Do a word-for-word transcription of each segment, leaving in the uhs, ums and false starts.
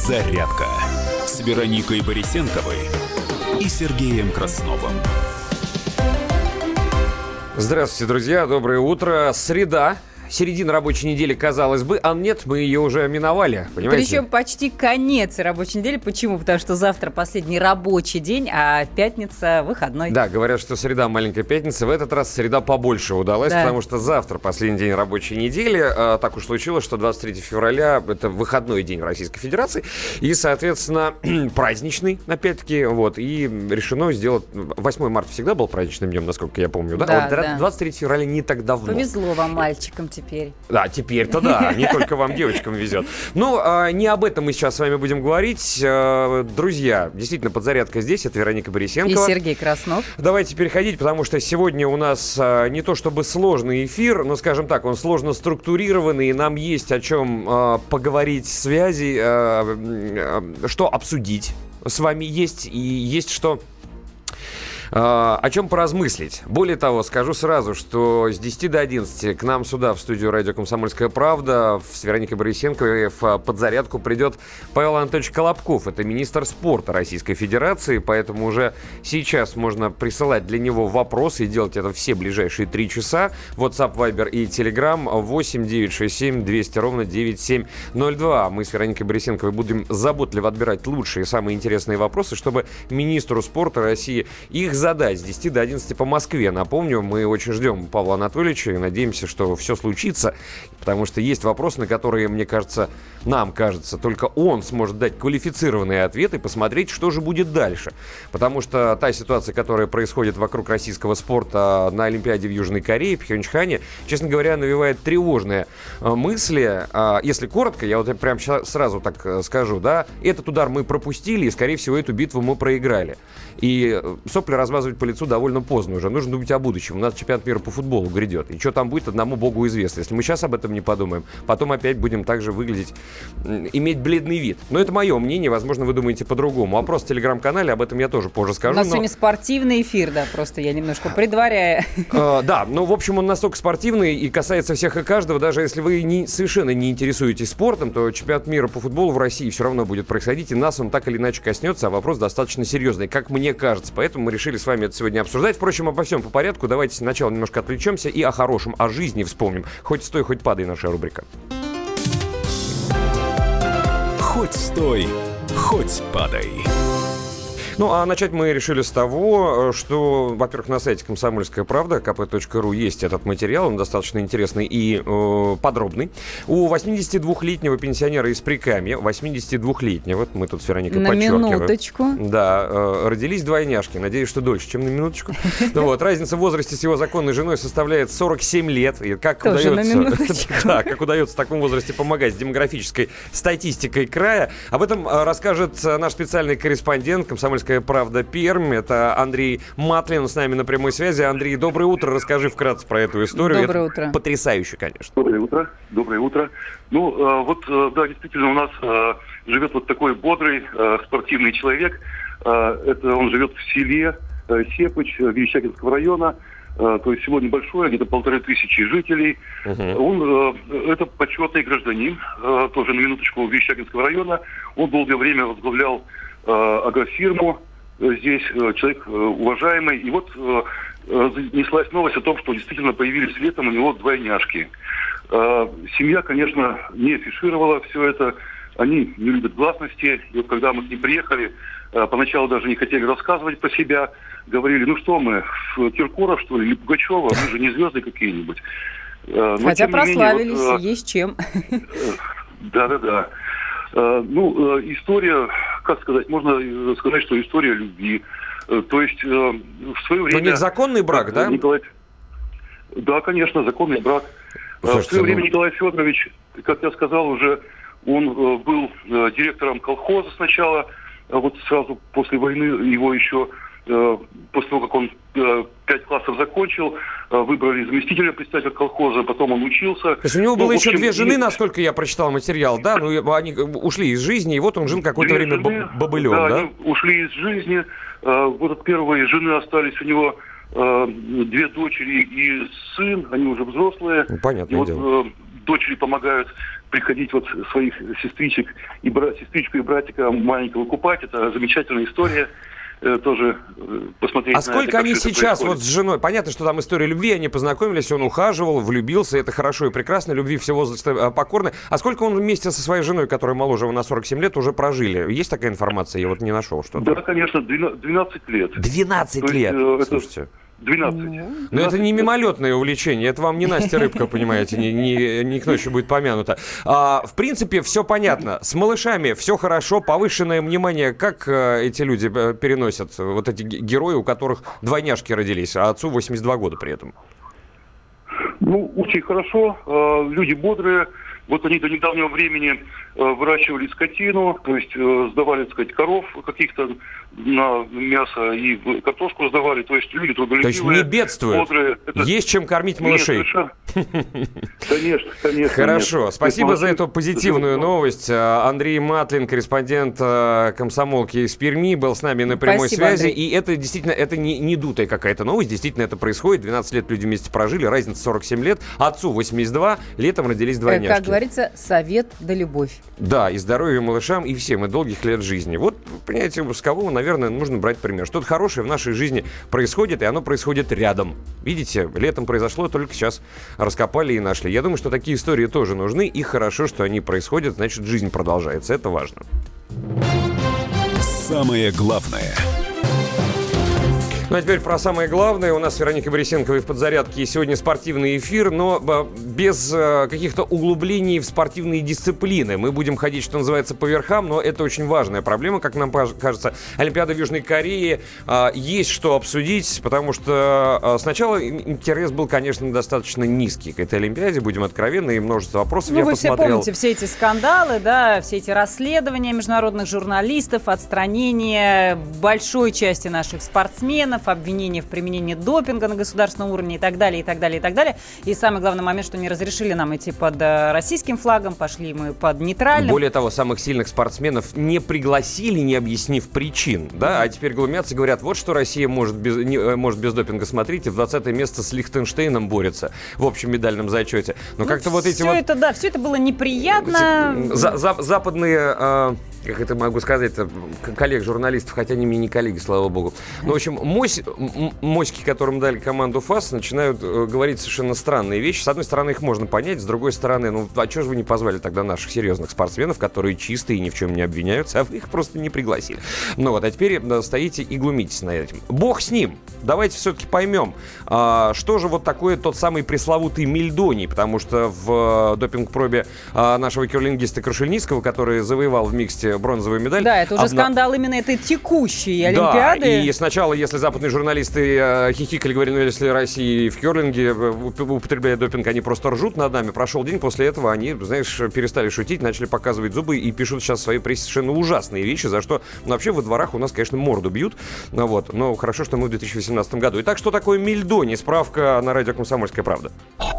«Подзарядка» с Вероникой Борисенковой и Сергеем Красновым. Здравствуйте, друзья, доброе утро. Среда. Середина рабочей недели, казалось бы, а нет, мы ее уже миновали, понимаете? Причем почти конец рабочей недели. Почему? Потому что завтра последний рабочий день, а пятница выходной. Да, говорят, что среда маленькая пятница. В этот раз среда побольше удалась, да. Потому что завтра последний день рабочей недели. А, так уж случилось, что двадцать третьего февраля это выходной день Российской Федерации. И, соответственно, праздничный, опять-таки. Вот, и решено сделать... восьмое марта всегда был праздничным днем, насколько я помню, да? Да, а вот да. двадцать третьего февраля не так давно. Повезло вам, мальчикам, теперь. Да, теперь-то да, не только вам, девочкам, везет. Ну, а, не об этом мы сейчас с вами будем говорить. А, друзья, действительно, подзарядка здесь. Это Вероника Борисенкова. И Сергей Краснов. Давайте переходить, потому что сегодня у нас а, не то чтобы сложный эфир, но, скажем так, он сложно структурированный, и нам есть о чем а, поговорить, связи, а, а, что обсудить с вами есть, и есть что... о чем поразмыслить. Более того, скажу сразу, что с десяти до одиннадцати к нам сюда, в студию радио «Комсомольская правда», с Вероникой Борисенковой в подзарядку придет Павел Анатольевич Колобков. Это министр спорта Российской Федерации, поэтому уже сейчас можно присылать для него вопросы и делать это все ближайшие три часа. WhatsApp, Viber и Telegram восемь девятьсот шестьдесят семь двести ровно девяносто семь ноль два. Мы с Вероникой Борисенковой будем заботливо отбирать лучшие и самые интересные вопросы, чтобы министру спорта России их задать с десяти до одиннадцати по Москве. Напомню, мы очень ждем Павла Анатольевича и надеемся, что все случится, потому что есть вопросы, на которые, мне кажется, нам кажется, только он сможет дать квалифицированные ответы и посмотреть, что же будет дальше. Потому что та ситуация, которая происходит вокруг российского спорта на Олимпиаде в Южной Корее, в Пхенчхане, честно говоря, навевает тревожные мысли. Если коротко, я вот прям сразу так скажу, да, этот удар мы пропустили, и, скорее всего, эту битву мы проиграли. И сопли размазывать по лицу довольно поздно уже. Нужно думать о будущем. У нас чемпионат мира по футболу грядет. И что там будет, одному богу известно. Если мы сейчас об этом не подумаем, потом опять будем также выглядеть, иметь бледный вид. Но это мое мнение. Возможно, вы думаете по-другому. Вопрос в телеграм-канале, об этом я тоже позже скажу. У нас но... сегодня спортивный эфир, да, просто я немножко предваряю. Uh, да, ну, в общем, он настолько спортивный и касается всех и каждого. Даже если вы не, совершенно не интересуетесь спортом, то чемпионат мира по футболу в России все равно будет происходить. И нас он так или иначе коснется, а вопрос достаточно серьезный, как мне кажется. Поэтому мы решили с вами это сегодня обсуждать. Впрочем, обо всем по порядку. Давайте сначала немножко отвлечемся и о хорошем, о жизни вспомним. Хоть стой, хоть падай, наша рубрика. Хоть стой, хоть падай. Ну, а начать мы решили с того, что, во-первых, на сайте «Комсомольская правда» ка пэ точка ру есть этот материал, он достаточно интересный и э, подробный. У восьмидесятидвухлетнего пенсионера из Прикамья, восьмидесятидвухлетнего, мы тут с Вероникой на подчеркиваем. На минуточку. Да, э, родились двойняшки, надеюсь, что дольше, чем на минуточку. Ну вот, разница в возрасте с его законной женой составляет сорок семь лет. И как Тоже удается, на минуточку. да, как удается в таком возрасте помогать с демографической статистикой края. Об этом расскажет наш специальный корреспондент «Комсомольской правда» Пермь. Это Андрей Матлин с нами на прямой связи. Андрей, доброе утро. Расскажи вкратце про эту историю. Доброе Это утро. Потрясающе, конечно. Доброе утро. Доброе утро. Ну, э, вот, э, да, действительно, у нас э, живет вот такой бодрый, э, спортивный человек. Э, это он живет в селе э, Сепыч Верещагинского района. Э, то есть село небольшое, где-то полторы тысячи жителей. Uh-huh. Он, э, это почетный гражданин, э, тоже на минуточку, Верещагинского района. Он долгое время возглавлял э, агрофирму. Здесь э, человек э, уважаемый. И вот э, э, неслась новость о том, что действительно появились летом у него двойняшки. Э, семья, конечно, не афишировала все это. Они не любят гласности. И вот когда мы к ним приехали, э, поначалу даже не хотели рассказывать про себя. Говорили, ну что мы, Киркоров, что ли, или Пугачева? Мы же не звезды какие-нибудь. Э, но, Хотя прославились, менее, вот, э, есть чем. Да-да-да. Uh, ну, uh, история, как сказать, можно сказать, что история любви. Uh, то есть uh, в свое время... Но не законный брак, uh, да? Николай... Да, конечно, законный брак. Uh, в свое время Николай Федорович, как я сказал уже, он uh, был uh, директором колхоза сначала, uh, вот сразу после войны его еще... После того, как он э, пять классов закончил, э, выбрали заместителя председателя колхоза, потом он учился. То есть у него было ну, еще общем, две жены, и... насколько я прочитал материал, да? Ну, они ушли из жизни, и вот он жил какое-то две время жены, бобылем, да? да? Они ушли из жизни. Э, вот от первой жены остались у него э, две дочери и сын, они уже взрослые. Ну, понятное и вот, дело. Э, дочери помогают приходить вот своих сестричек и бра- сестричку и братика маленького купать. Это замечательная история. Тоже посмотреть. А сколько это, они сейчас происходит. вот с женой? Понятно, что там история любви, они познакомились, он ухаживал, влюбился, это хорошо и прекрасно, любви все возрасты покорны. А сколько он вместе со своей женой, которая моложе его на сорок семь лет, уже прожили? Есть такая информация? Я вот не нашел что-то. Да, конечно, двенадцать лет. двенадцать лет? Есть, Слушайте. двенадцать. Но это не мимолетное увлечение, это вам не Настя Рыбка, понимаете, не, не, не к ночи будет помянуто. А, в принципе, все понятно. С малышами все хорошо, повышенное внимание. Как а, эти люди переносят, вот эти герои, у которых двойняшки родились, а отцу восемьдесят два года при этом? Ну, очень хорошо. Люди бодрые. Вот они до недавнего времени выращивали скотину, то есть сдавали, так сказать, коров каких-то на мясо и картошку сдавали. То есть люди трудолюбивые. То есть не бедствуют. Бодрые. Это... Есть чем кормить малышей. Нет, конечно, конечно. Хорошо. Нет. Спасибо за эту позитивную новость. Андрей Матлин, корреспондент «Комсомолки» из Перми, был с нами на прямой Спасибо, связи. Андрей. И это действительно, это не, не дутая какая-то новость. Действительно, это происходит. двенадцать лет люди вместе прожили, разница сорок семь лет. Отцу восемьдесят два, летом родились двойняшки. Как говорится, совет да любовь. Да, и здоровья малышам, и всем, и долгих лет жизни. Вот, понимаете, с кого, наверное, нужно брать пример. Что-то хорошее в нашей жизни происходит, и оно происходит рядом. Видите, летом произошло, только сейчас раскопали и нашли. Я думаю, что такие истории тоже нужны, и хорошо, что они происходят, значит, жизнь продолжается. Это важно. Самое главное. Ну а теперь про самое главное. У нас с Вероникой Борисенковой в подзарядке сегодня спортивный эфир, но без каких-то углублений в спортивные дисциплины. Мы будем ходить, что называется, по верхам, но это очень важная проблема, как нам кажется. Олимпиада в Южной Корее. Есть что обсудить, потому что сначала интерес был, конечно, достаточно низкий к этой Олимпиаде, будем откровенны, и множество вопросов ну, я вы посмотрел. все помните все эти скандалы, да, все эти расследования международных журналистов, отстранение большой части наших спортсменов, обвинения в применении допинга на государственном уровне и так далее, и так далее, и так далее. И самый главный момент, что не разрешили нам идти под российским флагом, пошли мы под нейтральным. Более того, самых сильных спортсменов не пригласили, не объяснив причин, да, а теперь глумятся, говорят, вот что Россия может без, не, может без допинга, смотрите, в двадцатое место с Лихтенштейном борется в общем медальном зачете. Но ну, как-то вот эти все вот... это, да, все это было неприятно. За, за, западные... Э, как это могу сказать, коллег-журналистов, хотя они мне не коллеги, слава богу. Ну, в общем, мось, моськи, которым дали команду ФАС, начинают э, говорить совершенно странные вещи. С одной стороны, их можно понять, с другой стороны, ну, а чего же вы не позвали тогда наших серьезных спортсменов, которые чистые и ни в чем не обвиняются, а вы их просто не пригласили. Ну вот, а теперь да, стоите и глумитесь над этим. Бог с ним. Давайте все-таки поймем, а, что же вот такое тот самый пресловутый мельдоний, потому что в э, допинг-пробе э, нашего керлингиста Крушельницкого, который завоевал в миксте бронзовую медаль. Да, это уже обна... скандал именно этой текущей Олимпиады. Да, и сначала, если западные журналисты э, хихикали, говорили, ну, если Россия в керлинге употребляет допинг, они просто ржут над нами. Прошел день, после этого они, знаешь, перестали шутить, начали показывать зубы и пишут сейчас в своей прессе совершенно ужасные вещи, за что, ну, вообще во дворах у нас, конечно, морду бьют. Ну, вот, но хорошо, что мы в две тысячи восемнадцатом году. Итак, что такое мельдоний? Справка на радио «Комсомольская правда».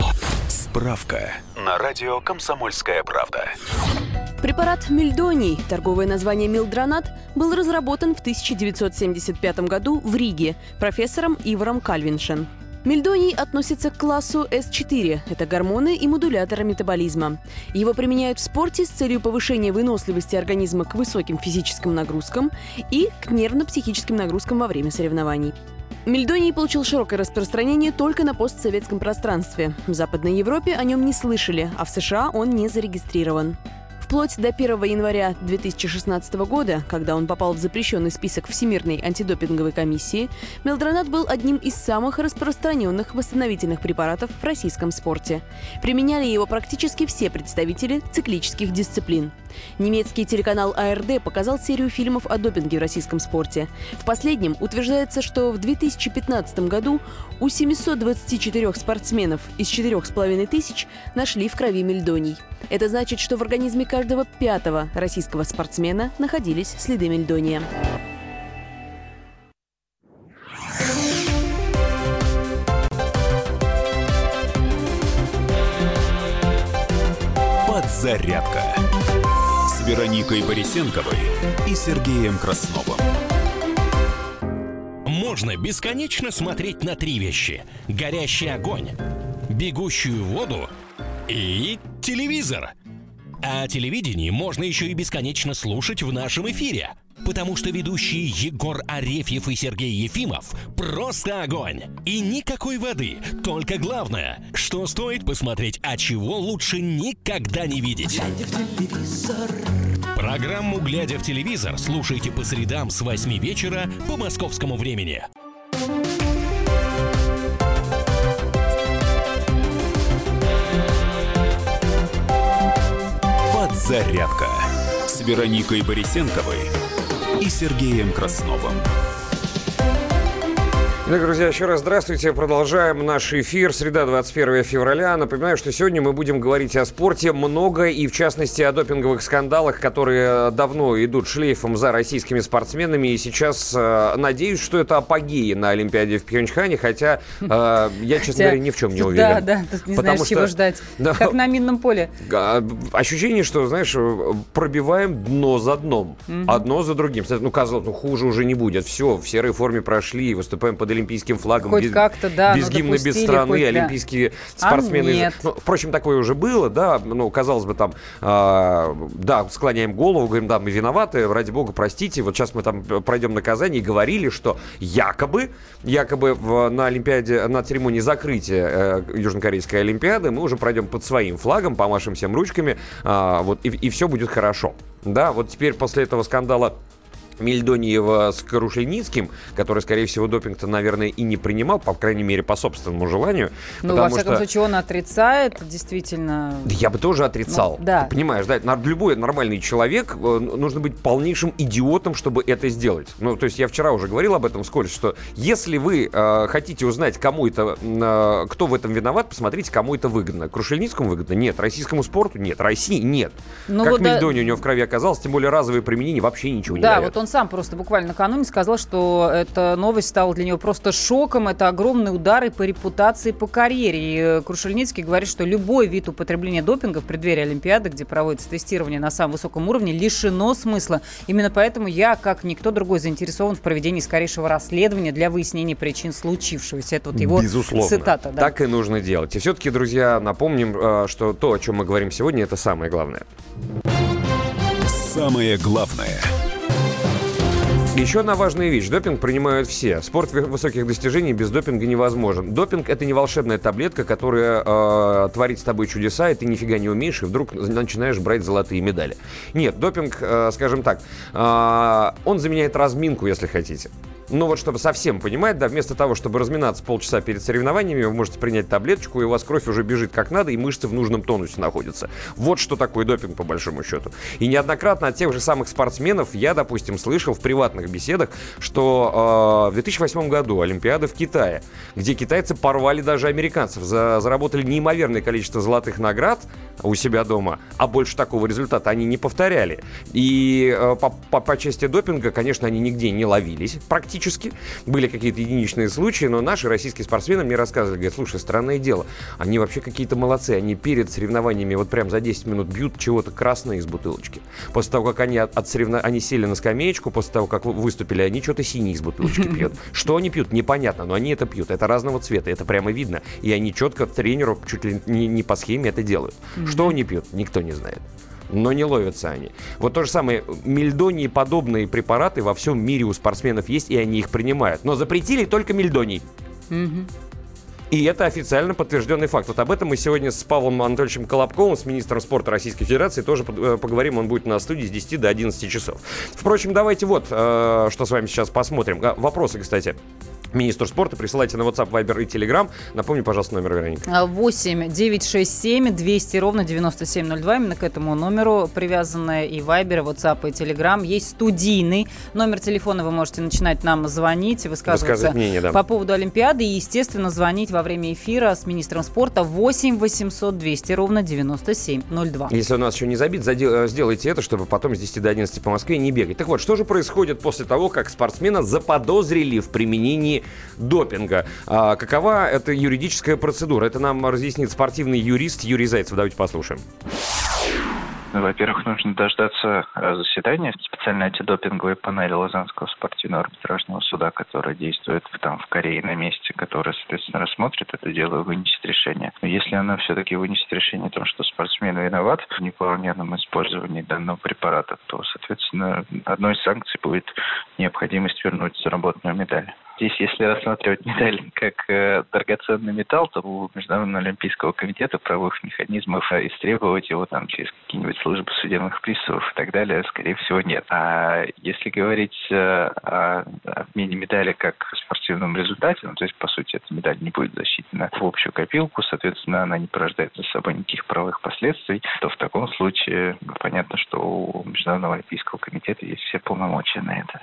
Справка на радио «Комсомольская правда». Препарат мельдоний, торговое название милдронат, был разработан в тысяча девятьсот семьдесят пятом году в Риге профессором Ивором Кальвиншем. Мельдоний относится к классу эс четыре. Это гормоны и модуляторы метаболизма. Его применяют в спорте с целью повышения выносливости организма к высоким физическим нагрузкам и к нервно-психическим нагрузкам во время соревнований. Мельдоний получил широкое распространение только на постсоветском пространстве. В Западной Европе о нем не слышали, а в США он не зарегистрирован. Вплоть до первого января две тысячи шестнадцатого года, когда он попал в запрещенный список Всемирной антидопинговой комиссии, мелдронат был одним из самых распространенных восстановительных препаратов в российском спорте. Применяли его практически все представители циклических дисциплин. Немецкий телеканал а эр дэ показал серию фильмов о допинге в российском спорте. В последнем утверждается, что в две тысячи пятнадцатом году у семисот двадцати четырёх спортсменов из четырёх с половиной тысяч нашли в крови мельдоний. Это значит, что в организме каждого пятого российского спортсмена находились следы мельдония. Подзарядка с Вероникой Борисенковой и Сергеем Красновым. Можно бесконечно смотреть на три вещи: горящий огонь, бегущую воду и телевизор. А телевидение можно еще и бесконечно слушать в нашем эфире. Потому что ведущие Егор Арефьев и Сергей Ефимов просто огонь. И никакой воды, только главное, что стоит посмотреть, а чего лучше никогда не видеть. Программу «Глядя в телевизор» слушайте по средам с восьми вечера по московскому времени. Подзарядка с Вероникой Борисенковой и Сергеем Красновым. Итак, друзья, еще раз здравствуйте. Продолжаем наш эфир. Среда, двадцать первое февраля. Напоминаю, что сегодня мы будем говорить о спорте много и, в частности, о допинговых скандалах, которые давно идут шлейфом за российскими спортсменами. И сейчас э, надеюсь, что это апогеи на Олимпиаде в Пхенчхане, хотя э, я, честно говоря, ни в чем не уверен. Да, да, тут не знаешь, чего ждать. Да, как на минном поле. Ощущение, что, знаешь, пробиваем дно за дном. Mm-hmm. Одно за другим. Ну, казалось, ну, хуже уже не будет. Все, в серой форме прошли, выступаем под олимпийским флагом, хоть без, как-то, да, без гимна, без страны, хоть, олимпийские да. спортсмены. А нет. Ну, впрочем, такое уже было, да, ну, казалось бы, там, э, да, склоняем голову, говорим, да, мы виноваты, ради бога, простите, вот сейчас мы там пройдем наказание, и говорили, что якобы, якобы в, на Олимпиаде, на церемонии закрытия э, Южнокорейской Олимпиады мы уже пройдем под своим флагом, помашем всем ручками, э, вот, и, и все будет хорошо, да, вот теперь после этого скандала Мельдониева с Крушельницким, который, скорее всего, допинг-то, наверное, и не принимал, по крайней мере, по собственному желанию. Ну, во всяком что... случае, он отрицает, действительно. Да я бы тоже отрицал. Ну, да. Ты понимаешь, да, любой нормальный человек, нужно быть полнейшим идиотом, чтобы это сделать. Ну, то есть я вчера уже говорил об этом вскользь, что если вы э, хотите узнать, кому это, э, кто в этом виноват, посмотрите, кому это выгодно. Крушельницкому выгодно? Нет. Российскому спорту? Нет. России? Нет. Ну, как вот Мельдоний да... у него в крови оказалось, тем более разовое применение вообще ничего не да, дает. Вот он сам просто буквально накануне сказал, что эта новость стала для него просто шоком. Это огромные удары по репутации, по карьере. И Крушельницкий говорит, что любой вид употребления допинга в преддверии Олимпиады, где проводится тестирование на самом высоком уровне, лишено смысла. Именно поэтому я, как никто другой, заинтересован в проведении скорейшего расследования для выяснения причин случившегося. Это вот его Безусловно. Цитата. Да. Так и нужно делать. И все-таки, друзья, напомним, что то, о чем мы говорим сегодня, это самое главное. Самое главное. Еще одна важная вещь. Допинг принимают все. Спорт высоких достижений без допинга невозможен. Допинг — это не волшебная таблетка, которая э, творит с тобой чудеса, и ты нифига не умеешь, и вдруг начинаешь брать золотые медали. Нет, допинг, э, скажем так, э, он заменяет разминку, если хотите. Ну вот, чтобы совсем понимать, да, вместо того, чтобы разминаться полчаса перед соревнованиями, вы можете принять таблеточку, и у вас кровь уже бежит как надо, и мышцы в нужном тонусе находятся. Вот что такое допинг, по большому счету. И неоднократно от тех же самых спортсменов я, допустим, слышал в приватных беседах, что э, в две тысячи восьмом году Олимпиада в Китае, где китайцы порвали даже американцев, за, заработали неимоверное количество золотых наград у себя дома, а больше такого результата они не повторяли. И э, по, по, по части допинга, конечно, они нигде не ловились практически. Были какие-то единичные случаи, но наши российские спортсмены мне рассказывали, говорят, слушай, странное дело, они вообще какие-то молодцы, они перед соревнованиями вот прям за десять минут бьют чего-то красное из бутылочки. После того, как они, от, от соревнов... они сели на скамеечку, после того, как выступили, они что-то синее из бутылочки пьют. Что они пьют, непонятно, но они это пьют, это разного цвета, это прямо видно. И они четко тренеру чуть ли не, не по схеме это делают. Что они пьют, никто не знает. Но не ловятся они. Вот то же самое, мельдонии подобные препараты во всем мире у спортсменов есть, и они их принимают. Но запретили только мельдоний. Mm-hmm. И это официально подтвержденный факт. Вот об этом мы сегодня с Павлом Анатольевичем Колобковым, с министром спорта Российской Федерации, тоже поговорим. Он будет на студии с десяти до одиннадцати часов. Впрочем, давайте вот, э, что с вами сейчас посмотрим. А, вопросы, кстати. Министр спорта, присылайте на WhatsApp, Viber и Telegram. Напомни, пожалуйста, номер, Вероника. восемь девятьсот шестьдесят семь двести ровно девяносто семь ноль два. Именно к этому номеру привязаны и Viber, и WhatsApp, и Telegram. Есть студийный номер телефона. Вы можете начинать нам звонить, высказываться мнение, да. по поводу Олимпиады. И, естественно, звонить во время эфира с министром спорта восемь восемьсот двести ровно девяносто семь ноль два. Если у нас еще не забит, сделайте это, чтобы потом с десяти до одиннадцати по Москве не бегать. Так вот, что же происходит после того, как спортсмена заподозрили в применении допинга? А, какова эта юридическая процедура? Это нам разъяснит спортивный юрист Юрий Зайцев. Давайте послушаем. Ну, во-первых, нужно дождаться заседания специальной антидопинговой панели Лозаннского спортивного арбитражного суда, которая действует там в Корее на месте, которая, соответственно, рассмотрит это дело и вынесет решение. Но если она все-таки вынесет решение о том, что спортсмен виноват в неправомерном использовании данного препарата, то, соответственно, одной из санкций будет необходимость вернуть заработанную медаль. Здесь, если рассматривать медаль как э, драгоценный металл, то у Международного олимпийского комитета правовых механизмов истребовать его там через какие-нибудь службы судебных приставов и так далее, скорее всего, нет. А если говорить э, о обмене медали как спортивном результате, ну, то есть, по сути, эта медаль не будет засчитана в общую копилку, соответственно, она не порождает за собой никаких правовых последствий, то в таком случае понятно, что у Международного олимпийского комитета есть все полномочия на это.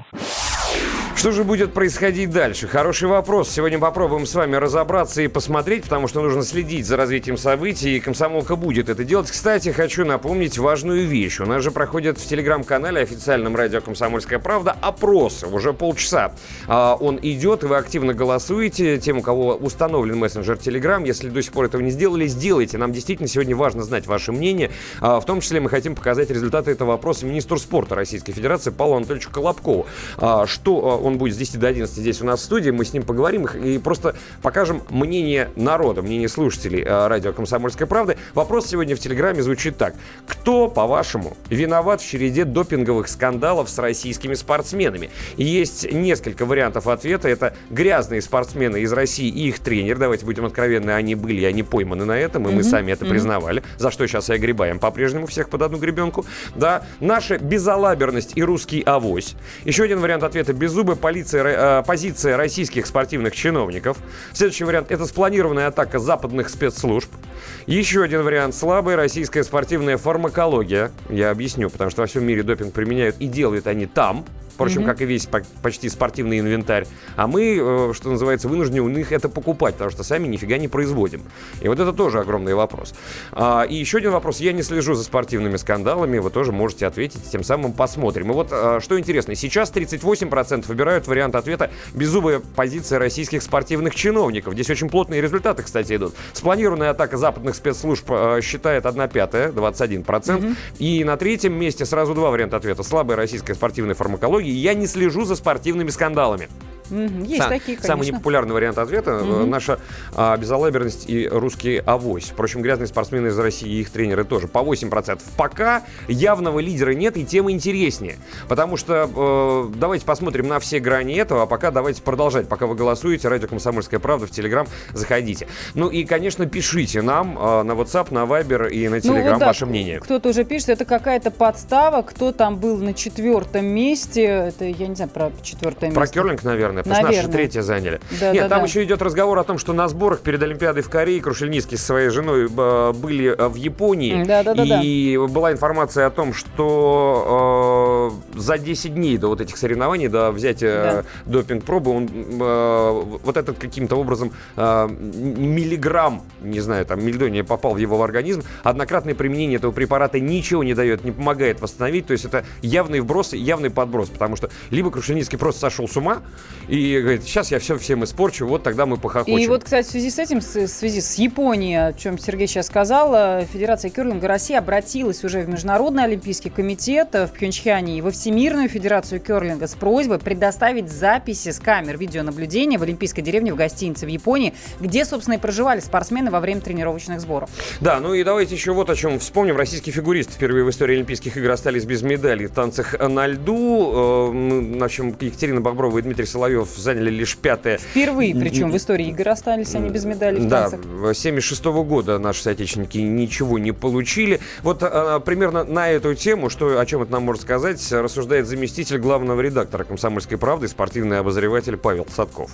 Что же будет происходить дальше? Хороший вопрос. Сегодня попробуем с вами разобраться и посмотреть, потому что нужно следить за развитием событий, и «Комсомолка» будет это делать. Кстати, хочу напомнить важную вещь. У нас же проходит в телеграм-канале официальном радио «Комсомольская правда» опрос. Уже полчаса а, он идет, и вы активно голосуете. Тем, у кого установлен мессенджер Телеграм, если до сих пор этого не сделали, сделайте. Нам действительно сегодня важно знать ваше мнение. А, в том числе мы хотим показать результаты этого опроса министру спорта Российской Федерации Павлу Анатольевичу Колобкову. А, что он будет с десяти до одиннадцати здесь у нас в студии, мы с ним поговорим и просто покажем мнение народа, мнение слушателей радио «Комсомольская правда». Вопрос сегодня в Телеграме звучит так. Кто, по-вашему, виноват в череде допинговых скандалов с российскими спортсменами? И есть несколько вариантов ответа. Это грязные спортсмены из России и их тренер. Давайте будем откровенны, они были, они пойманы на этом, и мы mm-hmm. сами это mm-hmm. признавали, за что сейчас и огребаем по-прежнему всех под одну гребенку. Да, наша безалаберность и русский авось. Еще один вариант ответа. Беззубая полиция, э, позиция российских спортивных чиновников. Следующий вариант – это спланированная атака западных спецслужб. Еще один вариант – слабая российская спортивная фармакология. Я объясню, потому что во всем мире допинг применяют и делают они там. Впрочем, mm-hmm. как и весь почти спортивный инвентарь. А мы, что называется, вынуждены у них это покупать, потому что сами нифига не производим. И вот это тоже огромный вопрос. А, и еще один вопрос. Я не слежу за спортивными скандалами. Вы тоже можете ответить, тем самым посмотрим. И вот а, что интересно. Сейчас тридцать восемь процентов выбирают вариант ответа «беззубая позиция российских спортивных чиновников». Здесь очень плотные результаты, кстати, идут. Спланированная атака западных спецслужб а, считает одна пятая, двадцать один процент. Mm-hmm. И на третьем месте сразу два варианта ответа. Слабая российская спортивная фармакология. Я не слежу за спортивными скандалами. Mm-hmm. Есть Сам, такие, конечно. Самый непопулярный вариант ответа mm-hmm. наша а, безалаберность и русский авось. Впрочем, грязные спортсмены из России и их тренеры тоже. По восемь процентов. Пока явного лидера нет, и тема интереснее. Потому что э, давайте посмотрим на все грани этого, а пока давайте продолжать. Пока вы голосуете, радио «Комсомольская правда» в Телеграм, заходите. Ну и, конечно, пишите нам э, на WhatsApp, на Viber и на Телеграм ну, вот, да, ваше мнение. Кто-то уже пишет, это какая-то подстава, кто там был на четвертом месте. Это, я не знаю, про четвертое место. Про керлинг, наверное. Потому что наши третье заняли. Да, Нет, да, там да. еще идет разговор о том, что на сборах перед Олимпиадой в Корее Крушельницкий со своей женой были в Японии. Да, да, да, и да. была информация о том, что э, за десять дней до вот этих соревнований, до взятия да. допинг-пробы, он э, вот этот каким-то образом э, миллиграмм, не знаю, там, мельдония попал в его организм. Однократное применение этого препарата ничего не дает, не помогает восстановить. То есть это явный вброс, явный подброс. Потому что либо Крушельницкий просто сошел с ума, и говорит, сейчас я все всем испорчу, вот тогда мы похохочем. И вот, кстати, в связи с этим, в связи с Японией, о чем Сергей сейчас сказал, Федерация керлинга России обратилась уже в Международный олимпийский комитет в Пхенчхане и во Всемирную федерацию керлинга с просьбой предоставить записи с камер видеонаблюдения в олимпийской деревне в гостинице в Японии, где, собственно, и проживали спортсмены во время тренировочных сборов. Да, ну и давайте еще вот о чем вспомним. Российские фигуристы впервые в истории Олимпийских игр остались без медалей в танцах на льду. В общем, Екатерина Боброва и Дмитрий Соловьев заняли лишь пятое. Впервые, причем в истории игр остались они без медалей в танцах. Да, с семьдесят шестого года наши соотечественники ничего не получили. Вот а, примерно на эту тему, что, о чем это нам может сказать, рассуждает заместитель главного редактора «Комсомольской правды», спортивный обозреватель Павел Садков.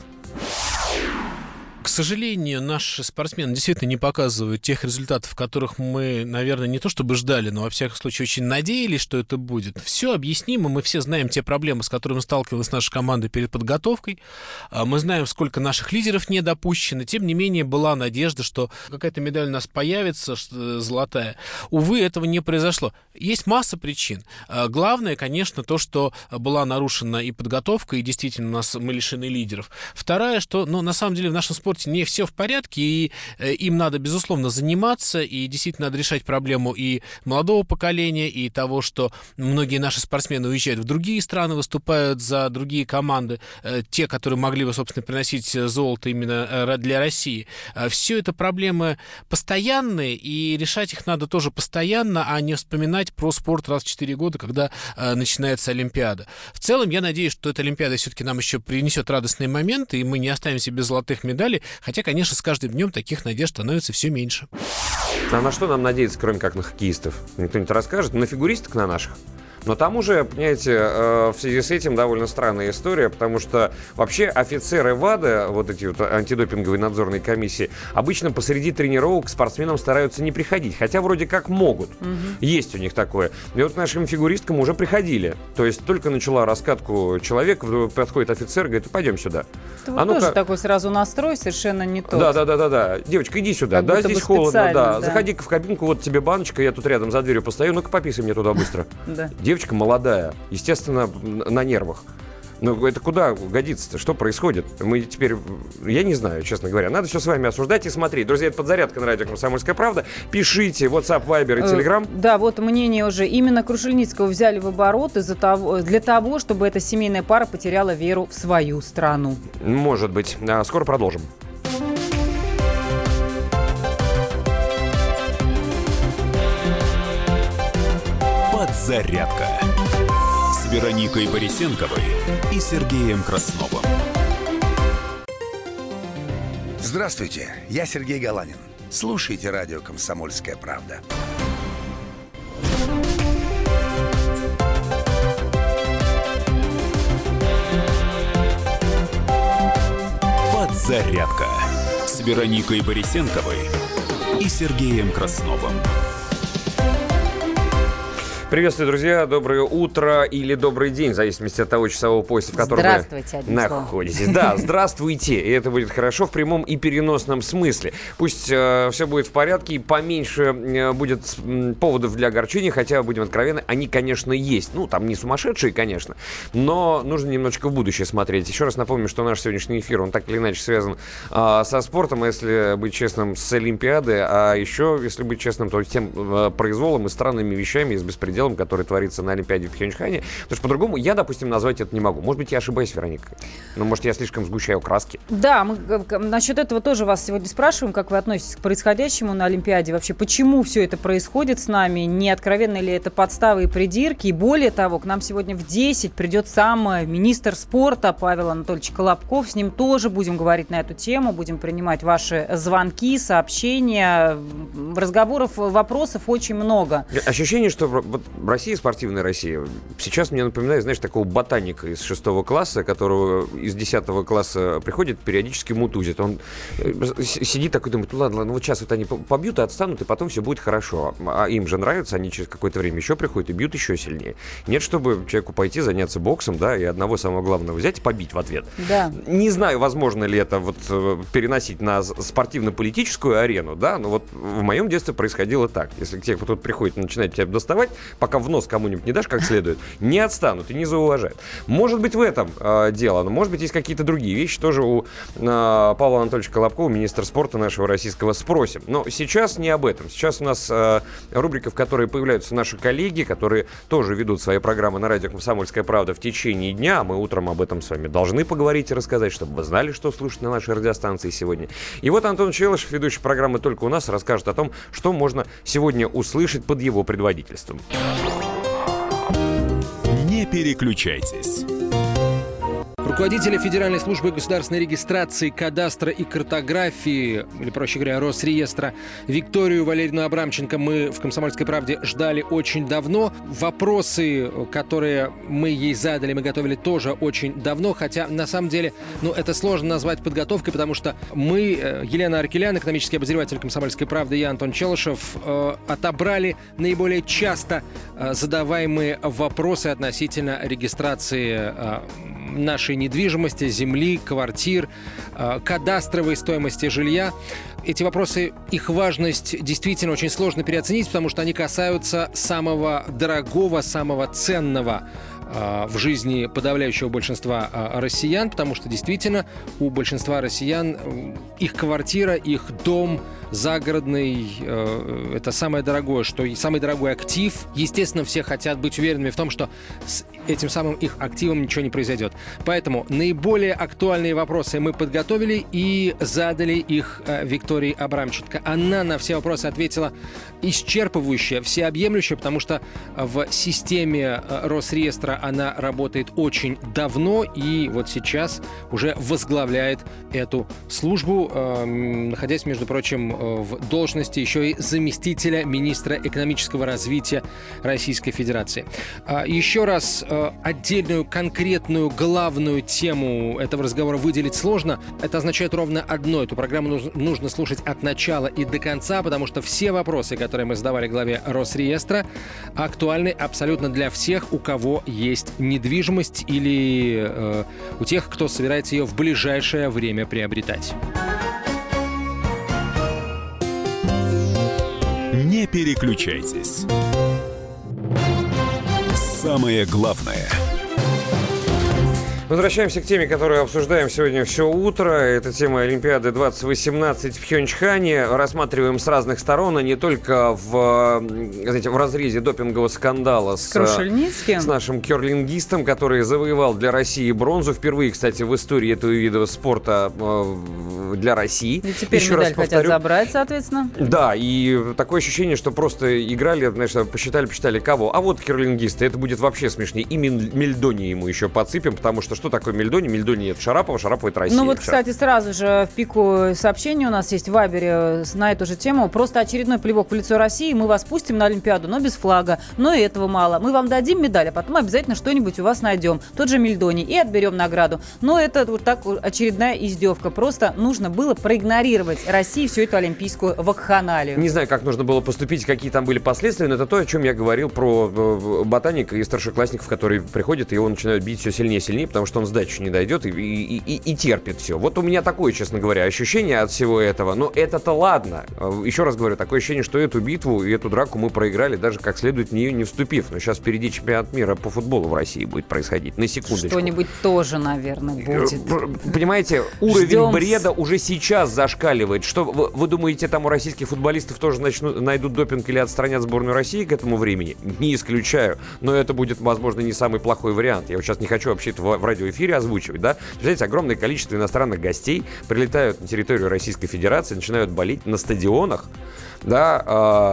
К сожалению, наши спортсмены действительно не показывают тех результатов, которых мы, наверное, не то чтобы ждали, но, во всяком случае, очень надеялись, что это будет. Все объяснимо, мы все знаем те проблемы, с которыми сталкивалась наша команда перед подготовкой. Мы знаем, сколько наших лидеров не допущено. Тем не менее, была надежда, что какая-то медаль у нас появится, золотая. Увы, этого не произошло. Есть масса причин. Главное, конечно, то, что была нарушена и подготовка, и действительно у нас мы лишены лидеров. Вторая, что, ну, на самом деле, в нашем спорте спорте не все в порядке, и им надо, безусловно, заниматься, и действительно надо решать проблему и молодого поколения, и того, что многие наши спортсмены уезжают в другие страны, выступают за другие команды, те, которые могли бы, собственно, приносить золото именно для России. Все это проблемы постоянные, и решать их надо тоже постоянно, а не вспоминать про спорт раз в четыре года, когда начинается Олимпиада. В целом, я надеюсь, что эта Олимпиада все-таки нам еще принесет радостные моменты, и мы не останемся без золотых медалей, хотя, конечно, с каждым днем таких надежд становится все меньше. А на что нам надеяться, кроме как на хоккеистов? Никто-нибудь расскажет? На фигуристок на наших? Но там уже, понимаете, в связи с этим довольно странная история, потому что вообще офицеры ВАДА, вот эти вот антидопинговые надзорные комиссии, обычно посреди тренировок к спортсменам стараются не приходить, хотя вроде как могут. Угу. Есть у них такое. И вот нашим фигуристкам уже приходили. То есть только начала раскатку человек, подходит офицер, говорит: пойдем сюда. Это а вот тоже такой сразу настрой совершенно не тот. Да-да-да-да. Девочка, иди сюда. Как да, здесь холодно, да. да. Заходи-ка в кабинку, вот тебе баночка, я тут рядом за дверью постою, ну-ка пописай мне туда быстро. Да. Девочка молодая, естественно, на нервах. Но это куда годится-то? Что происходит? Мы теперь... Я не знаю, честно говоря. Надо все с вами обсуждать и смотреть. Друзья, это «Подзарядка» на радио «Комсомольская правда». Пишите WhatsApp, Viber и Telegram. Да, вот мнение уже. Именно Крушельницкого взяли в оборот из-за того, для того, чтобы эта семейная пара потеряла веру в свою страну. Может быть. Скоро продолжим. «Подзарядка» с Вероникой Борисенковой и Сергеем Красновым. Здравствуйте, я Сергей Галанин. Слушайте радио «Комсомольская правда». «Подзарядка» с Вероникой Борисенковой и Сергеем Красновым. Приветствую, друзья. Доброе утро или добрый день, в зависимости от того часового пояса, в котором здравствуйте, вы находитесь. Да, здравствуйте. И это будет хорошо в прямом и переносном смысле. Пусть э, все будет в порядке и поменьше э, будет э, поводов для огорчения, хотя, будем откровенны, они, конечно, есть. Ну, там не сумасшедшие, конечно, но нужно немножечко в будущее смотреть. Еще раз напомню, что наш сегодняшний эфир, он так или иначе связан э, со спортом, а если быть честным, с Олимпиады, а еще, если быть честным, то тем э, произволом и странными вещами из беспредела, который творится на Олимпиаде в Пхенчхане. Потому что по-другому я, допустим, назвать это не могу. Может быть, я ошибаюсь, Вероника. Но, может, я слишком сгущаю краски. Да, мы насчет этого тоже вас сегодня спрашиваем, как вы относитесь к происходящему на Олимпиаде. Вообще, почему все это происходит с нами? Не откровенно ли это подставы и придирки? И более того, к нам сегодня в десять придет сам министр спорта Павел Анатольевич Колобков. С ним тоже будем говорить на эту тему, будем принимать ваши звонки, сообщения. Разговоров, вопросов очень много. Ощущение, что вот Россия, спортивная Россия, сейчас мне напоминает, знаешь, такого ботаника из шестого класса, которого из десятого класса приходит, периодически мутузит. Он сидит такой, думает: ну ладно, ну вот сейчас вот они побьют и отстанут, и потом все будет хорошо. А им же нравится, они через какое-то время еще приходят и бьют еще сильнее. Нет, чтобы человеку пойти заняться боксом, да, и одного самого главного взять и побить в ответ. Да. Не знаю, возможно ли это вот переносить на спортивно-политическую арену, да, но вот в моем детстве происходило так. Если к тебе кто-то приходит и начинает тебя доставать, пока в нос кому-нибудь не дашь как следует, не отстанут и не зауважают. Может быть, в этом э, дело, но может быть, есть какие-то другие вещи. Тоже у э, Павла Анатольевича Колобкова, министра спорта нашего российского, спросим. Но сейчас не об этом. Сейчас у нас э, рубрика, в которой появляются наши коллеги, которые тоже ведут свои программы на радио «Комсомольская правда» в течение дня. А мы утром об этом с вами должны поговорить и рассказать, чтобы вы знали, что слушать на нашей радиостанции сегодня. И вот Антон Челышев, ведущий программы «Только у нас», расскажет о том, что можно сегодня услышать под его предводительством. Не переключайтесь. Руководителя Федеральной службы государственной регистрации, кадастра и картографии, или, проще говоря, Росреестра, Викторию Валерьевну Абрамченко мы в «Комсомольской правде» ждали очень давно. Вопросы, которые мы ей задали, мы готовили тоже очень давно, хотя, на самом деле, ну, это сложно назвать подготовкой, потому что мы, Елена Аркелян, экономический обозреватель «Комсомольской правды», я, Антон Челышев, отобрали наиболее часто задаваемые вопросы относительно регистрации нашей нашей недвижимости, земли, квартир, кадастровой стоимости жилья. Эти вопросы, их важность действительно очень сложно переоценить, потому что они касаются самого дорогого, самого ценного в жизни подавляющего большинства россиян, потому что действительно у большинства россиян их квартира, их дом загородный – это самое дорогое, что самый дорогой актив. Естественно, все хотят быть уверенными в том, что с этим самым их активом ничего не произойдет. Поэтому наиболее актуальные вопросы мы подготовили и задали их Виктории Абрамченко. Она на все вопросы ответила исчерпывающе, всеобъемлюще, потому что в системе Росреестра она работает очень давно и вот сейчас уже возглавляет эту службу, находясь, между прочим, в должности еще и заместителя министра экономического развития Российской Федерации. Еще раз, отдельную, конкретную, главную тему этого разговора выделить сложно. Это означает ровно одно. Эту программу нужно слушать от начала и до конца, потому что все вопросы, которые мы задавали главе Росреестра, актуальны абсолютно для всех, у кого есть недвижимость или э, у тех, кто собирается ее в ближайшее время приобретать. Не переключайтесь. Самое главное. Возвращаемся к теме, которую обсуждаем сегодня все утро. Это тема Олимпиады двадцать восемнадцать в Пхенчхане. Рассматриваем с разных сторон, а не только в, знаете, в разрезе допингового скандала с, с нашим керлингистом, который завоевал для России бронзу. Впервые, кстати, в истории этого вида спорта для России. И теперь Еще медаль раз повторю, хотят забрать, соответственно. Да, и такое ощущение, что просто играли, знаешь, посчитали, посчитали кого. А вот керлингисты, это будет вообще смешнее. И Мельдони ему еще подсыпем, потому что что такое Мельдони? Мельдони — это Шарапова, Шарапова — это Россия. Ну вот, кстати, сразу же в пику сообщений у нас есть в Вайбере на эту же тему. Просто очередной плевок в лицо России. Мы вас пустим на Олимпиаду, но без флага. Но и этого мало. Мы вам дадим медаль, а потом обязательно что-нибудь у вас найдем. Тот же Мельдони. И отберем награду. Но это вот так очередная издевка. Просто нужно было проигнорировать России всю эту олимпийскую вакханалию. Не знаю, как нужно было поступить, какие там были последствия, но это то, о чем я говорил про ботаника и старшеклассников, которые приходят, и его начинают бить все сильнее и сильнее, потому что он сдачи не дойдет и, и, и, и терпит все. Вот у меня такое, честно говоря, ощущение от всего этого. Но это-то ладно. Еще раз говорю, такое ощущение, что эту битву и эту драку мы проиграли, даже как следует в нее не вступив. Но сейчас впереди чемпионат мира по футболу в России будет происходить. На секундочку. Что-нибудь тоже, наверное, будет. Понимаете, уровень Ждем. бреда уже сейчас зашкаливает. Что вы, вы думаете, там у российских футболистов тоже начнут, найдут допинг или отстранят сборную России к этому времени? Не исключаю. Но это будет, возможно, не самый плохой вариант. Я вот сейчас не хочу вообще это в, в радиоэфире озвучивать, да? Представляете, огромное количество иностранных гостей прилетают на территорию Российской Федерации, начинают болеть на стадионах, да,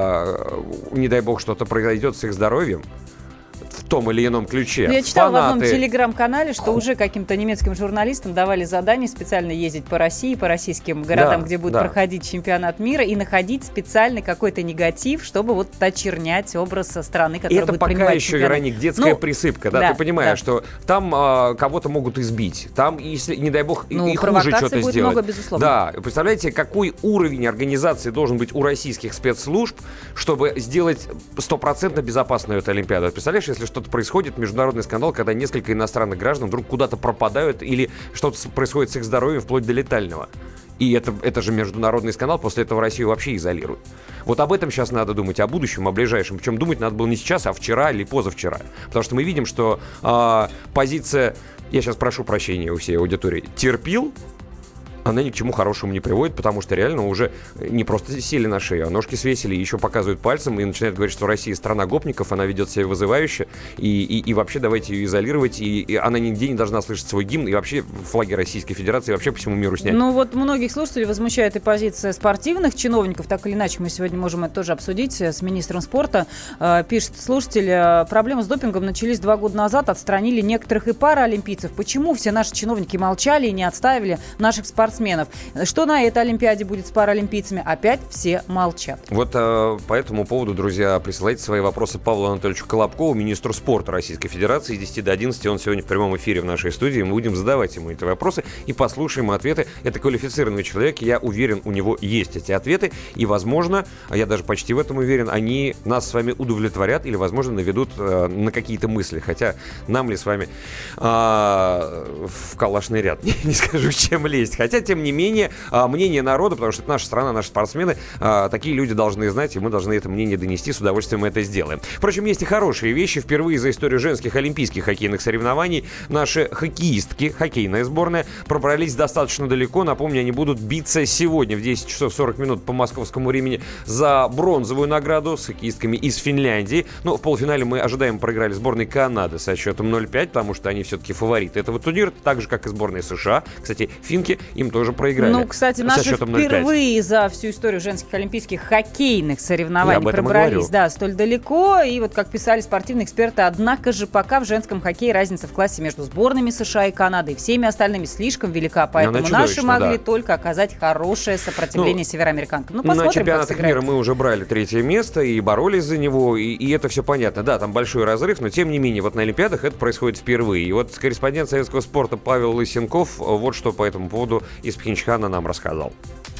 э, не дай бог что-то произойдет с их здоровьем в том или ином ключе. Я читала Фанаты... в одном телеграм-канале, что уже каким-то немецким журналистам давали задание специально ездить по России, по российским городам, да, где будет да. проходить чемпионат мира, и находить специальный какой-то негатив, чтобы вот очернять образ страны, которая это будет пока принимать еще, чемпионат. Вероник, детская ну, присыпка, да, да, ты понимаешь, да. что там а, кого-то могут избить, там, если, не дай бог, ну, и хуже что-то будет сделать. Много, безусловно. Да, представляете, какой уровень организации должен быть у российских спецслужб, чтобы сделать стопроцентно безопасную эту Олимпиаду. Представляешь, если что-то происходит, международный скандал, когда несколько иностранных граждан вдруг куда-то пропадают или что-то происходит с их здоровьем вплоть до летального. И это, это же международный скандал, после этого Россию вообще изолируют. Вот об этом сейчас надо думать, о будущем, о ближайшем. Причем думать надо было не сейчас, а вчера или позавчера. Потому что мы видим, что э, позиция, я сейчас прошу прощения у всей аудитории, терпил, она ни к чему хорошему не приводит, потому что реально уже не просто сели на шею, а ножки свесили, и еще показывают пальцем и начинают говорить, что Россия страна гопников, она ведет себя вызывающе, и, и, и вообще давайте ее изолировать, и, и она нигде не должна слышать свой гимн, и вообще флаги Российской Федерации вообще по всему миру снять. Ну вот многих слушателей возмущает и позиция спортивных чиновников, так или иначе мы сегодня можем это тоже обсудить с министром спорта. Пишет слушатель, проблемы с допингом начались два года назад, отстранили некоторых и паралимпийцев. Почему все наши чиновники молчали и не отставили наших спортсменов? спортсменов. Что на этой Олимпиаде будет с паралимпийцами? Опять все молчат. Вот э, по этому поводу, друзья, присылайте свои вопросы Павлу Анатольевичу Колобкову, министру спорта Российской Федерации. С десяти до одиннадцати он сегодня в прямом эфире в нашей студии. Мы будем задавать ему эти вопросы и послушаем ответы. Это квалифицированный человек, я уверен, у него есть эти ответы. И, возможно, я даже почти в этом уверен, они нас с вами удовлетворят или, возможно, наведут э, на какие-то мысли. Хотя нам ли с вами э, в калашный ряд, не, не скажу, чем лезть. Хотя, тем не менее, э, мнение народа, потому что это наша страна, наши спортсмены, э, такие люди должны знать, и мы должны это мнение донести, с удовольствием мы это сделаем. Впрочем, есть и хорошие вещи. Впервые за историю женских олимпийских хоккейных соревнований наши хоккеистки, хоккейная сборная, пробрались достаточно далеко. Напомню, они будут биться сегодня в десять часов сорок минут по московскому времени за бронзовую награду с хоккеистками из Финляндии. Но в полуфинале мы ожидаем проиграли сборной Канады со счетом ноль пять, потому что они все-таки фавориты этого турнира, так же, как и сборная США. Кстати, финки им тоже проиграли. Ну, кстати, наши впервые за всю историю женских олимпийских хоккейных соревнований пробрались, да, столь далеко. И вот, как писали спортивные эксперты, однако же пока в женском хоккее разница в классе между сборными США и Канады и всеми остальными слишком велика, поэтому наши могли да. только оказать хорошее сопротивление ну, североамериканкам. Ну, посмотрим, на чемпионатах мира мы уже брали третье место и боролись за него, и, и это все понятно. Да, там большой разрыв, но тем не менее, вот на Олимпиадах это происходит впервые. И вот корреспондент советского спорта Павел Лысенков вот что по этому поводу из Пхенчхана нам рассказал.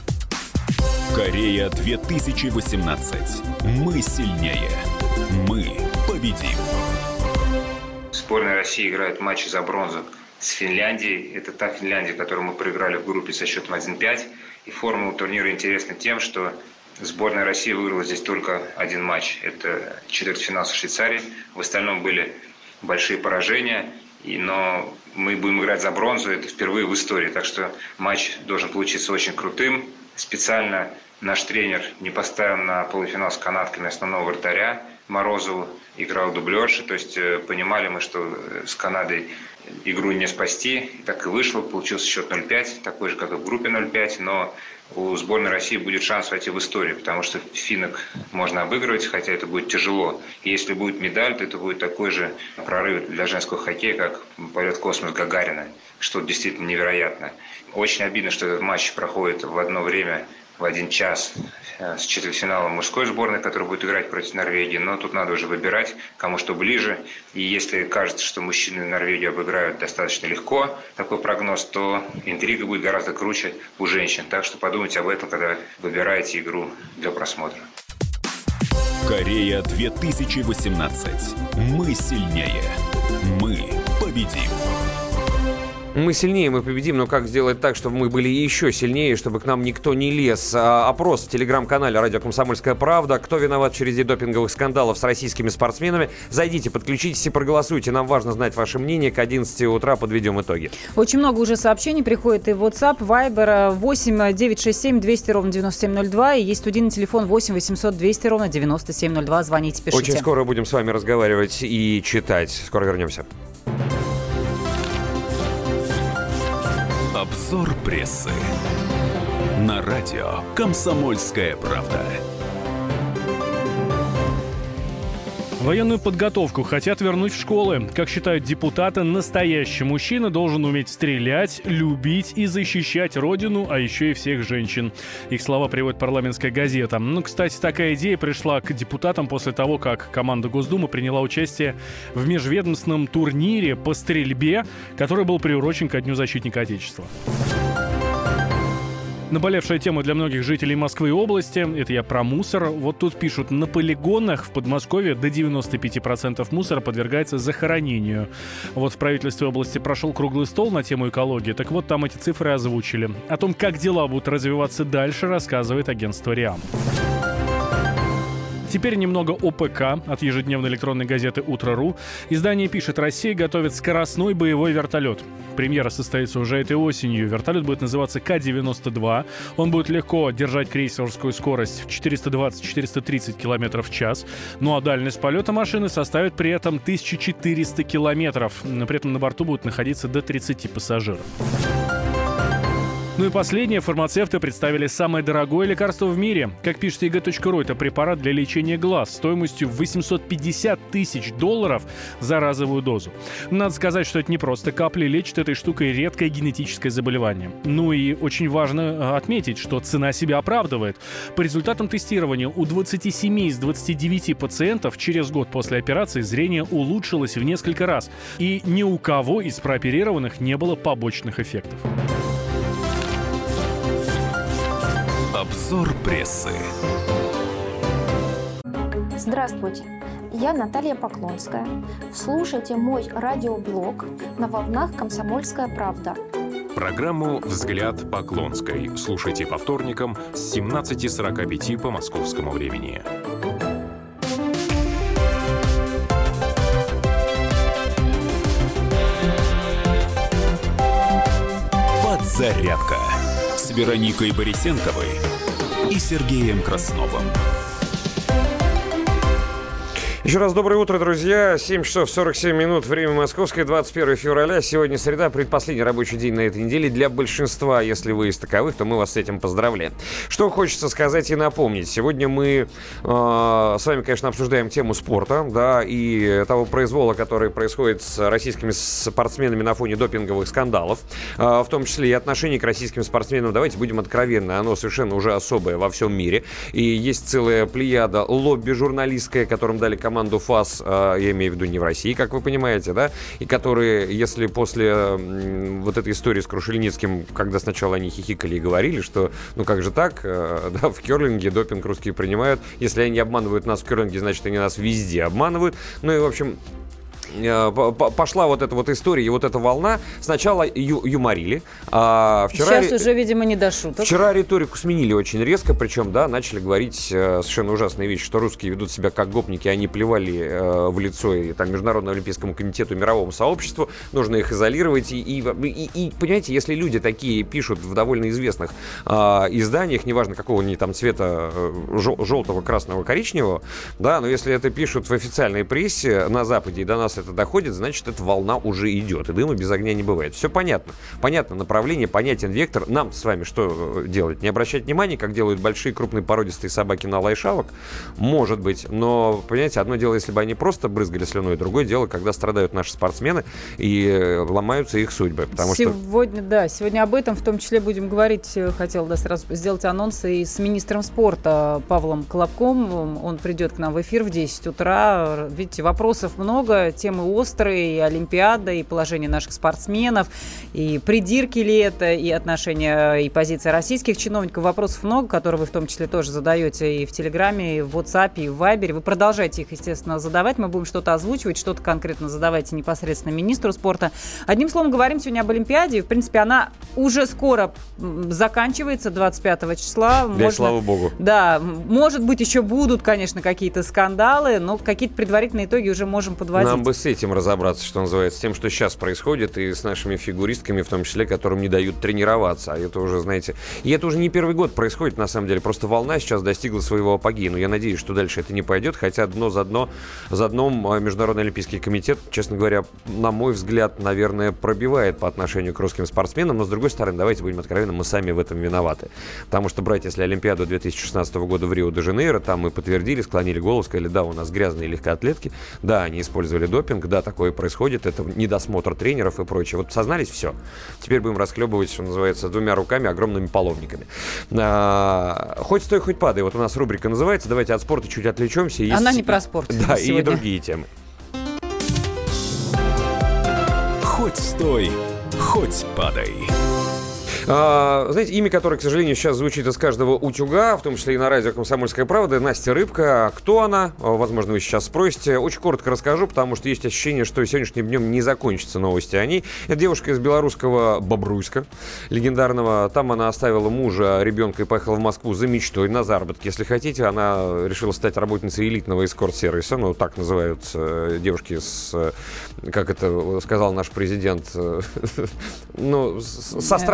Корея две тысячи восемнадцать. Мы сильнее. Мы победим. Сборная России играет матчи за бронзу с Финляндией. Это та Финляндия, которую мы проиграли в группе со счетом один пять. И формула турнира интересна тем, что сборная России выиграла здесь только один матч. Это четвертьфинал со Швейцарией. В остальном были большие поражения. И, но мы будем играть за бронзу. Это впервые в истории. Так что матч должен получиться очень крутым. Специально наш тренер не поставил на полуфинал с канадками основного вратаря Морозову, играл дублерши, то есть понимали мы, что с Канадой игру не спасти, и так и вышло, получился счет ноль пять, такой же, как и в группе ноль пять, но у сборной России будет шанс войти в историю, потому что финнок можно обыгрывать, хотя это будет тяжело. И если будет медаль, то это будет такой же прорыв для женского хоккея, как полет в космос Гагарина, что действительно невероятно. Очень обидно, что этот матч проходит в одно время, в один час с четвертьфиналом мужской сборной, которая будет играть против Норвегии. Но тут надо уже выбирать, кому что ближе. И если кажется, что мужчины Норвегию обыграют достаточно легко, такой прогноз, то интрига будет гораздо круче у женщин. Так что подумайте об этом, когда выбираете игру для просмотра. Корея две тысячи восемнадцать. Мы сильнее. Мы победим. Мы сильнее, мы победим, но как сделать так, чтобы мы были еще сильнее, чтобы к нам никто не лез? А, опрос в телеграм-канале «Радио Комсомольская правда». Кто виноват в череде допинговых скандалов с российскими спортсменами? Зайдите, подключитесь и проголосуйте. Нам важно знать ваше мнение. К одиннадцати утра подведем итоги. Очень много уже сообщений приходит и в WhatsApp, Viber восемь девятьсот шестьдесят семь двести ровно девяносто семь ноль два. И есть студийный телефон восемь восемьсот двести ровно девяносто семь ноль два. Звоните, пишите. Очень скоро будем с вами разговаривать и читать. Скоро вернемся. Обзор прессы на радио «Комсомольская правда». Военную подготовку хотят вернуть в школы. Как считают депутаты, настоящий мужчина должен уметь стрелять, любить и защищать родину, а еще и всех женщин. Их слова приводит парламентская газета. Ну, кстати, такая идея пришла к депутатам после того, как команда Госдумы приняла участие в межведомственном турнире по стрельбе, который был приурочен ко Дню защитника Отечества. Наболевшая тема для многих жителей Москвы и области. Это я про мусор. Вот тут пишут, на полигонах в Подмосковье до девяноста пяти процентов мусора подвергается захоронению. Вот в правительстве области прошел круглый стол на тему экологии. Так вот, там эти цифры озвучили. О том, как дела будут развиваться дальше, рассказывает агентство РИА. Теперь немного о ПК от ежедневной электронной газеты «Утро.ру». Издание пишет, Россия готовит скоростной боевой вертолет. Премьера состоится уже этой осенью. Вертолет будет называться Ка девяносто два. Он будет легко держать крейсерскую скорость в четыреста двадцать - четыреста тридцать километров в час. Ну а дальность полета машины составит при этом тысяча четыреста километров. При этом на борту будут находиться до тридцати пассажиров. Ну и последнее. Фармацевты представили самое дорогое лекарство в мире. Как пишет и гэ точка ру, это препарат для лечения глаз стоимостью восемьсот пятьдесят тысяч долларов за разовую дозу. Надо сказать, что это не просто капли, лечит этой штукой редкое генетическое заболевание. Ну и очень важно отметить, что цена себя оправдывает. По результатам тестирования у двадцати семи из двадцати девяти пациентов через год после операции зрение улучшилось в несколько раз. И ни у кого из прооперированных не было побочных эффектов. Обзор прессы. Здравствуйте, я Наталья Поклонская. Слушайте мой радиоблог на волнах «Комсомольская правда». Программу «Взгляд Поклонской» слушайте по вторникам с семнадцати сорока пяти по московскому времени. Подзарядка с Вероникой Борисенковой и Сергеем Красновым. Еще раз доброе утро, друзья. семь часов сорок семь минут, время московское, двадцать первое февраля. Сегодня среда, предпоследний рабочий день на этой неделе для большинства. Если вы из таковых, то мы вас с этим поздравляем. Что хочется сказать и напомнить. Сегодня мы э, с вами, конечно, обсуждаем тему спорта, да, и того произвола, который происходит с российскими спортсменами на фоне допинговых скандалов, э, в том числе и отношение к российским спортсменам. Давайте будем откровенны, оно совершенно уже особое во всем мире. И есть целая плеяда лобби журналистская, которым дали команду ФАС, я имею в виду не в России, как вы понимаете, да, и которые, если после вот этой истории с Крушельницким, когда сначала они хихикали и говорили, что, ну как же так, да, в керлинге допинг русские принимают, если они обманывают нас в керлинге, значит, они нас везде обманывают, ну и, в общем... Пошла вот эта вот история и вот эта волна. Сначала ю- юморили. А вчера, Сейчас уже, видимо, не до шуток. Вчера риторику сменили очень резко, причем, да, начали говорить э, совершенно ужасные вещи, что русские ведут себя как гопники, они плевали э, в лицо и там Международному олимпийскому комитету, мировому сообществу, нужно их изолировать. И, и, и, и понимаете, если люди такие пишут в довольно известных э, изданиях, неважно какого они там цвета, э, жел- желтого, красного, коричневого, да, но если это пишут в официальной прессе на Западе и до нас это доходит, значит, эта волна уже идет, и дыма без огня не бывает. Все понятно. Понятно направление, понятен вектор. Нам с вами что делать? Не обращать внимания, как делают большие, крупные породистые собаки на лайшавок? Может быть. Но, понимаете, одно дело, если бы они просто брызгали слюной, другое дело, когда страдают наши спортсмены и ломаются их судьбы. Потому сегодня, что... да, сегодня об этом в том числе будем говорить. Хотел да, сразу сделать анонс и с министром спорта Павлом Колобком. Он придет к нам в эфир в десять утра. Видите, вопросов много, темы острые, и Олимпиада, и положение наших спортсменов, и придирки ли это, и отношения, и позиция российских чиновников. Вопросов много, которые вы в том числе тоже задаете и в Телеграме, и в WhatsApp, и в Вайбере. Вы продолжайте их, естественно, задавать. Мы будем что-то озвучивать, что-то конкретно задавайте непосредственно министру спорта. Одним словом, говорим сегодня об Олимпиаде. В принципе, она уже скоро заканчивается, двадцать пятого числа. Да, Можно, слава богу. Да, может быть, еще будут, конечно, какие-то скандалы, но какие-то предварительные итоги уже можем подводить. Нам бы с этим разобраться, что называется, с тем, что сейчас происходит, и с нашими фигуристками, в том числе, которым не дают тренироваться. А это уже, знаете, и это уже не первый год происходит, на самом деле. Просто волна сейчас достигла своего апогея. Но я надеюсь, что дальше это не пойдет, хотя дно за дно, за дном Международный олимпийский комитет, честно говоря, на мой взгляд, наверное, пробивает по отношению к русским спортсменам. Но, с другой стороны, давайте будем откровенны, мы сами в этом виноваты. Потому что брать, если Олимпиаду две тысячи шестнадцатого года в Рио-де-Жанейро, там мы подтвердили, склонили голову, сказали, да, у нас грязные легкоатлетки, да, они использовали допинг, да, такое происходит, это недосмотр тренеров и прочее. Вот сознались, все. Теперь будем расхлебывать, что называется, двумя руками, огромными половниками. А, хоть стой, хоть падай. Вот у нас рубрика называется. Давайте от спорта чуть отвлечемся. Есть... Она не про спорт. Да, сегодня. И другие темы. Хоть стой, хоть падай. А, знаете, имя которое, к сожалению, сейчас звучит из каждого утюга, в том числе и на радио «Комсомольская правда», Настя Рыбка. Кто она? Возможно, вы сейчас спросите. Очень коротко расскажу, потому что есть ощущение, что сегодняшним днем не закончатся новости о ней. Это девушка из белорусского Бобруйска, легендарного. Там она оставила мужа, ребенка и поехала в Москву за мечтой на заработки. Если хотите, она решила стать работницей элитного эскорт-сервиса. Ну, так называют девушки с, как это сказал наш президент, ну, со странными моральными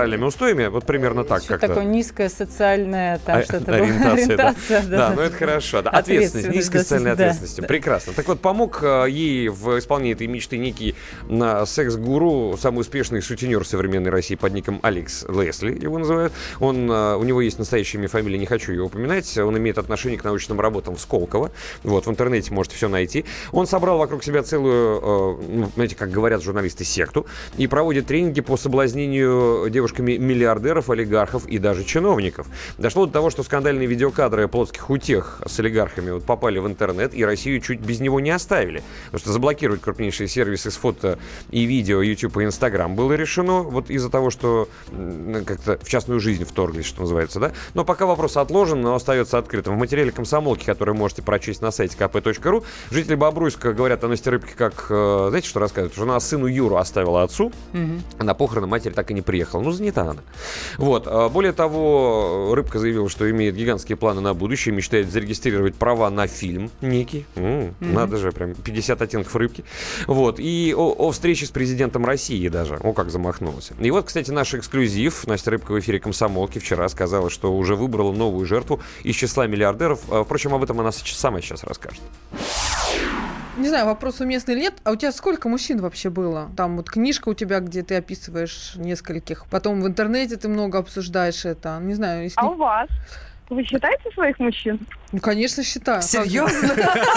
моральными устоями, вот примерно так Что как-то. такое низкая социальная там А, что-то ориентация, ориентация, да. да, Да, да. ну это хорошо. Да. Ответственность, низкая социальная да, ответственность. да. Прекрасно. Так вот, помог э, ей в исполнении этой мечты некий на секс-гуру, самый успешный сутенер современной России под ником Алекс Лесли, его называют. Он, э, у него есть настоящее имя, фамилия, не хочу ее упоминать. Он имеет отношение к научным работам в Сколково. Вот, в интернете можете все найти. Он собрал вокруг себя целую, э, ну, знаете, как говорят журналисты, секту, и проводит тренинги по соблазнению девушками миллиардеров, олигархов и даже чиновников. Дошло до того, что скандальные видеокадры плотских утех с олигархами вот попали в интернет, и Россию чуть без него не оставили. Потому что заблокировать крупнейшие сервисы с фото и видео YouTube и Instagram было решено вот из-за того, что м, как-то в частную жизнь вторглись, что называется, да. Но пока вопрос отложен, но остается открытым. В материале «Комсомолки», который можете прочесть на сайте ка пэ точка ру, жители Бобруйска говорят о Насте Рыбке как, э, знаете, что рассказывают? Что она сыну Юру оставила отцу, Мгм. а на похороны матери так и не приехала. Ну, занята она. Вот. А более того, Рыбка заявила, что имеет гигантские планы на будущее, мечтает зарегистрировать права на фильм некий. М, Мгм. Надо же, прям пятьдесят оттенков рыбки. Вот. И о, о встрече с президентом России даже. О, как замахнулся. И вот, кстати, наш эксклюзив. Настя Рыбка в эфире «Комсомолки» вчера сказала, что уже выбрала новую жертву из числа миллиардеров. А, Впрочем, об этом она сейчас- сама сейчас расскажет. Не знаю, вопрос уместный или нет. А у тебя сколько мужчин вообще было? Там вот книжка у тебя, где ты описываешь нескольких. Потом в интернете ты много обсуждаешь это. Не знаю, если... А у вас? Вы считаете своих мужчин? Ну, конечно, считаю. Серьезно?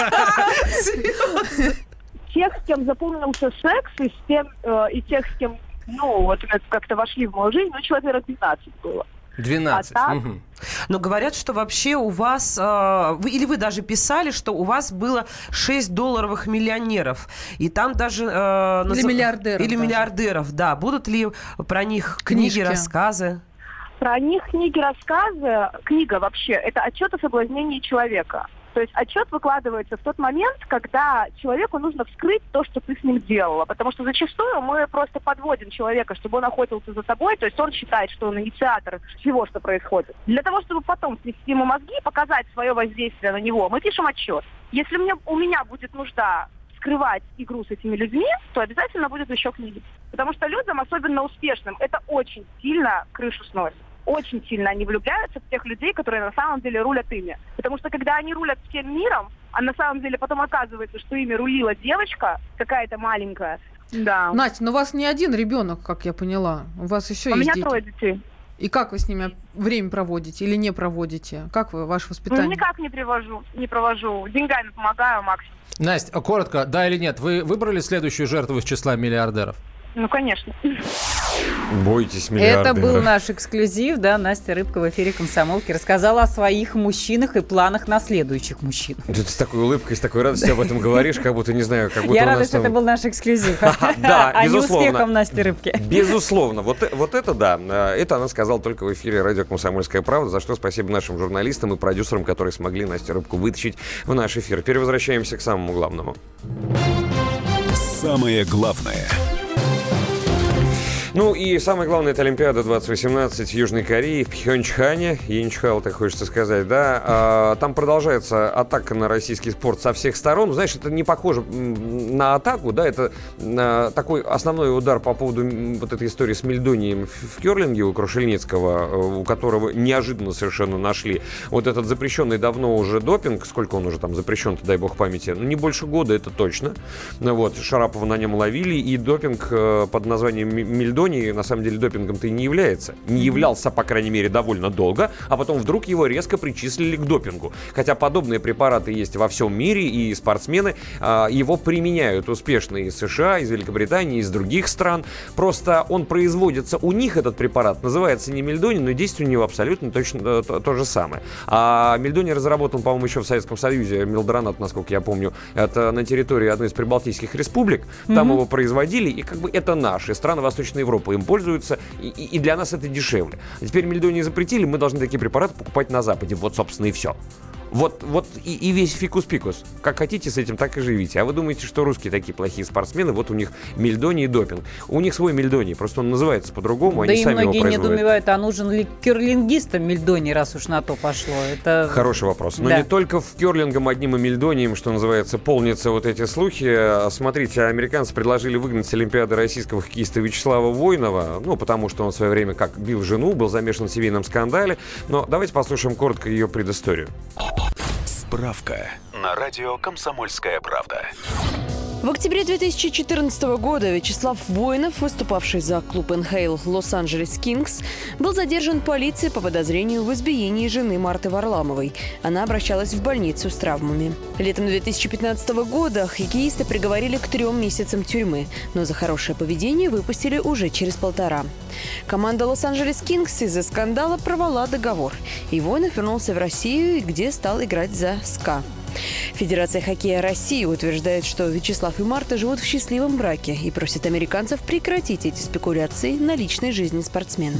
Тех, с кем запомнился секс, и, с тем, э, и тех, с кем, ну, вот как-то вошли в мою жизнь, ну, человек, наверное, двенадцать было. двенадцать. А так? Мгм. Но говорят, что вообще у вас, э, вы, или вы даже писали, что у вас было шесть долларовых миллионеров. И там даже... э, Или назов- миллиардеров Или даже. миллиардеров, да. Будут ли про них книги, Книжки. рассказы? Про них книги, рассказы. Книга вообще – это отчет о соблазнении человека. То есть отчет выкладывается в тот момент, когда человеку нужно вскрыть то, что ты с ним делала. Потому что зачастую мы просто подводим человека, чтобы он охотился за тобой. То есть он считает, что он инициатор всего, что происходит. Для того, чтобы потом свести ему мозги, показать свое воздействие на него, мы пишем отчет. Если мне, у меня будет нужда скрывать игру с этими людьми, то обязательно будет еще книги. Потому что людям, особенно успешным, это очень сильно крышу сносит. Очень сильно они влюбляются в тех людей, которые на самом деле рулят ими. Потому что когда они рулят всем миром, а на самом деле потом оказывается, что ими рулила девочка какая-то маленькая. Да. Настя, но у вас не один ребенок, как я поняла. У вас еще У есть меня дети. трое детей. И как вы с ними время проводите или не проводите? Как вы, ваше Ну, воспитание? никак не привожу, не провожу. Деньгами помогаю максимум. Настя, коротко, да или нет, вы выбрали следующую жертву из числа миллиардеров? Ну, конечно. Бойтесь миллиардеров. Это был наш эксклюзив, да, Настя Рыбка в эфире «Комсомолки» рассказала о своих мужчинах и планах на следующих мужчин. Ты с такой улыбкой, с такой радостью об этом говоришь, как будто, не знаю, как будто Я у рада, нас что там- это был наш эксклюзив. Да, А не безусловно. успехом Насти Рыбки. Безусловно. Вот, э- вот это да. Э, Это она сказала только в эфире радио «Комсомольская правда», за что спасибо нашим журналистам и продюсерам, которые смогли Настю Рыбку вытащить в наш эфир. Теперь возвращаемся к самому главному. Самое главное. Ну и самое главное, это Олимпиада двадцать восемнадцать в Южной Корее, в Пхенчхане. Енчхал, так хочется сказать, да. А, там продолжается атака на российский спорт со всех сторон. Знаешь, это не похоже м, на атаку, да, это а, такой основной удар по поводу м, вот этой истории с Мельдонием в, в керлинге у Крушельницкого, у которого неожиданно совершенно нашли вот этот запрещенный давно уже допинг. Сколько он уже там запрещен-то, дай бог памяти? Ну, не больше года, это точно. Ну, вот, Шарапова на нем ловили, и допинг э, под названием Мельдоний на самом деле допингом-то и не является. Не являлся, по крайней мере, довольно долго, а потом вдруг его резко причислили к допингу. Хотя подобные препараты есть во всем мире, и спортсмены а, его применяют успешно из США, из Великобритании, из других стран. Просто он производится у них, этот препарат, называется не Мельдоний, но действие у него абсолютно точно то, то же самое. А Мельдоний разработан, по-моему, еще в Советском Союзе, мелдронат, насколько я помню, это на территории одной из прибалтийских республик. Там Мгм. его производили, и как бы это наши страны Восточной Европы им пользуются, и, и- и для нас это дешевле. А теперь Мельдоний запретили, мы должны такие препараты покупать на Западе. Вот, собственно, и все. Вот, вот и, и весь фикус-пикус. Как хотите с этим, так и живите. А вы думаете, что русские такие плохие спортсмены, вот у них мельдоний и допинг. У них свой мельдоний, просто он называется по-другому, да они сами его производят. Да и многие недоумевают, а нужен ли керлингистам мельдоний, раз уж на то пошло. Это... Хороший вопрос. Но да. не только в керлингом одним и мельдонием, что называется, полнятся вот эти слухи. Смотрите, американцы предложили выгнать с Олимпиады российского хоккеиста Вячеслава Войнова, ну, потому что он в свое время как бил жену, был замешан в семейном скандале. Но давайте послушаем коротко ее предысторию. Справка на радио «Комсомольская правда». В октябре две тысячи четырнадцатого года Вячеслав Войнов, выступавший за клуб эн ха эл Лос-Анджелес Кингс, был задержан полицией по подозрению в избиении жены Марты Варламовой. Она обращалась в больницу с травмами. Летом две тысячи пятнадцатого года хоккеиста приговорили к трем месяцам тюрьмы, но за хорошее поведение выпустили уже через полтора. Команда Лос-Анджелес Кингс из-за скандала порвала договор, и Войнов вернулся в Россию, где стал играть за СКА. Федерация хоккея России утверждает, что Вячеслав и Марта живут в счастливом браке и просит американцев прекратить эти спекуляции на личной жизни спортсмена.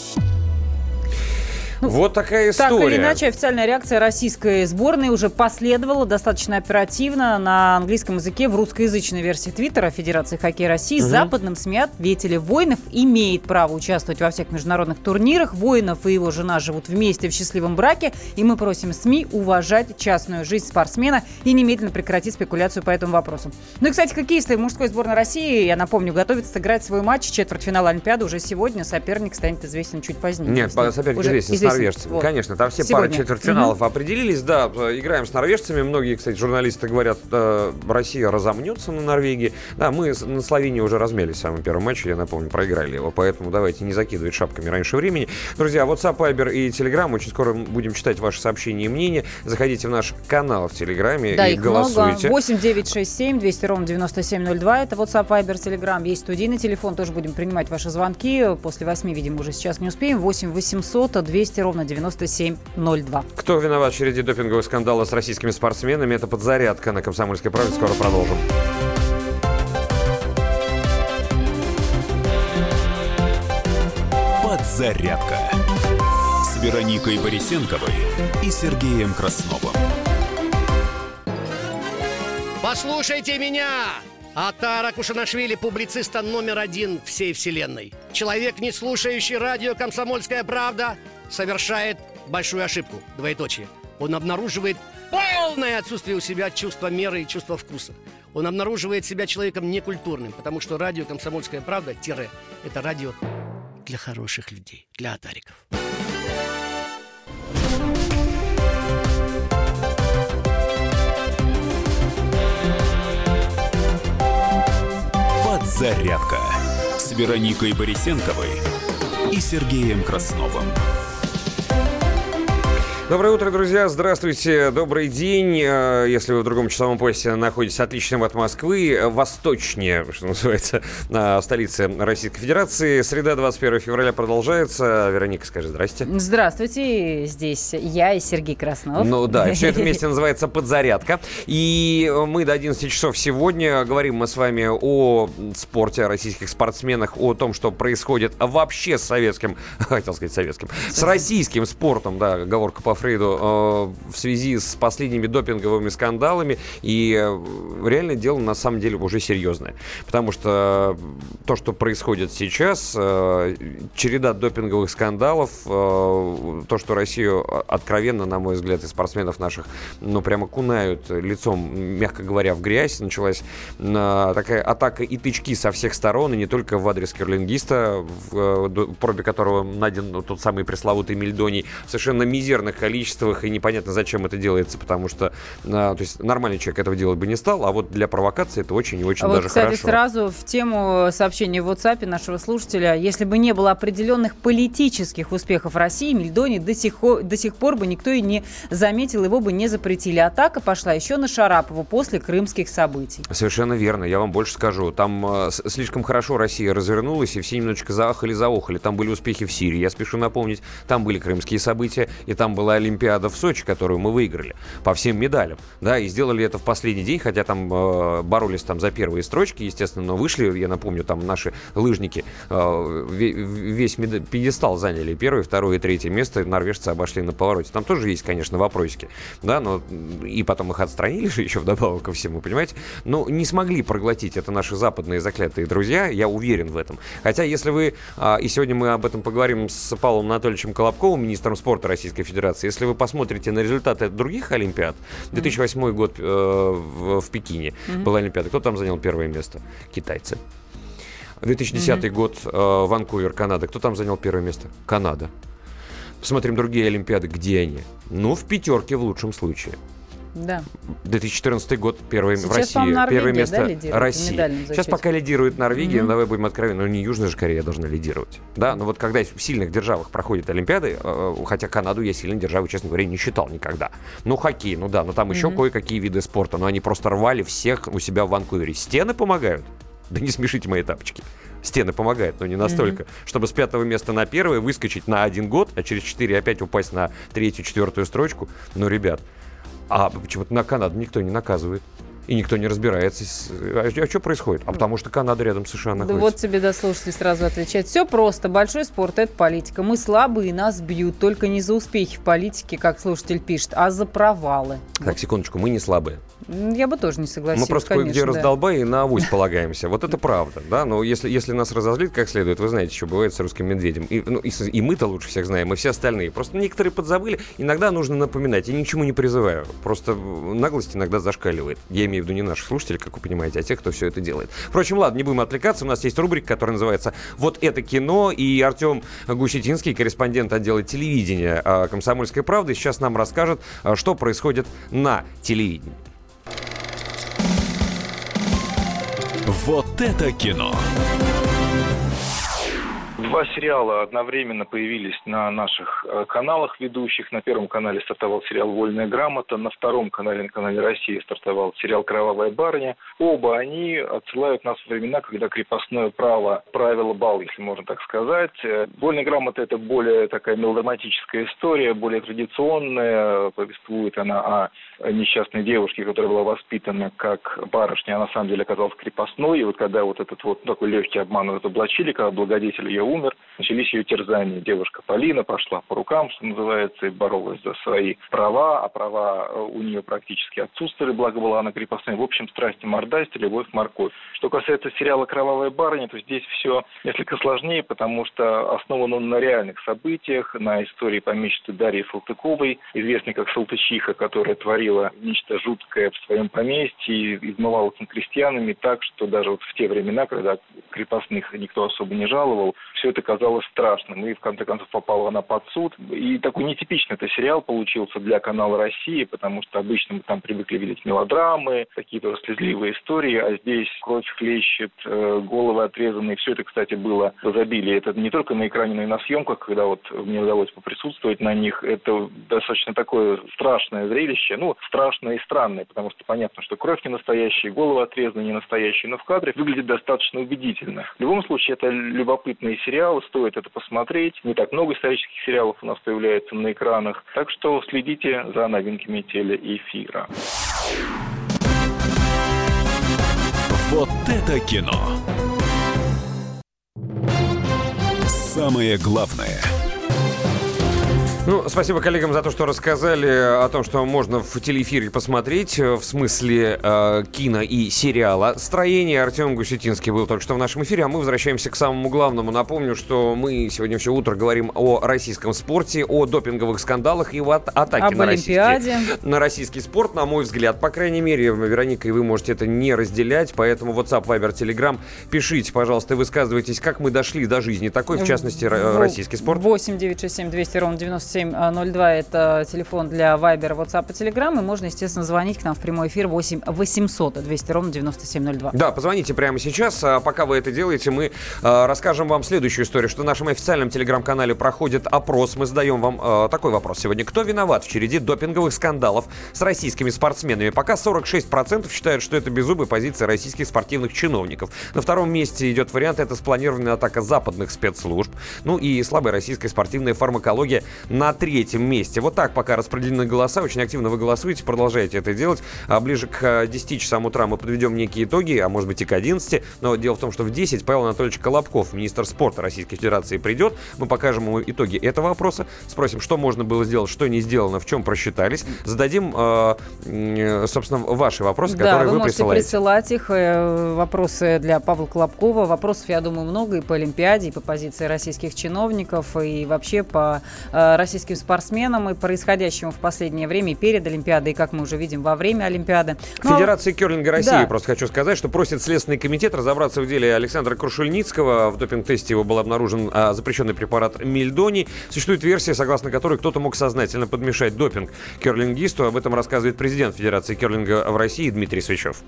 Ну, вот такая история. Так или иначе, официальная реакция российской сборной уже последовала достаточно оперативно на английском языке в русскоязычной версии Твиттера Федерации хоккея России. Угу. Западным СМИ ответили: Войнов имеет право участвовать во всех международных турнирах. Войнов и его жена живут вместе в счастливом браке. И мы просим СМИ уважать частную жизнь спортсмена и немедленно прекратить спекуляцию по этому вопросу. Ну и, кстати, хоккеисты мужской сборной России, я напомню, готовятся сыграть свой матч четвертьфинала Олимпиады уже сегодня. Соперник станет известен чуть позднее. Нет, соперник уже известен, известен. Норвежцами. Вот. Конечно, там все Сегодня. Пары четвертьфиналов угу. определились. Да, играем с норвежцами. Многие, кстати, журналисты говорят, э, Россия разомнется на Норвегии. Да, мы на Словении уже размялись в самом первом матче, я напомню, проиграли его. Поэтому давайте не закидывать шапками раньше времени. Друзья, WhatsApp, Viber и Telegram. Очень скоро будем читать ваши сообщения и мнения. Заходите в наш канал в Телеграме да, и голосуйте. восемь девятьсот шестьдесят семь двести ровно девяносто семь ноль два. Это WhatsApp, Viber, Telegram. Есть студийный телефон. Тоже будем принимать ваши звонки. После восьми, видимо, уже сейчас не успеем. восемь восемьсот двести ровно девяносто семь ноль два. Кто виноват в череде допингового скандала с российскими спортсменами? Это «Подзарядка» на «Комсомольской правде». Скоро продолжим. «Подзарядка» с Вероникой Борисенковой и Сергеем Красновым. Послушайте меня! Атара Кушанашвили, публициста номер один всей вселенной. Человек, не слушающий радио «Комсомольская правда», совершает большую ошибку, двоеточие. Он обнаруживает полное отсутствие у себя чувства меры и чувства вкуса. Он обнаруживает себя человеком некультурным, потому что радио «Комсомольская правда» тире – это радио для хороших людей, для атариков. Подзарядка с Вероникой Борисенковой и Сергеем Красновым. Доброе утро, друзья. Здравствуйте. Добрый день. Если вы в другом часовом поясе находитесь отлично от Москвы, восточнее, что называется, на столице Российской Федерации. Среда, двадцать первого февраля продолжается. Вероника, скажи здрасте. Здравствуйте. Здесь я и Сергей Краснов. Ну да, и все это вместе называется «Подзарядка». И мы до одиннадцати часов сегодня говорим мы с вами о спорте, о российских спортсменах, о том, что происходит вообще с советским, хотел сказать советским, с российским спортом, да, оговорка по Фрейду, э, в связи с последними допинговыми скандалами. И э, реально дело на самом деле уже серьезное. Потому что то, что происходит сейчас, э, череда допинговых скандалов, э, то, что Россию откровенно, на мой взгляд, и спортсменов наших, ну, прямо кунают лицом, мягко говоря, в грязь. Началась э, такая атака и тычки со всех сторон, и не только в адрес керлингиста, в э, пробе которого найден тот самый пресловутый мельдоний, в совершенно мизерных количествах, и непонятно, зачем это делается, потому что, а, то есть, нормальный человек этого делать бы не стал, а вот для провокации это очень и очень а даже вот, кстати, хорошо. Сразу в тему сообщения в WhatsApp нашего слушателя: если бы не было определенных политических успехов России, мельдоний до сих, до сих пор бы никто и не заметил, его бы не запретили. Атака пошла еще на Шарапову после крымских событий. Совершенно верно, я вам больше скажу. Там э, слишком хорошо Россия развернулась, и все немножечко заахали-заохали. Там были успехи в Сирии, я спешу напомнить, там были крымские события, и там была Олимпиада в Сочи, которую мы выиграли по всем медалям, да, и сделали это в последний день, хотя там э, боролись там за первые строчки, естественно, но вышли, я напомню, там наши лыжники э, весь мед... пьедестал заняли, первое, второе и третье место, норвежцы обошли на повороте. Там тоже есть, конечно, вопросики, да, но и потом их отстранили же еще вдобавок ко всему, понимаете, но не смогли проглотить это наши западные заклятые друзья, я уверен в этом. Хотя, если вы, э, и сегодня мы об этом поговорим с Павлом Анатольевичем Колобковым, министром спорта Российской Федерации, если вы посмотрите на результаты других Олимпиад, две тысячи восьмой год э, в, в Пекине mm-hmm. была Олимпиада, кто там занял первое место? Китайцы. две тысячи десятый mm-hmm. год, э, Ванкувер, Канада. Кто там занял первое место? Канада. Посмотрим другие Олимпиады. Где они? Ну, в пятерке в лучшем случае. Да. две тысячи четырнадцатый год, первое в России. Норвегия, первое место да, России. Сейчас пока лидирует Норвегия, mm-hmm. давай будем откровенны, но не Южная же Корея должна лидировать. Да, но вот когда в сильных державах проходят Олимпиады, э, хотя Канаду я сильной державой, честно говоря, не считал никогда. Ну, хоккей, ну да, но там mm-hmm. еще кое-какие виды спорта, но они просто рвали всех у себя в Ванкувере. Стены помогают? Да не смешите мои тапочки. Стены помогают, но не настолько. Mm-hmm. Чтобы с пятого места на первое выскочить на один год, а через четыре опять упасть на третью, четвертую строчку. Ну, ребят, а почему-то на Канаду никто не наказывает. И никто не разбирается. А, а что происходит? А потому что Канада рядом с США находится. Да вот тебе, да, слушатель сразу отвечает. Все просто. Большой спорт – это политика. Мы слабые, нас бьют. Только не за успехи в политике, как слушатель пишет, а за провалы. Так, вот. Секундочку, мы не слабые. Я бы тоже не согласилась. Мы просто конечно, кое-где да. раздолбаи и на авось полагаемся. Вот это правда, да? Но если, если нас разозлит как следует, вы знаете, что бывает с русским медведем. И, ну, и, и мы-то лучше всех знаем, и все остальные. Просто некоторые подзабыли. Иногда нужно напоминать. Я ни к чему не призываю. Просто наглость иногда зашкаливает. Я имею в виду не наших слушателей, как вы понимаете, а тех, кто все это делает. Впрочем, ладно, не будем отвлекаться. У нас есть рубрика, которая называется «Вот это кино». И Артем Гусетинский, корреспондент отдела телевидения «Комсомольской правды», сейчас нам расскажет, что происходит на телевидении. Вот это кино. Два сериала одновременно появились на наших э, каналах ведущих. На Первом канале стартовал сериал «Вольная грамота», на Втором канале, на канале «Россия» стартовал сериал «Кровавая барыня». Оба они отсылают нас в времена, когда крепостное право правило бал, если можно так сказать. «Вольная грамота» — это более такая мелодраматическая история, более традиционная. Повествует она о несчастной девушке, которая была воспитана как барышня, а на самом деле оказалась крепостной. И вот когда вот этот вот такой легкий обман разоблачили, когда благодетель ее умер, начались ее терзания. Девушка Полина пошла по рукам, что называется, и боролась за свои права, а права у нее практически отсутствовали, благо была она крепостной. В общем, страсти мордасти, любовь морковь. Что касается сериала «Кровавая барыня», то здесь все несколько сложнее, потому что основан он на реальных событиях, на истории помещицы Дарьи Салтыковой, известной как Салтычиха, которая творила нечто жуткое в своем поместье, измывалась над крестьянами так, что даже вот в те времена, когда крепостных никто особо не жаловал, все это казалось страшным. И в конце концов попала она под суд. И такой нетипичный это сериал получился для канала «Россия», потому что обычно мы там привыкли видеть мелодрамы, какие-то слезливые истории, а здесь кровь хлещет, головы отрезанные. Все это, кстати, было в изобилии. Это не только на экране, но и на съемках, когда вот мне удалось поприсутствовать на них. Это достаточно такое страшное зрелище. Ну, страшное и странное, потому что понятно, что кровь не настоящая, головы отрезаны не настоящие, но в кадре выглядит достаточно убедительно. В любом случае, это любопытный сериал, стоит это посмотреть. Не так много исторических сериалов у нас появляется на экранах, так что следите за новинками телеэфира. Вот это кино. Самое главное. Ну, спасибо коллегам за то, что рассказали о том, что можно в телеэфире посмотреть, в смысле э, кино и сериала. Строение. Артем Гусетинский был только что в нашем эфире, а мы возвращаемся к самому главному. Напомню, что мы сегодня все утро говорим о российском спорте, о допинговых скандалах и о атаке на российский, на российский спорт, на мой взгляд. По крайней мере, Вероника, и вы можете это не разделять, поэтому WhatsApp, Viber, Telegram, пишите, пожалуйста, и высказывайтесь, как мы дошли до жизни такой, в частности, в, российский спорт. восемь девятьсот шестьдесят семь двести ровно девяносто семь ноль два это телефон для Viber, WhatsApp и Telegram. И можно, естественно, звонить к нам в прямой эфир восемь восемьсот двести ровно девяносто семь ноль два. Да, позвоните прямо сейчас. Пока вы это делаете, мы э, расскажем вам следующую историю, что в нашем официальном Telegram-канале проходит опрос. Мы задаем вам э, такой вопрос сегодня. Кто виноват в череде допинговых скандалов с российскими спортсменами? Пока сорок шесть процентов считают, что это беззубая позиция российских спортивных чиновников. На втором месте идет вариант, это спланированная атака западных спецслужб. Ну и слабая российская спортивная фармакология на на третьем месте. Вот так пока распределены голоса. Очень активно вы голосуете, продолжайте это делать. А ближе к десяти часам утра мы подведем некие итоги, а может быть и к одиннадцати. Но дело в том, что в десять Павел Анатольевич Колобков, министр спорта Российской Федерации, придет. Мы покажем ему итоги этого вопроса. Спросим, что можно было сделать, что не сделано, в чем просчитались. Зададим, э, собственно, ваши вопросы, да, которые вы, вы присылаете. Да, вы можете присылать их. Вопросы для Павла Колобкова. Вопросов, я думаю, много и по Олимпиаде, и по позиции российских чиновников, и вообще по э, российским спортсменам, и происходящему в последнее время, и перед Олимпиадой, и, как мы уже видим, во время Олимпиады. Но... Федерации керлинга России, да. просто хочу сказать, что просит Следственный комитет разобраться в деле Александра Крушельницкого. В допинг-тесте его был обнаружен а, запрещенный препарат мельдоний. Существует версия, согласно которой кто-то мог сознательно подмешать допинг керлингисту. Об этом рассказывает президент Федерации керлинга в России Дмитрий Свечев.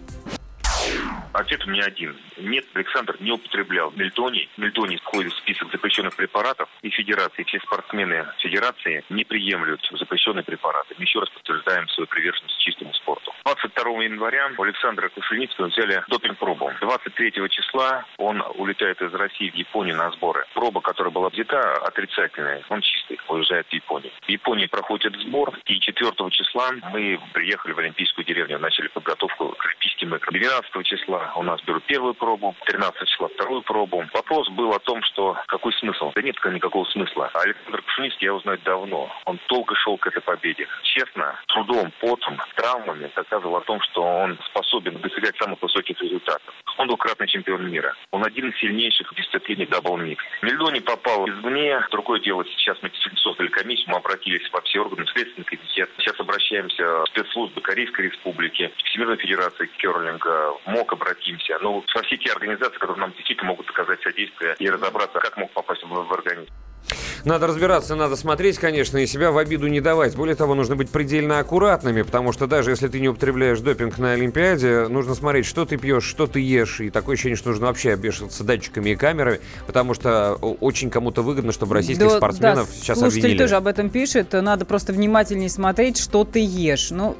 Ответ у меня один. Нет, Александр не употреблял мельдоний. Мельдоний входит в список запрещенных препаратов. И федерации, все спортсмены федерации не приемлют запрещенные препараты. Мы еще раз подтверждаем свою приверженность чистому спорту. двадцать второго января у Александра Крушельницкого взяли допинг-пробу. двадцать третьего числа он улетает из России в Японию на сборы. Проба, которая была взята, отрицательная. Он чистый, уезжает в Японию. В Японии проходит сбор. И четвертого числа мы приехали в Олимпийскую деревню, начали подготовку к Олимпийским играм. двенадцатого числа у нас берут первую пробу, тринадцатого числа вторую пробу. Вопрос был о том, что какой смысл? Да нет никакого смысла. А Александр Крушельницкий я узнаю давно. Он долго шел к этой победе. Честно, трудом, потом, травмами доказывал о том, что он способен достигать самых высоких результатов. Он двукратный чемпион мира. Он один из сильнейших в дисциплине дабл-микс. Мельдоний попал извне. Другое дело, сейчас мы создали комиссию, мы обратились во все органы, Следственный комитет. Сейчас обращаемся в спецслужбы Корейской Республики, Всемирной Федерации керлинга, МОК обратимся. Но во все те организации, которые нам действительно могут оказать содействие и разобраться, как мог попасть в, в организм. Надо разбираться, надо смотреть, конечно, и себя в обиду не давать. Более того, нужно быть предельно аккуратными, потому что даже если ты не употребляешь допинг на Олимпиаде, нужно смотреть, что ты пьешь, что ты ешь. И такое ощущение, что нужно вообще обвешиваться датчиками и камерами, потому что очень кому-то выгодно, чтобы российских да, спортсменов да, сейчас слушатель обвинили. Тоже об этом пишет. Надо просто внимательнее смотреть, что ты ешь. Ну,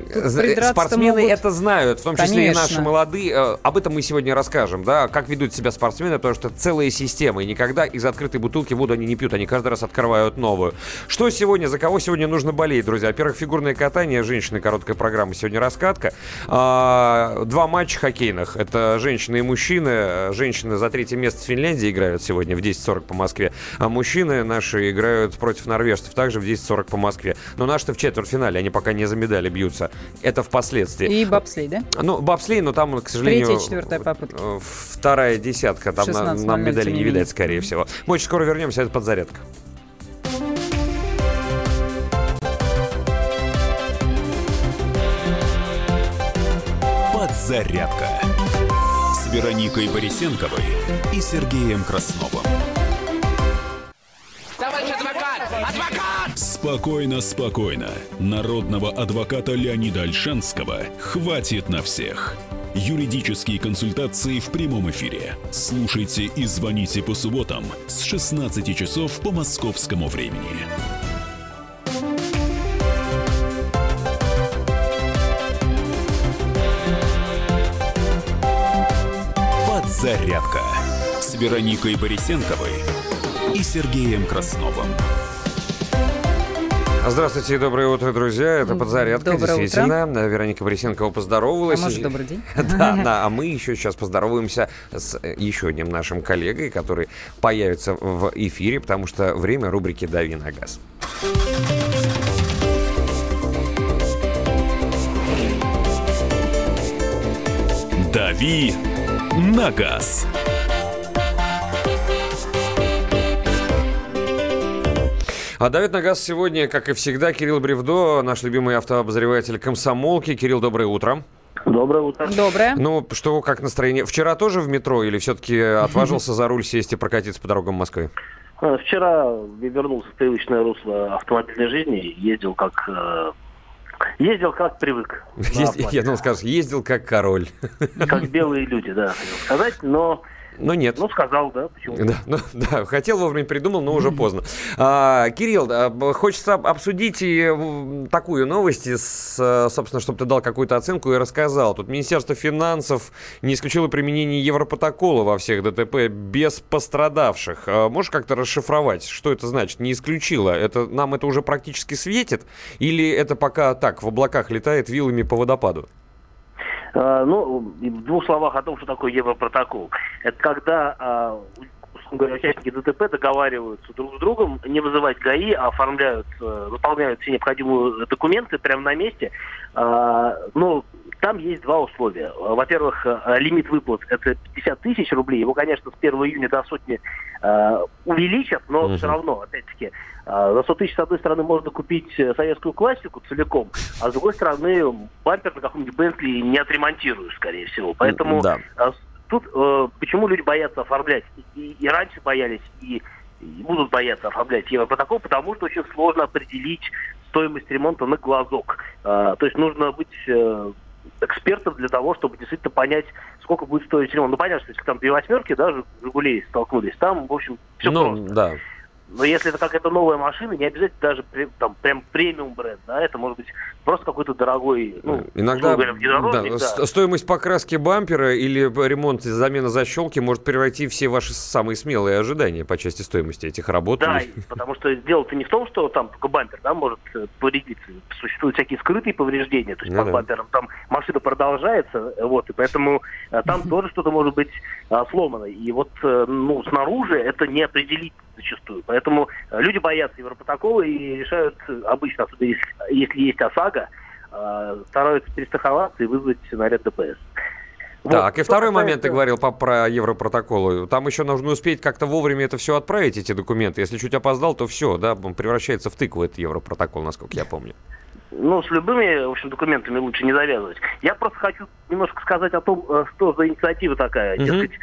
спортсмены могут... это знают, в том числе конечно. И наши молодые. Об этом мы сегодня расскажем, да, как ведут себя спортсмены, потому что целая система, и никогда из открытой бутылки воду они не пьют, они каждый раз открывают новую. Что сегодня, за кого сегодня нужно болеть, друзья? Во-первых, фигурное катание, женщины, короткая программа, сегодня раскатка. А, два матча хоккейных, это женщины и мужчины. Женщины за третье место в Финляндии играют сегодня в десять сорок по Москве, а мужчины наши играют против норвежцев, также в десять сорок по Москве. Но наши-то в четвертьфинале, они пока не за медали бьются. Это впоследствии. И бобслей, да? Ну, бобслей, но там, к сожалению... Третья, четвертая попытка. Вторая десятка, там на, нам медали не видать, скорее всего. Мы очень скоро вернемся, это подзарядка. Подзарядка с Вероникой Борисенковой и Сергеем Красновым. Товарищ адвокат! Адвокат! Спокойно, спокойно. Народного адвоката Леонида Ольшанского хватит на всех. Юридические консультации в прямом эфире. Слушайте и звоните по субботам с шестнадцати часов по московскому времени. Подзарядка с Вероникой Борисенковой и Сергеем Красновым. Здравствуйте и доброе утро, друзья. Это «Подзарядка», доброе действительно. Утро. Вероника Борисенкова поздоровалась. А может, добрый день. Да, да, а мы еще сейчас поздороваемся с еще одним нашим коллегой, который появится в эфире, потому что время рубрики «Дави на газ». «Дави на газ». А давит на газ сегодня, как и всегда, Кирилл Бревдо, наш любимый автообозреватель комсомолки. Кирилл, доброе утро. Доброе утро. Доброе. Ну, что, как настроение? Вчера тоже в метро или все-таки отважился за руль сесть и прокатиться по дорогам Москвы? Вчера вернулся в привычное русло автомобильной жизни, ездил как... Ездил как привык. Я думал, скажешь, ездил как король. Как белые люди, да, хотел сказать. Но Но нет. Ну, сказал, да, почему? Да, ну, да, хотел вовремя, придумал, но уже поздно. А, Кирилл, хочется обсудить и такую новость, с, собственно, чтобы ты дал какую-то оценку и рассказал. Тут Министерство финансов не исключило применение европротокола во всех ДТП без пострадавших. А можешь как-то расшифровать, что это значит? Не исключило. Это, нам это уже практически светит? Или это пока так, в облаках летает вилами по водопаду? Ну, в двух словах о том, что такое европротокол. Это когда, условно говоря, участники ДТП договариваются друг с другом не вызывать ГАИ, а оформляют, выполняют все необходимые документы прямо на месте. Но там есть два условия. Во-первых, лимит выплат – это пятьдесят тысяч рублей. Его, конечно, с первого июня до сотни увеличат, но uh-huh. все равно, опять-таки, за сто тысяч, с одной стороны, можно купить советскую классику целиком, а с другой стороны, бампер на каком-нибудь Бентли не отремонтируешь, скорее всего. Поэтому да. тут э, почему люди боятся оформлять? И, и раньше боялись, и, и будут бояться оформлять европротокол, потому что очень сложно определить стоимость ремонта на глазок. Э, то есть нужно быть... Э, экспертов для того, чтобы действительно понять, сколько будет стоить ремонт. Ну, понятно, что если там две восьмерки, да, Жигулей столкнулись, там, в общем, все ну, просто. Да. Но если это какая-то новая машина, не обязательно даже там прям премиум бренд, да, это может быть просто какой-то дорогой, ну, иногда говоря, внедорожник, да, да. Стоимость покраски бампера или ремонт, замена защелки может превратить все ваши самые смелые ожидания по части стоимости этих работ. Да, или... потому что дело-то не в том, что там только бампер, да, может повредиться. Существуют всякие скрытые повреждения, то есть ну, под да. бампером там машина продолжается, вот, и поэтому там тоже что-то может быть сломано. И вот, ну, снаружи это не определить зачастую. Поэтому люди боятся европротокола и решают обычно, особенно если, если есть ОСАГО, э, стараются перестраховаться и вызвать наряд ДПС. Так, вот, и второй касается... момент, ты говорил по, про европротокол. Там еще нужно успеть как-то вовремя это все отправить, эти документы. Если чуть опоздал, то все, да, он превращается в тыкву, этот европротокол, насколько я помню. Ну, с любыми, в общем, документами лучше не завязывать. Я просто хочу немножко сказать о том, что за инициатива такая. Mm-hmm. Дескать,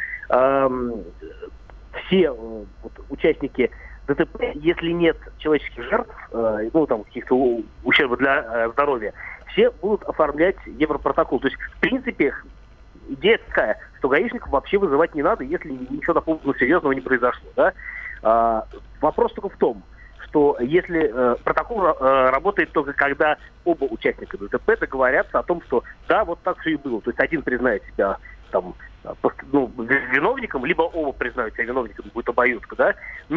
эм, все вот, участники ДТП, если нет человеческих жертв, э, ну, там, каких-то ущербов для э, здоровья, все будут оформлять европротокол. То есть, в принципе, идея такая, что гаишников вообще вызывать не надо, если ничего такого серьезного не произошло. Да? А, вопрос только в том, что если э, протокол э, работает только когда оба участника ДТП договорятся о том, что да, вот так все и было. То есть один признает себя там, ну, виновником, либо оба признают себя виновником, будет обоюдка, да,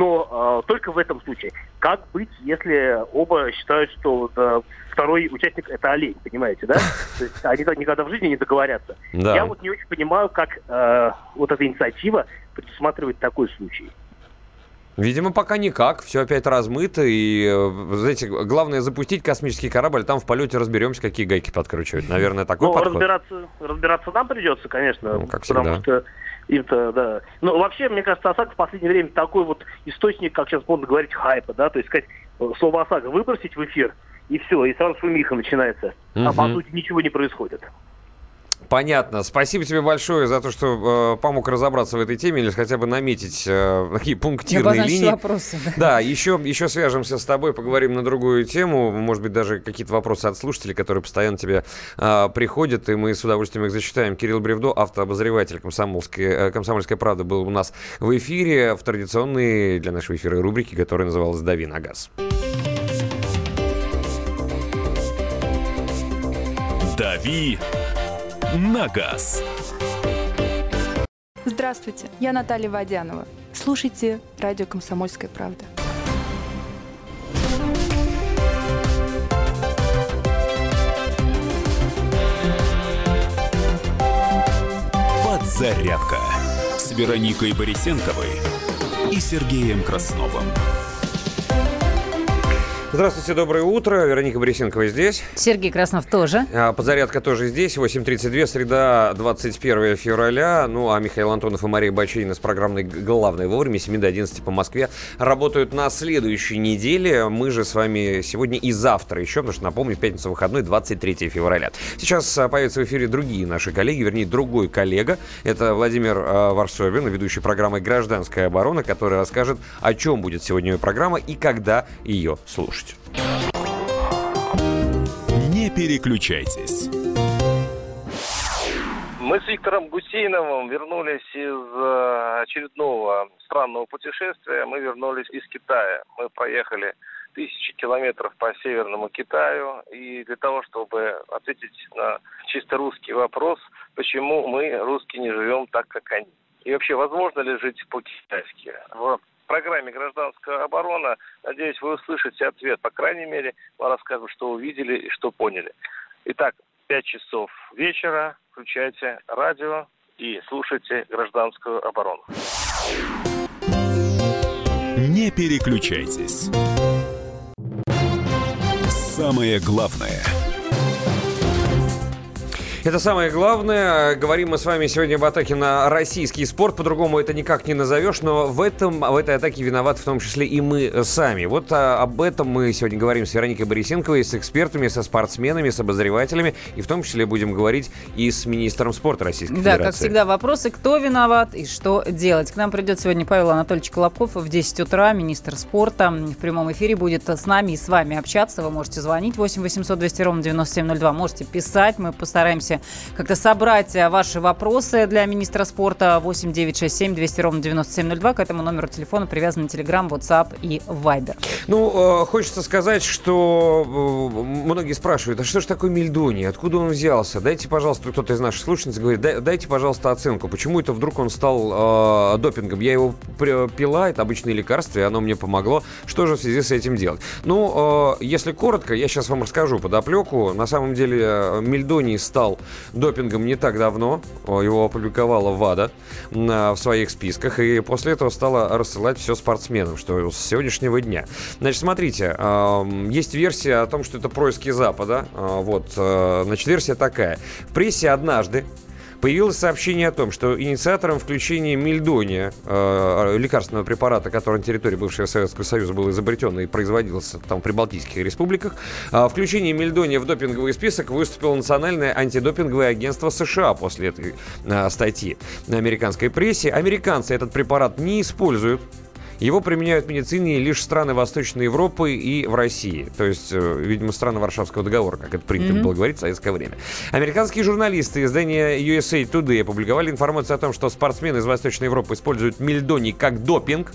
но э, только в этом случае. Как быть, если оба считают, что э, второй участник это олень, понимаете, да? То есть они никогда в жизни не договорятся. Да. Я вот не очень понимаю, как э, вот эта инициатива предусматривает такой случай. Видимо, пока никак. Все опять размыто. И, знаете, главное запустить космический корабль, там в полете разберемся, какие гайки подкручивать. Наверное, такой ну, подход. Разбираться, разбираться нам придется, конечно. Ну, как потому всегда. что им-то, да. Ну, вообще, мне кажется, ОСАГО в последнее время такой вот источник, как сейчас модно говорить, хайпа, да, то есть сказать слово ОСАГО выбросить в эфир, и все, и сразу шумиха начинается. Угу. А по сути ничего не происходит. Понятно. Спасибо тебе большое за то, что э, помог разобраться в этой теме или хотя бы наметить э, такие пунктирные линии. Вопросы, да, да еще, еще свяжемся с тобой, поговорим на другую тему. Может быть, даже какие-то вопросы от слушателей, которые постоянно тебе э, приходят, и мы с удовольствием их зачитаем. Кирилл Бревдо, автообозреватель «Комсомольской, э, «Комсомольская правда», был у нас в эфире в традиционной для нашего эфира рубрике, которая называлась «Дави на газ». «Дави на газ». Здравствуйте, я Наталья Водянова. Слушайте радио «Комсомольская правда». Подзарядка с Вероникой Борисенковой и Сергеем Красновым. Здравствуйте, доброе утро. Вероника Борисенкова здесь. Сергей Краснов тоже. Подзарядка тоже здесь. восемь тридцать два, среда, двадцать первое февраля. Ну, а Михаил Антонов и Мария Бачинина с программой «Главное вовремя» с семи до одиннадцати по Москве работают на следующей неделе. Мы же с вами сегодня и завтра еще, потому что, напомню, пятница выходной, двадцать третье февраля. Сейчас появятся в эфире другие наши коллеги, вернее, другой коллега. Это Владимир Варсобин, ведущий программы «Гражданская оборона», который расскажет, о чем будет сегодня программа и когда ее слушать. Не переключайтесь. Мы с Виктором Гусейновым вернулись из очередного странного путешествия. Мы вернулись из Китая. Мы проехали тысячи километров по Северному Китаю. И для того, чтобы ответить на чисто русский вопрос, почему мы, русские, не живем так, как они. И вообще, возможно ли жить по-китайски? В программе «Гражданская оборона», надеюсь, вы услышите ответ. По крайней мере, мы расскажем, что увидели и что поняли. Итак, пять часов вечера. Включайте радио и слушайте «Гражданскую оборону». Не переключайтесь. Самое главное. Это самое главное. Говорим мы с вами сегодня об атаке на российский спорт. По-другому это никак не назовешь, но в, этом, в этой атаке виноваты в том числе и мы сами. Вот а, об этом мы сегодня говорим с Вероникой Борисенковой, с экспертами, со спортсменами, с обозревателями. И в том числе будем говорить и с министром спорта Российской да, Федерации. Да, как всегда, вопросы, кто виноват и что делать. К нам придет сегодня Павел Анатольевич Колобков в десять утра, министр спорта. В прямом эфире будет с нами и с вами общаться. Вы можете звонить восемь восемьсот двести ровно девяносто семь ноль два. Можете писать. Мы постараемся как-то собрать ваши вопросы для министра спорта. Восемь девятьсот шестьдесят семь двести ровно девяносто семь ноль два. К этому номеру телефона привязаны Telegram, WhatsApp и Viber. Ну, э, хочется сказать, что э, многие спрашивают, а что же такое Мельдоний? Откуда он взялся? Дайте, пожалуйста, кто-то из наших слушательниц говорит, дай, дайте, пожалуйста, оценку. Почему это вдруг он стал э, допингом? Я его пила, это обычное лекарство, и оно мне помогло. Что же в связи с этим делать? Ну, э, если коротко, я сейчас вам расскажу подоплеку. На самом деле, э, Мельдоний стал допингом не так давно. Его опубликовала ВАДА в своих списках. И после этого стала рассылать все спортсменам, что с сегодняшнего дня. Значит, смотрите, есть версия о том, что это происки Запада. Вот, значит, версия такая. В прессе однажды появилось сообщение о том, что инициатором включения мельдония, э, лекарственного препарата, который на территории бывшего Советского Союза был изобретен и производился там в прибалтийских республиках, э, включение мельдония в допинговый список выступило Национальное антидопинговое агентство США после этой э, статьи на американской прессе. Американцы этот препарат не используют. Его применяют в медицине лишь страны Восточной Европы и в России. То есть, видимо, страны Варшавского договора, как это принято mm-hmm. было говорить в советское время. Американские журналисты издания ю эс эй Today опубликовали информацию о том, что спортсмены из Восточной Европы используют мельдоний как допинг.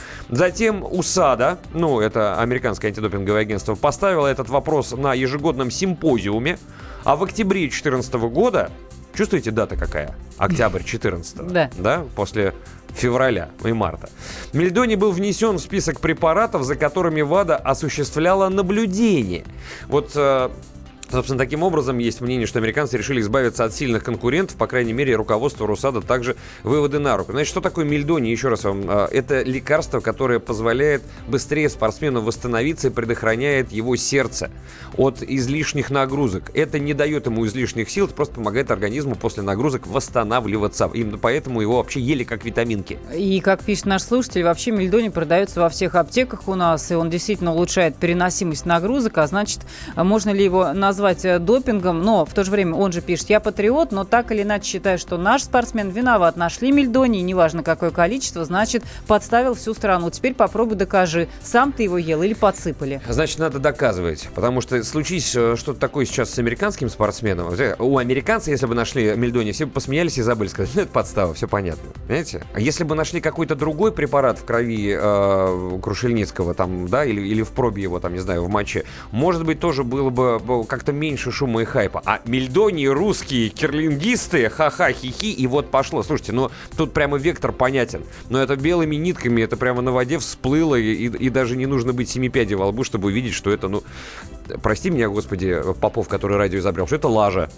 Затем УСАДА, ну, это американское антидопинговое агентство, поставило этот вопрос на ежегодном симпозиуме. А в октябре две тысячи четырнадцатого года, чувствуете, дата какая? Октябрь четырнадцатого. Да. Да, после февраля и марта. Мельдоний был внесен в список препаратов, за которыми ВАДА осуществляла наблюдение. Вот... Собственно, таким образом, есть мнение, что американцы решили избавиться от сильных конкурентов. По крайней мере, руководство РУСАДА также выводы на руку. Значит, что такое мельдоний? Еще раз вам. Это лекарство, которое позволяет быстрее спортсмену восстановиться и предохраняет его сердце от излишних нагрузок. Это не дает ему излишних сил, это просто помогает организму после нагрузок восстанавливаться. Именно поэтому его вообще ели как витаминки. И, как пишет наш слушатель, вообще мельдоний продается во всех аптеках у нас, и он действительно улучшает переносимость нагрузок, а значит, можно ли его назвать назвать допингом, но в то же время он же пишет: я патриот, но так или иначе считаю, что наш спортсмен виноват. Нашли мельдоний, неважно какое количество, значит, подставил всю страну. Теперь попробуй докажи, сам ты его ел или подсыпали. Значит, надо доказывать, потому что случись что-то такое сейчас с американским спортсменом. У американцев, если бы нашли мельдоний, все бы посмеялись и забыли, сказали, ну это подстава, все понятно. Понимаете? А если бы нашли какой-то другой препарат в крови э, Крушельницкого, там, да, или, или в пробе его, там, не знаю, в моче, может быть, тоже было бы как-то меньше шума и хайпа. А мельдоний русские кирлингисты, ха-ха, хихи, и вот пошло. Слушайте, ну тут прямо вектор понятен. Но это белыми нитками, это прямо на воде всплыло, и, и, и даже не нужно быть семипядей во лбу, чтобы увидеть, что это, ну, прости меня, господи, Попов, который радио изобрел, что это лажа.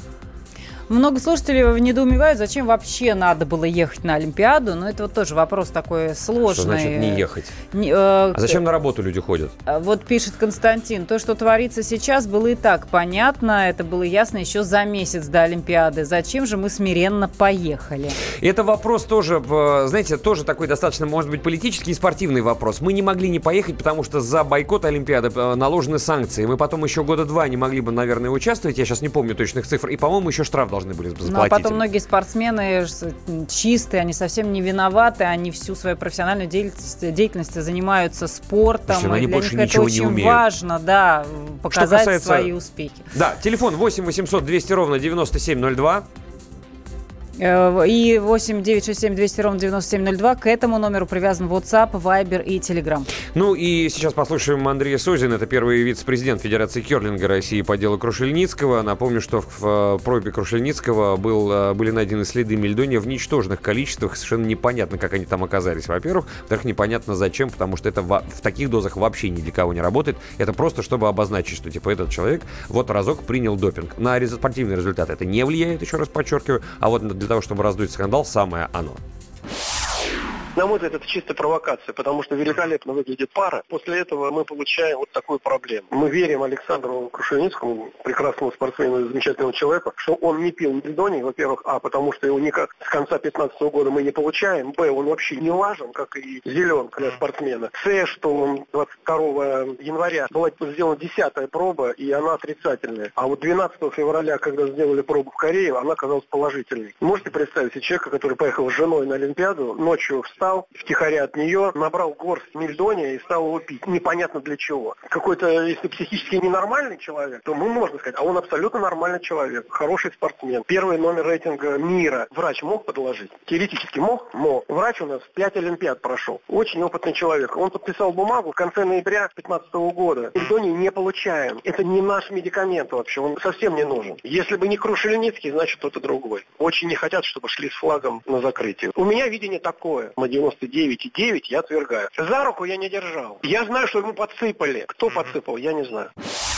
Много слушателей недоумевают, зачем вообще надо было ехать на Олимпиаду. Но это вот тоже вопрос такой сложный. Что значит не ехать? Не, э, а зачем на работу люди ходят? Вот пишет Константин. То, что творится сейчас, было и так понятно. Это было ясно еще за месяц до Олимпиады. Зачем же мы смиренно поехали? Это вопрос тоже, знаете, тоже такой достаточно, может быть, политический и спортивный вопрос. Мы не могли не поехать, потому что за бойкот Олимпиады наложены санкции. Мы потом еще года два не могли бы, наверное, участвовать. Я сейчас не помню точных цифр. И, по-моему, еще штраф должны были заплатить. Ну, а потом многие спортсмены чистые, они совсем не виноваты, они всю свою профессиональную деятельность, деятельность занимаются спортом. Слушайте, и они для больше них это очень не важно, да, показать касается... свои успехи. Да, телефон восемь восемьсот двести ровно девяносто семь ноль два. И восемь девятьсот шестьдесят семь двести ровно девяносто семь ноль два. К этому номеру привязан WhatsApp, Viber и Telegram. Ну и сейчас послушаем Андрея Созина. Это первый вице-президент Федерации керлинга России по делу Крушельницкого. Напомню, что в пробе Крушельницкого был, были найдены следы мельдония в ничтожных количествах. Совершенно непонятно, как они там оказались, во-первых. Во-вторых, непонятно зачем, потому что это в, в таких дозах вообще ни для кого не работает. Это просто, чтобы обозначить, что типа этот человек вот разок принял допинг. На спортивный результат это не влияет, еще раз подчеркиваю. А вот для того, чтобы раздуть скандал, самое оно. На мой взгляд, это чисто провокация, потому что великолепно выглядит пара. После этого мы получаем вот такую проблему. Мы верим Александру Крушельницкому, прекрасному спортсмену и замечательному человеку, что он не пил мельдоний, во-первых, а, потому что его никак с конца пятнадцатого года мы не получаем, б, он вообще не важен, как и зеленка для спортсмена, с, что он двадцать второго января была сделана десятая проба, и она отрицательная. А вот двенадцатого февраля, когда сделали пробу в Корее, она оказалась положительной. Можете представить себе человека, который поехал с женой на Олимпиаду, ночью встал, втихаря от нее, набрал горсть мельдония и стал его пить. Непонятно для чего. Какой-то, если психически ненормальный человек, то мы можно сказать, а он абсолютно нормальный человек, хороший спортсмен. Первый номер рейтинга мира. Врач мог подложить? Теоретически мог? Мог. Врач у нас пять олимпиад прошел. Очень опытный человек. Он подписал бумагу в конце ноября две тысячи пятнадцатого года. Мельдоний не получаем. Это не наш медикамент вообще. Он совсем не нужен. Если бы не Крушельницкий, значит кто-то другой. Очень не хотят, чтобы шли с флагом на закрытие. У меня видение такое. девяносто девять и девять я отвергаю. За руку я не держал. Я знаю, что ему подсыпали. Кто подсыпал, я не знаю.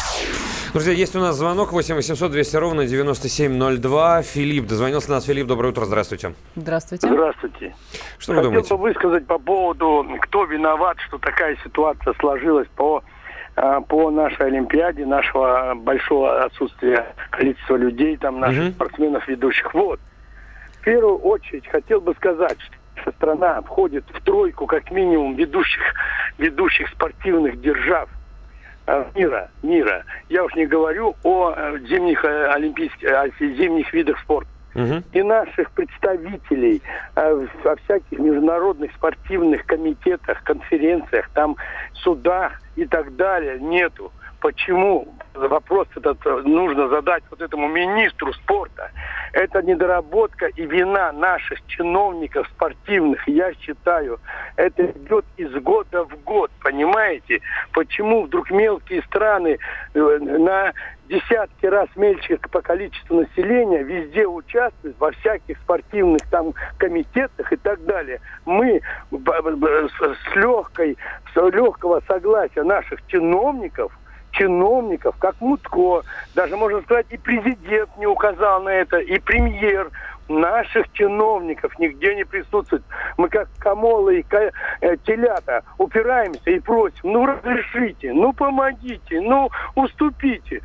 Друзья, есть у нас звонок восемь восемьсот двести ровно девяносто семь ноль два. Филипп дозвонился до нас. Филипп, доброе утро, здравствуйте. Здравствуйте. Здравствуйте. Что вы думаете? Хотел бы высказать по поводу, кто виноват, что такая ситуация сложилась по, по нашей Олимпиаде, нашего большого отсутствия количества людей, там наших угу. спортсменов ведущих. Вот. В первую очередь хотел бы сказать, что наша страна входит в тройку как минимум ведущих, ведущих спортивных держав мира, мира. Я уж не говорю о зимних олимпийских, о зимних видах спорта. Uh-huh. И наших представителей э, во всяких международных спортивных комитетах, конференциях, там судах и так далее нету. Почему? Вопрос этот нужно задать вот этому министру спорта. Это недоработка и вина наших чиновников спортивных. Я считаю, это идет из года в год, понимаете? Почему вдруг мелкие страны на десятки раз меньше по количеству населения везде участвуют во всяких спортивных там комитетах и так далее? Мы с легкой, с легкого согласия наших чиновников чиновников, как Мутко, даже, можно сказать, и президент не указал на это, и премьер, наших чиновников нигде не присутствует. Мы как камолы и ка- э, телята упираемся и просим, ну разрешите, ну помогите, ну уступите.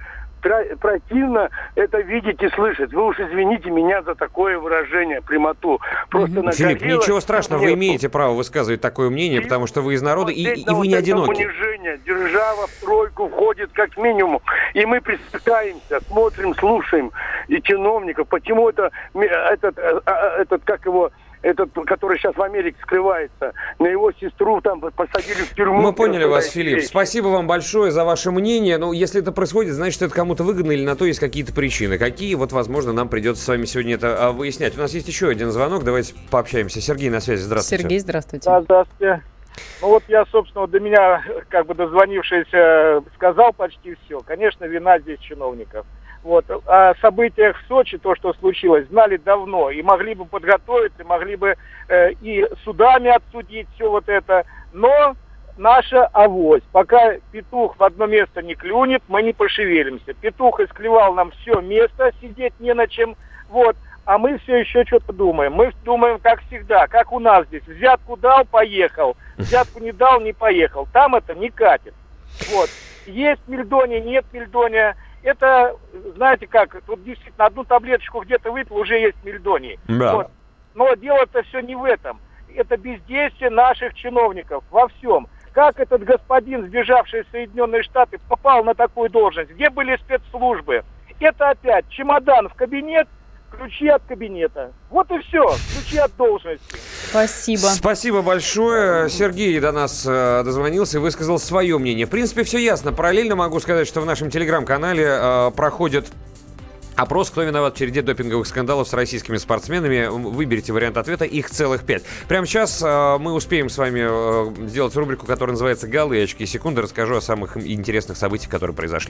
Противно это видеть и слышать. Вы уж извините меня за такое выражение, прямоту. Просто mm-hmm. Филипп, ничего страшного, вы имеете право высказывать такое мнение, потому что вы из народа, и, и вы не одиноки. Унижение. Держава в тройку входит как минимум. И мы пресекаемся, смотрим, слушаем и чиновников. Почему это, этот, этот, как его... этот, который сейчас в Америке скрывается, на его сестру там посадили в тюрьму. Мы поняли вас, Филипп. Вещи. Спасибо вам большое за ваше мнение. Но если это происходит, значит, это кому-то выгодно или на то есть какие-то причины. Какие, вот, возможно, нам придется с вами сегодня это выяснять. У нас есть еще один звонок. Давайте пообщаемся. Сергей на связи. Здравствуйте. Сергей, здравствуйте. Да, здравствуйте. Ну вот я, собственно, до меня, как бы дозвонившийся, сказал почти все. Конечно, вина здесь чиновников. Вот. О событиях в Сочи, то, что случилось, знали давно. И могли бы подготовиться, могли бы э, и судами отсудить все вот это. Но наша авось. Пока петух в одно место не клюнет, мы не пошевелимся. Петух исклевал нам все место, сидеть не на чем. Вот. А мы все еще что-то думаем. Мы думаем, как всегда, как у нас здесь. Взятку дал, поехал. Взятку не дал, не поехал. Там это не катит. Вот. Есть мельдония, нет мельдония. Это, знаете как, тут действительно одну таблеточку где-то выпил, уже есть мельдоний. Да. Вот. Но дело-то все не в этом. Это бездействие наших чиновников во всем. Как этот господин, сбежавший в Соединенные Штаты, попал на такую должность? Где были спецслужбы? Это опять чемодан в кабинет, ключи от кабинета. Вот и все. Ключи от должности. Спасибо. Спасибо большое. Сергей до нас э, дозвонился и высказал свое мнение. В принципе, все ясно. Параллельно могу сказать, что в нашем телеграм-канале э, проходит Опрос «Кто виноват в череде допинговых скандалов с российскими спортсменами?» Выберите вариант ответа, их целых пять. Прямо сейчас э, мы успеем с вами э, сделать рубрику, которая называется «Голы, очки и секунды». Расскажу о самых интересных событиях, которые произошли.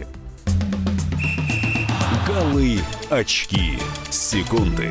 Голы, очки, секунды.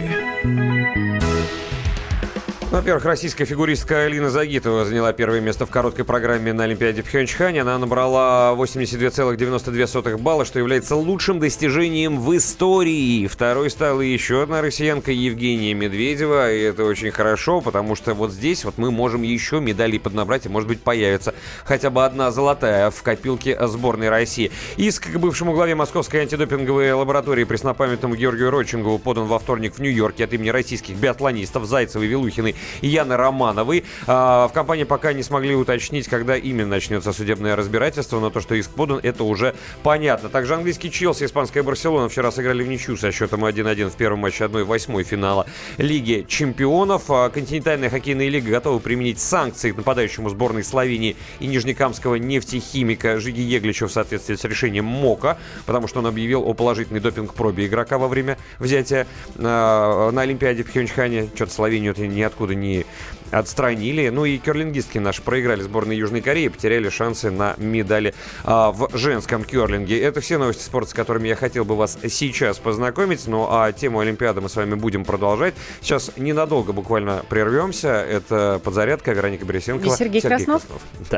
Во-первых, российская фигуристка Алина Загитова заняла первое место в короткой программе на Олимпиаде в Пхенчхане. Она набрала восемьдесят два целых девяносто две сотых балла, что является лучшим достижением в истории. Второй стала еще одна россиянка Евгения Медведева. И это очень хорошо, потому что вот здесь вот мы можем еще медалей поднабрать, и, может быть, появится хотя бы одна золотая в копилке сборной России. Иск к бывшему главе Московской антидопинговой лаборатории преснопамятному Георгию Родченкову подан во вторник в Нью-Йорке от имени российских биатлонистов Зайцевой, Вилухиной и Яны Романовой. А, в компании пока не смогли уточнить, когда именно начнется судебное разбирательство, но то, что иск подан, это уже понятно. Также английский Челси и испанская Барселона вчера сыграли в ничью со счетом один-один в первом матче одной восьмой финала Лиги чемпионов. А, континентальная хоккейная лига готова применить санкции к нападающему сборной Словении и нижнекамского нефтехимика Жиги Егличу в соответствии с решением МОКа, потому что он объявил о положительной допинг-пробе игрока во время взятия а, на Олимпиаде в Пхенчхане. Что-то Словению ниоткуда не отстранили. Ну и керлингистки наши проиграли сборной Южной Кореи, потеряли шансы на медали а, в женском керлинге. Это все новости спорта, с которыми я хотел бы вас сейчас познакомить. Ну а тему Олимпиады мы с вами будем продолжать. Сейчас ненадолго буквально прервемся. Это «Подзарядка», Вероника Борисенкова, и Сергей, Сергей Краснов. Краснов. Да.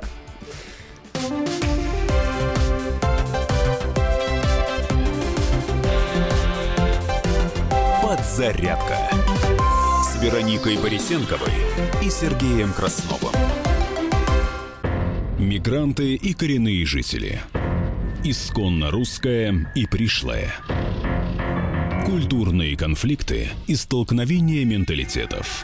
«Подзарядка» с Вероникой Борисенковой и Сергеем Красновым. Мигранты и коренные жители. Исконно русское и пришлое. Культурные конфликты и столкновения менталитетов.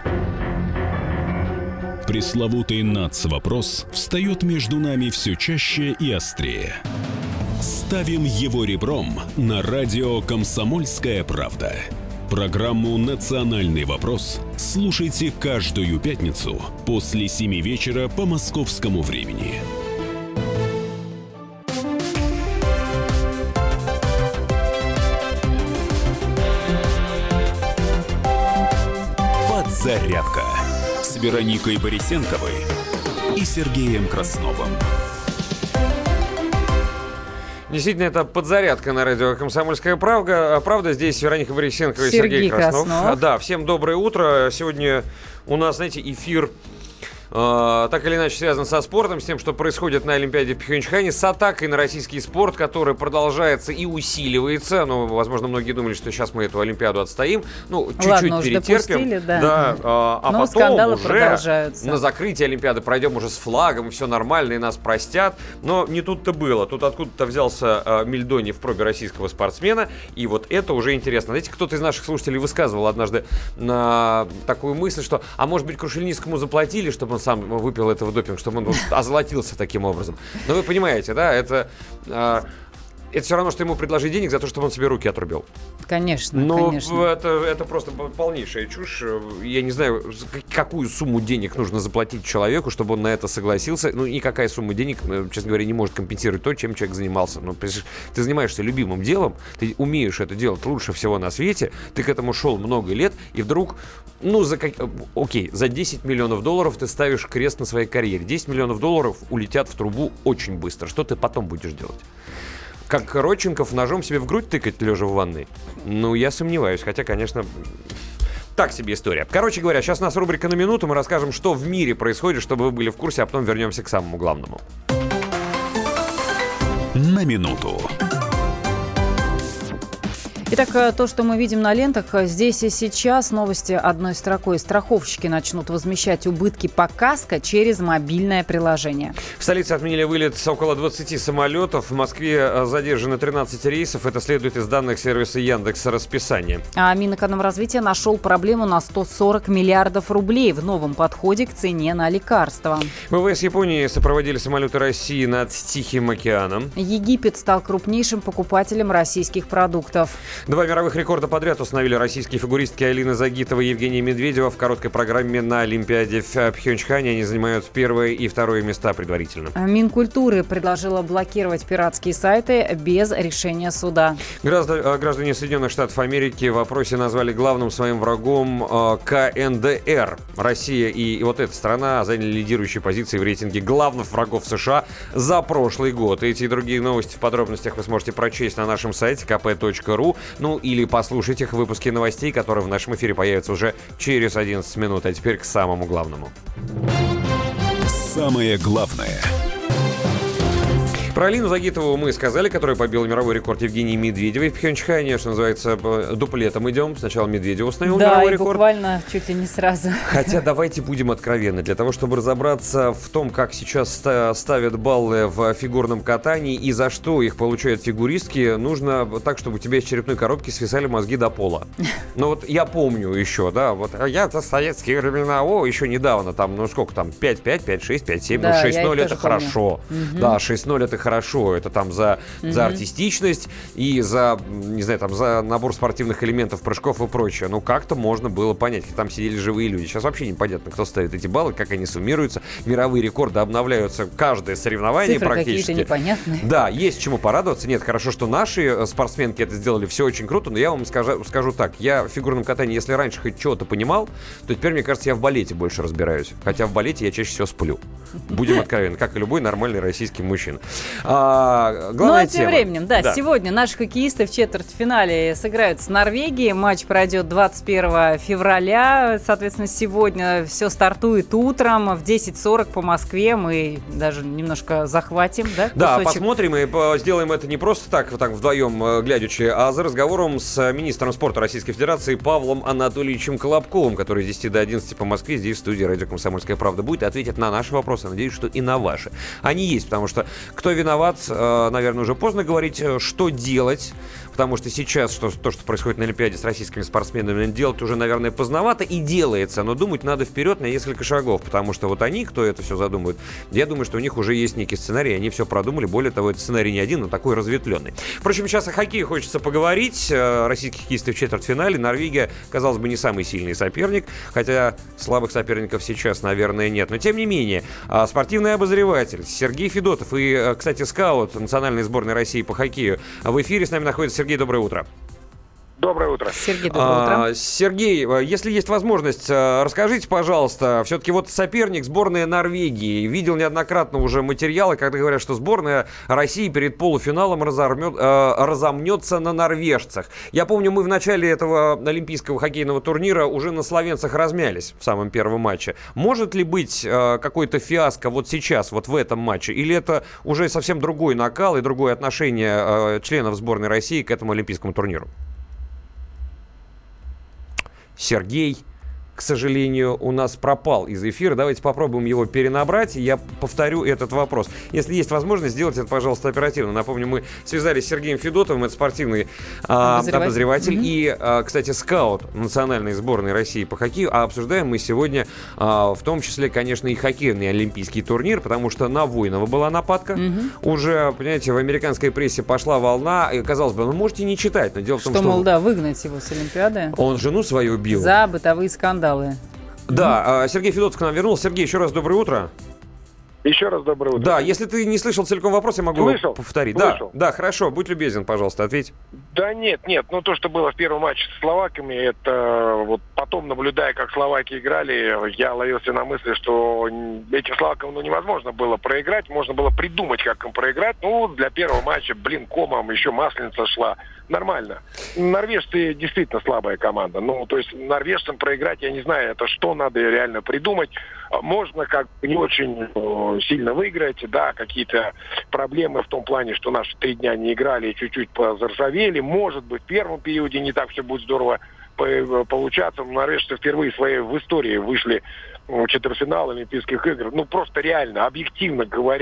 Пресловутый нацвопрос встает между нами все чаще и острее. Ставим его ребром на радио «Комсомольская правда». Программу «Национальный вопрос» слушайте каждую пятницу после семи вечера по московскому времени. «Подзарядка» с Вероникой Борисенковой и Сергеем Красновым. Действительно, это «Подзарядка» на радио «Комсомольская правда». Правда, здесь Вероника Борисенкова и Сергей, Сергей Краснов. Краснов. Да, всем доброе утро. Сегодня у нас, знаете, эфир э, так или иначе связан со спортом, с тем, что происходит на Олимпиаде в Пхенчхане, с атакой на российский спорт, который продолжается и усиливается. Ну, возможно, многие думали, что сейчас мы эту Олимпиаду отстоим. Ну, чуть-чуть Ладно, перетерпим. Да. Да, э, а Но потом уже продолжаются. На закрытие Олимпиады пройдем уже с флагом, и все нормально, и нас простят. Но не тут-то было. Тут откуда-то взялся э, Мельдоний в пробе российского спортсмена, и вот это уже интересно. Знаете, кто-то из наших слушателей высказывал однажды на такую мысль, что, а может быть, Крушельницкому заплатили, чтобы он сам выпил этого допинга, чтобы он озолотился таким образом. Но вы понимаете, да, это... Э, Это все равно, что ему предложить денег за то, чтобы он себе руки отрубил. Конечно, Но конечно. Это, это просто полнейшая чушь. Я не знаю, какую сумму денег нужно заплатить человеку, чтобы он на это согласился. Ну, никакая сумма денег, честно говоря, не может компенсировать то, чем человек занимался. Ну, ты занимаешься любимым делом, ты умеешь это делать лучше всего на свете, ты к этому шел много лет, и вдруг, ну, за как... окей, за десять миллионов долларов ты ставишь крест на своей карьере. десять миллионов долларов улетят в трубу очень быстро. Что ты потом будешь делать? Как Родченков ножом себе в грудь тыкать, лежа в ванной? Ну, я сомневаюсь. Хотя, конечно, так себе история. Короче говоря, сейчас у нас рубрика «На минуту». Мы расскажем, что в мире происходит, чтобы вы были в курсе, а потом вернемся к самому главному. На минуту. Итак, то, что мы видим на лентах, здесь и сейчас новости одной строкой. Страховщики начнут возмещать убытки по КАСКО через мобильное приложение. В столице отменили вылет около двадцати самолетов. В Москве задержано тринадцать рейсов. Это следует из данных сервиса Яндекс расписания. А Минэкономразвития нашел проблему на сто сорок миллиардов рублей в новом подходе к цене на лекарства. ВВС Японии сопроводили самолеты России над Тихим океаном. Египет стал крупнейшим покупателем российских продуктов. Два мировых рекорда подряд установили российские фигуристки Алина Загитова и Евгения Медведева в короткой программе на Олимпиаде в Пхенчхане. Они занимают первое и второе места предварительно. Минкультуры предложила блокировать пиратские сайты без решения суда. Граждане Соединенных Штатов Америки в опросе назвали главным своим врагом ка эн дэ эр. Россия и вот эта страна заняли лидирующие позиции в рейтинге главных врагов США за прошлый год. Эти и другие новости в подробностях вы сможете прочесть на нашем сайте ка пэ точка ру. Ну или послушать их в выпуске новостей, которые в нашем эфире появятся уже через одиннадцать минут. А теперь к самому главному. Самое главное. Про Алину Загитову мы сказали, которая побила мировой рекорд Евгении Медведевой в Пхенчхане. Что называется, дуплетом идем. Сначала Медведева установил да, мировой и рекорд. буквально чуть ли не сразу. Хотя давайте будем откровенны. Для того, чтобы разобраться в том, как сейчас ставят баллы в фигурном катании и за что их получают фигуристки, нужно так, чтобы у тебя из черепной коробки свисали мозги до пола. Ну вот я помню еще, да, вот я-то советские времена, о, еще недавно, там, ну сколько там, пять пять, пять шесть, пять семь, да, ну шесть ноль это хорошо. Угу. Да, шесть ноль это хорошо, это там за, mm-hmm. за артистичность и за, не знаю, там за набор спортивных элементов, прыжков и прочее. Ну, как-то можно было понять, там сидели живые люди. Сейчас вообще непонятно, кто ставит эти баллы, как они суммируются. Мировые рекорды обновляются каждое соревнование цифры практически. Какие-то непонятные. Да, есть чему порадоваться. Нет, хорошо, что наши спортсменки это сделали, все очень круто, но я вам скажу, скажу так, я в фигурном катании, если раньше хоть чего-то понимал, то теперь, мне кажется, я в балете больше разбираюсь. Хотя в балете я чаще всего сплю. Будем откровенны, как и любой нормальный российский мужчина. А, ну а тем тема. временем, да, да, сегодня наши хоккеисты в четвертьфинале сыграют с Норвегией. Матч пройдет двадцать первого февраля. Соответственно, сегодня все стартует утром в десять сорок по Москве. Мы даже немножко захватим, да? Да, кусочек. Посмотрим и сделаем это не просто так, вот так вдвоем глядячи, а за разговором с министром спорта Российской Федерации Павлом Анатольевичем Колобковым, который с десяти до одиннадцати по Москве здесь в студии «Радио Комсомольская правда» будет и ответит на наши вопросы. Надеюсь, что и на ваши. Они есть, потому что кто виноват, наверное, уже поздно говорить, что делать, потому что сейчас что, то, что происходит на Олимпиаде с российскими спортсменами, делать уже, наверное, поздновато и делается, но думать надо вперед на несколько шагов, потому что вот они, кто это все задумывает, я думаю, что у них уже есть некий сценарий, они все продумали, более того, это сценарий не один, но такой разветвленный. Впрочем, сейчас о хоккее хочется поговорить. Российские хоккеисты в четвертьфинале, Норвегия, казалось бы, не самый сильный соперник, хотя слабых соперников сейчас, наверное, нет, но тем не менее, спортивный обозреватель Сергей Федотов и, кстати, скаут национальной сборной России по хоккею в эфире с нами находится. Сергей, доброе утро. Доброе утро. Сергей, доброе утро. А, Сергей, если есть возможность, расскажите, пожалуйста, все-таки вот соперник сборная Норвегии. Видел неоднократно уже материалы, когда говорят, что сборная России перед полуфиналом разормет, э, разомнется на норвежцах. Я помню, мы в начале этого олимпийского хоккейного турнира уже на словенцах размялись в самом первом матче. Может ли быть э, какой-то фиаско вот сейчас, вот в этом матче? Или это уже совсем другой накал и другое отношение э, членов сборной России к этому олимпийскому турниру? Сергей, к сожалению, у нас пропал из эфира. Давайте попробуем его перенабрать. Я повторю этот вопрос. Если есть возможность, сделайте это, пожалуйста, оперативно. Напомню, мы связались с Сергеем Федотовым, это спортивный а, обозреватель, обозреватель mm-hmm. и, а, кстати, скаут национальной сборной России по хоккею. А обсуждаем мы сегодня а, в том числе, конечно, и хоккейный олимпийский турнир, потому что на Войнова была нападка. Mm-hmm. Уже, понимаете, в американской прессе пошла волна. И, казалось бы, ну можете не читать, но дело в том, что... Что, мол, да, выгнать его с Олимпиады. Он жену свою убил. За бытовые скандалы. Да, mm-hmm. Сергей Федотов к нам вернулся. Сергей, еще раз доброе утро. Еще раз доброе утро. Да, если ты не слышал целиком вопрос, я могу слышал, повторить. Слышал. Да, да, хорошо, будь любезен, пожалуйста, ответь. Да нет, нет, ну то, что было в первом матче с словаками, это вот потом, наблюдая, как словаки играли, я ловился на мысли, что этим словакам ну, невозможно было проиграть, можно было придумать, как им проиграть. Ну, для первого матча, блин, комом еще масленица шла. Нормально. Норвежцы действительно слабая команда. Ну, то есть норвежцам проиграть, я не знаю, это что надо реально придумать. Можно как бы не очень сильно выиграть, да, какие-то проблемы в том плане, что наши три дня не играли и чуть-чуть позаржавели. Может быть, в первом периоде не так все будет здорово получаться. Норвежцы впервые в своей в истории вышли в четвертьфинал Олимпийских игр. Ну, просто реально, объективно говоря.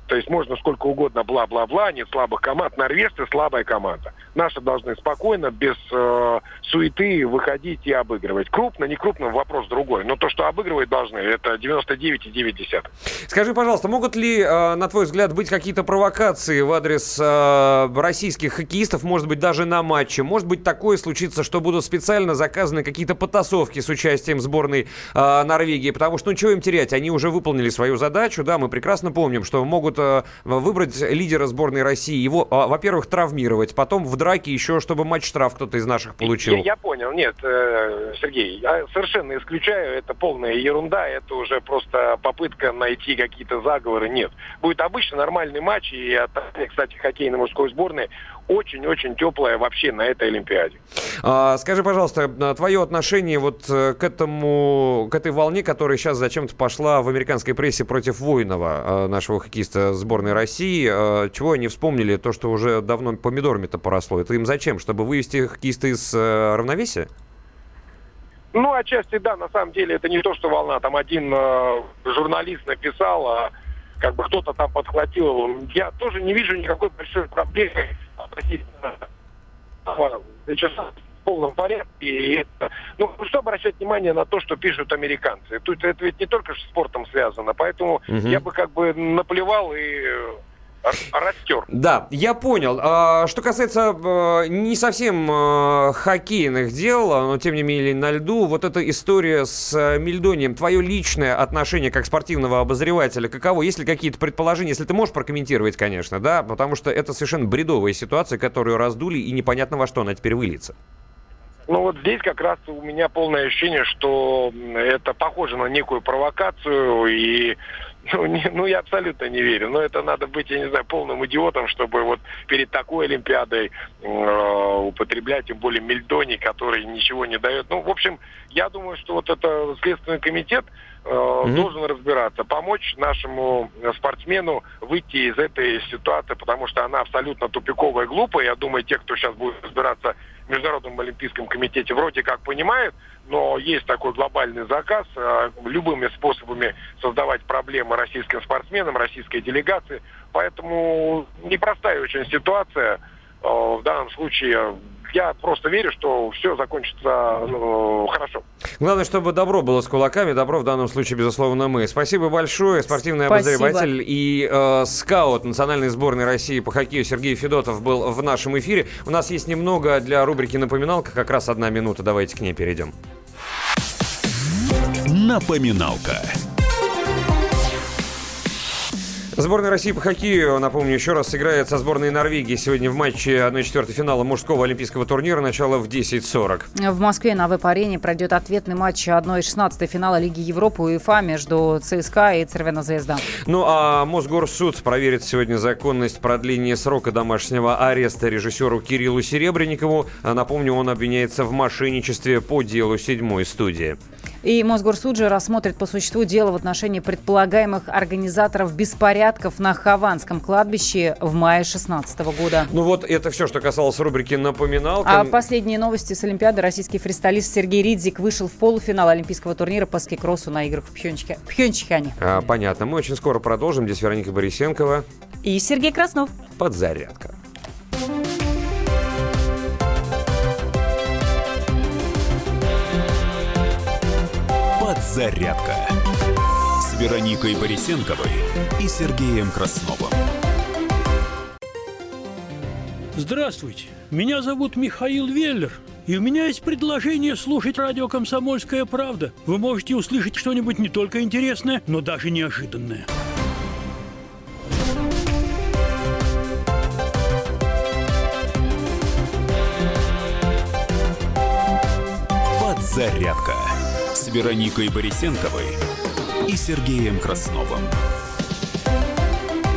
То есть можно сколько угодно бла-бла-бла, нет слабых команд. Норвежцы слабая команда. Наши должны спокойно, без э, суеты выходить и обыгрывать. Крупно, не крупно, вопрос другой. Но то, что обыгрывать должны, это девяносто девять и девять десятых. Скажи, пожалуйста, могут ли, э, на твой взгляд, быть какие-то провокации в адрес э, российских хоккеистов, может быть, даже на матче? Может быть, такое случится, что будут специально заказаны какие-то потасовки с участием сборной э, Норвегии? Потому что, ну, чего им терять? Они уже выполнили свою задачу, да, мы прекрасно помним, что могут э, выбрать лидера сборной России, его, э, во-первых, травмировать, потом в драке еще, чтобы матч-штраф кто-то из наших получил. Я, я понял, нет, э, Сергей, я совершенно исключаю, это полная ерунда, это уже просто попытка найти какие-то заговоры, нет. Будет обычно нормальный матч, и отношение, кстати, хоккейной мужской сборной очень-очень теплое вообще на этой Олимпиаде. А, скажи, пожалуйста, твое отношение вот к этому, к этой волне, которая сейчас зачем-то пошла в американской прессе против Воинова, нашего хоккеиста сборной России. Чего они вспомнили? То, что уже давно помидорами-то поросло. Это им зачем? Чтобы вывести хоккеиста из равновесия? Ну, отчасти да, на самом деле это не то, что волна. Там один э, журналист написал, а как бы кто-то там подхватил. Я тоже не вижу никакой большой проблемы относительно в полном порядке. И это, ну, что обращать внимание на то, что пишут американцы? Тут это ведь не только с спортом связано, поэтому угу. я бы как бы наплевал и растер. Да, я понял. А, что касается а, не совсем а, хоккейных дел, но тем не менее на льду, вот эта история с а, Мельдонием, твое личное отношение как спортивного обозревателя, каково? Есть ли какие-то предположения, если ты можешь прокомментировать, конечно, да, потому что это совершенно бредовая ситуация, которую раздули, и непонятно во что она теперь выльется. Ну вот здесь как раз у меня полное ощущение, что это похоже на некую провокацию, и ну, не, ну я абсолютно не верю. Но это надо быть, я не знаю, полным идиотом, чтобы вот перед такой Олимпиадой э, употреблять, тем более Мельдоний, который ничего не дает. Ну, в общем, я думаю, что вот это Следственный комитет э, mm-hmm. должен разбираться, помочь нашему спортсмену выйти из этой ситуации, потому что она абсолютно тупиковая и глупая. Я думаю, те, кто сейчас будет разбираться в Международном олимпийском комитете, вроде как понимают, но есть такой глобальный заказ э, любыми способами создавать проблемы российским спортсменам, российской делегации. Поэтому непростая очень ситуация. Э, в данном случае я просто верю, что все закончится ну, хорошо. Главное, чтобы добро было с кулаками. Добро в данном случае, безусловно, мы. Спасибо большое. Спортивный Спасибо. обозреватель и э, скаут национальной сборной России по хоккею Сергей Федотов был в нашем эфире. У нас есть немного для рубрики «Напоминалка». Как раз одна минута. Давайте к ней перейдем. Напоминалка. Сборная России по хоккею, напомню еще раз, сыграет со сборной Норвегии сегодня в матче одна четвертая финала мужского олимпийского турнира. Начало в десять сорок. В Москве на веб-арене пройдет ответный матч одна шестнадцатая финала Лиги Европы УЕФА между ЦСКА и Цервена Звезда. Ну а Мосгорсуд проверит сегодня законность продления срока домашнего ареста режиссеру Кириллу Серебренникову. Напомню, он обвиняется в мошенничестве по делу седьмой студии. И Мосгорсуд же рассмотрит по существу дело в отношении предполагаемых организаторов беспорядков на Хованском кладбище в мае шестнадцатого года. Ну вот это все, что касалось рубрики «Напоминалка». А последние новости с Олимпиады. Российский фристайлист Сергей Ридзик вышел в полуфинал олимпийского турнира по скикроссу на играх в Пхенчхане. Пхенчхане. А, понятно. Мы очень скоро продолжим. Здесь Вероника Борисенкова. И Сергей Краснов. Подзарядка. Подзарядка с Вероникой Борисенковой и Сергеем Красновым. Здравствуйте, меня зовут Михаил Веллер, и у меня есть предложение слушать радио «Комсомольская правда». Вы можете услышать что-нибудь не только интересное, но даже неожиданное. Подзарядка с Вероникой Борисенковой и Сергеем Красновым.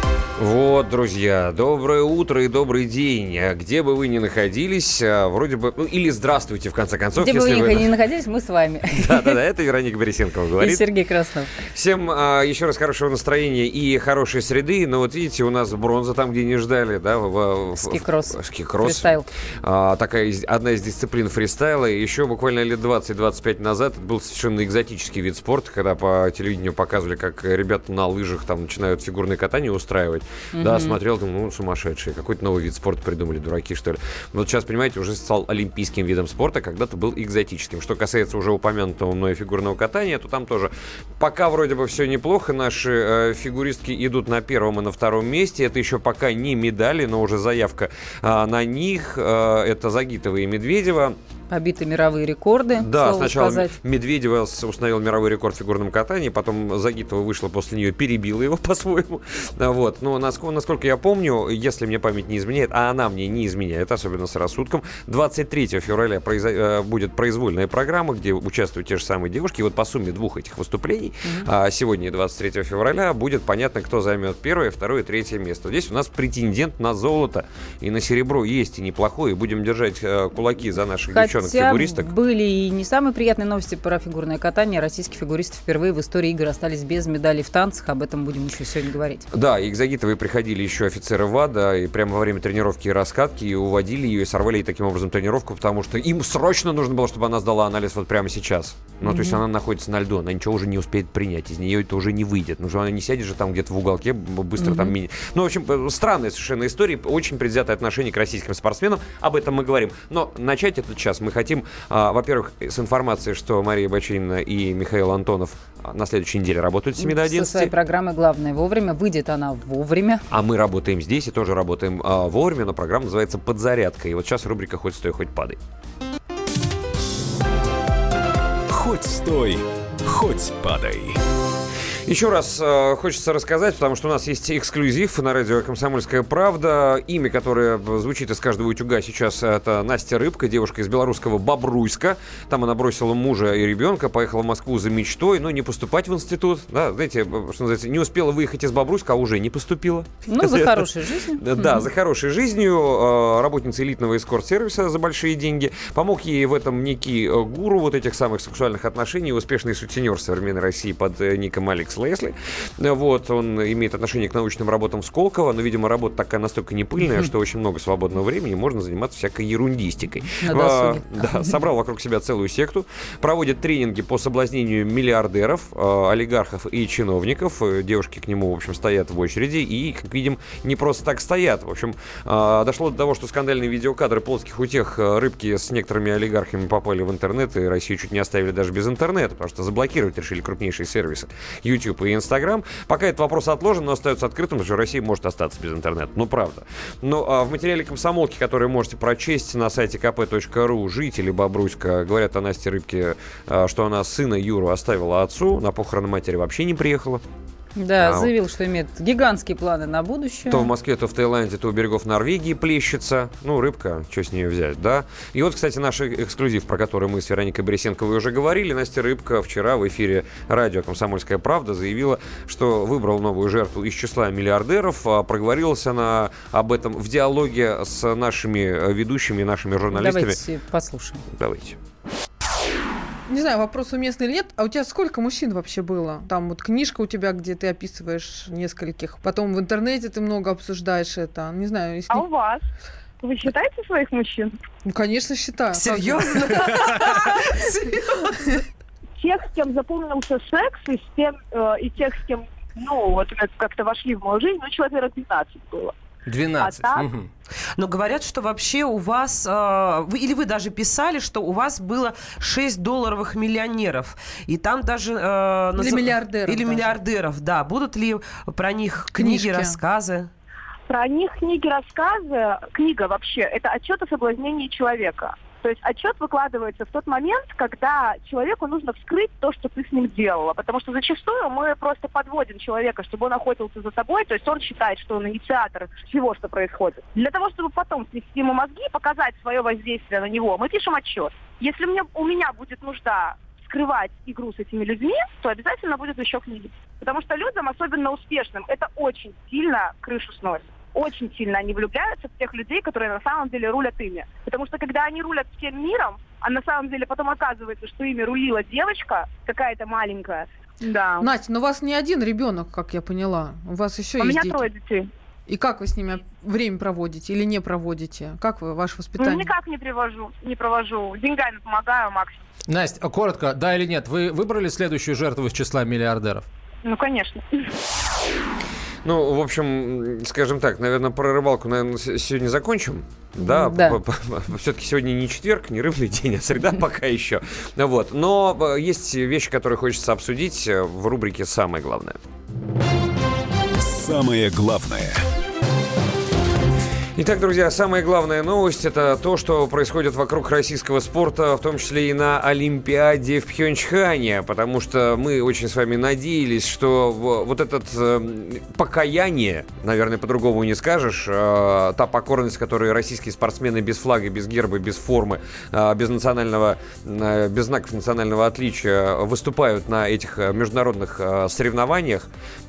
Вот, друзья, доброе утро и добрый день. Где бы вы ни находились, вроде бы... Ну, или здравствуйте, в конце концов. Где бы вы вы... ни находились, мы с вами. Да-да-да, это Вероника Борисенкова говорит. И Сергей Краснов. Всем а, еще раз хорошего настроения и хорошей среды. Но вот видите, у нас бронза там, где не ждали, да? В, в, Ски-кросс. Ски-кросс. Фристайл. А, такая из, одна из дисциплин фристайла. Еще буквально лет двадцать-двадцать пять назад это был совершенно экзотический вид спорта, когда по телевидению показывали, как ребята на лыжах там начинают фигурное катание устраивать. Mm-hmm. Да, смотрел, думаю, ну, сумасшедшие. Какой-то новый вид спорта придумали, дураки, что ли. Вот сейчас, понимаете, уже стал олимпийским видом спорта, когда-то был экзотическим. Что касается уже упомянутого мной фигурного катания, то там тоже пока вроде бы все неплохо. Наши э, фигуристки идут на первом и на втором месте. Это еще пока не медали, но уже заявка э, на них. Э, это Загитова и Медведева. Побиты мировые рекорды. Да, сначала сказать. Медведева установил мировой рекорд в фигурном катании, потом Загитова вышла после нее, перебила его по-своему. Вот. Но насколько, насколько я помню, если мне память не изменяет, а она мне не изменяет, особенно с рассудком, двадцать третьего февраля произо- будет произвольная программа, где участвуют те же самые девушки. И вот по сумме двух этих выступлений, mm-hmm. а сегодня, двадцать третьего февраля, будет понятно, кто займет первое, второе и третье место. Здесь у нас претендент на золото и на серебро есть, и неплохой. И будем держать э, кулаки за наших Хотя девчонок. Фигуристок. Были и не самые приятные новости про фигурное катание. Российские фигуристы впервые в истории игр остались без медалей в танцах. Об этом будем еще сегодня говорить. Да, и к Загитовой приходили еще офицеры ВАДА, и прямо во время тренировки и раскатки, и уводили ее, и сорвали ей таким образом тренировку, потому что им срочно нужно было, чтобы она сдала анализ вот прямо сейчас. Ну, mm-hmm. то есть она находится на льду, она ничего уже не успеет принять, из нее это уже не выйдет. Ну, что она не сядет же там где-то в уголке, быстро mm-hmm. там мини... Ну, в общем, странная совершенно история, очень предвзятое отношение к российским спортсменам, об этом мы говорим. Но начать этот час мы хотим... Во-первых, с информацией, что Мария Бачинина и Михаил Антонов на следующей неделе работают с семи до одиннадцати. Со своей программой «Главное вовремя». Выйдет она вовремя. А мы работаем здесь и тоже работаем а, вовремя, но программа называется «Подзарядка». И вот сейчас рубрика «Хоть стой, хоть падай». Хоть стой, хоть падай. Еще раз э, хочется рассказать, потому что у нас есть эксклюзив на радио «Комсомольская правда». Имя, которое звучит из каждого утюга сейчас, это Настя Рыбка, девушка из белорусского Бобруйска. Там она бросила мужа и ребенка, поехала в Москву за мечтой, но не поступать в институт. Да, знаете, что называется, не успела выехать из Бобруйска, а уже не поступила. Ну, за хорошей жизнью. Да, за хорошей жизнью. Работница элитного эскорт-сервиса за большие деньги. Помог ей в этом некий гуру вот этих самых сексуальных отношений, успешный сутенер современной России под ником Алекс Лесли. Вот, он имеет отношение к научным работам в Сколково, но, видимо, работа такая настолько непыльная, что очень много свободного времени, можно заниматься всякой ерундистикой. А, да, собрал вокруг себя целую секту, проводит тренинги по соблазнению миллиардеров, олигархов и чиновников. Девушки к нему, в общем, стоят в очереди и, как видим, не просто так стоят. В общем, дошло до того, что скандальные видеокадры плотских утех Рыбки с некоторыми олигархами попали в интернет, и Россию чуть не оставили даже без интернета, потому что заблокировать решили крупнейшие сервисы YouTube и Instagram. Пока этот вопрос отложен, но остается открытым, что Россия может остаться без интернета. Ну, правда. Но а, в материале «Комсомолки», который можете прочесть на сайте ка пэ точка ру, жители Бобруйска говорят о Насте Рыбке, а, что она сына Юру оставила отцу, на похороны матери вообще не приехала. Да, а, заявил, что имеет гигантские планы на будущее. То в Москве, то в Таиланде, то у берегов Норвегии плещется. Ну, Рыбка, что с нее взять, да? И вот, кстати, наш эксклюзив, про который мы с Вероникой Борисенковой уже говорили. Настя Рыбка вчера в эфире радио «Комсомольская правда» заявила, что выбрал новую жертву из числа миллиардеров. Проговорилась она об этом в диалоге с нашими ведущими, нашими журналистами. Давайте послушаем. Давайте. Не знаю, вопрос уместный или нет. А у тебя сколько мужчин вообще было? Там вот книжка у тебя, где ты описываешь нескольких. Потом в интернете ты много обсуждаешь это. Не знаю. Если... А у вас? Вы считаете своих мужчин? Ну, конечно, считаю. Серьезно? Серьезно? Тех, с кем запомнился секс, и, с тем, э, и тех, с кем, ну, вот как-то вошли в мою жизнь, ну, человек двенадцать было. двенадцать. А так, угу. Но говорят, что вообще у вас, э, вы, или вы даже писали, что у вас было шесть долларовых миллионеров. И там даже... Э, или наз... миллиардеров. Или даже. миллиардеров, да. Будут ли про них книги, Книжки. рассказы? Про них книги, рассказы. Книга вообще – это отчет о соблазнении человека. То есть отчет выкладывается в тот момент, когда человеку нужно вскрыть то, что ты с ним делала. Потому что зачастую мы просто подводим человека, чтобы он охотился за тобой. То есть он считает, что он инициатор всего, что происходит. Для того, чтобы потом снести ему мозги, показать свое воздействие на него, мы пишем отчет. Если мне, у меня будет нужда скрывать игру с этими людьми, то обязательно будет еще книги. Потому что людям, особенно успешным, это очень сильно крышу сносит. Очень сильно они влюбляются в тех людей, которые на самом деле рулят ими. Потому что когда они рулят всем миром, а на самом деле потом оказывается, что ими рулила девочка какая-то маленькая. Да. Настя, но у вас не один ребенок, как я поняла. У вас еще у есть меня дети. трое детей. И как вы с ними время проводите или не проводите? Как вы, ваше воспитание? Ну, никак не привожу, не провожу. Деньгами помогаю максимум. Настя, коротко, да или нет, вы выбрали следующую жертву из числа миллиардеров? Ну, конечно. Ну, в общем, скажем так, наверное, про рыбалку, наверное, сегодня закончим. Да, да. Все-таки сегодня не четверг, не рыбный день, а среда пока еще. Вот. Но есть вещи, которые хочется обсудить в рубрике «Самое главное». Самое главное. Итак, друзья, самая главная новость – это то, что происходит вокруг российского спорта, в том числе и на Олимпиаде в Пхенчхане, потому что мы очень с вами надеялись, что вот это э, покаяние, наверное, по-другому не скажешь, э, та покорность, которую российские спортсмены без флага, без герба, без формы, э, без национального, э, без знаков национального отличия выступают на этих международных э, соревнованиях,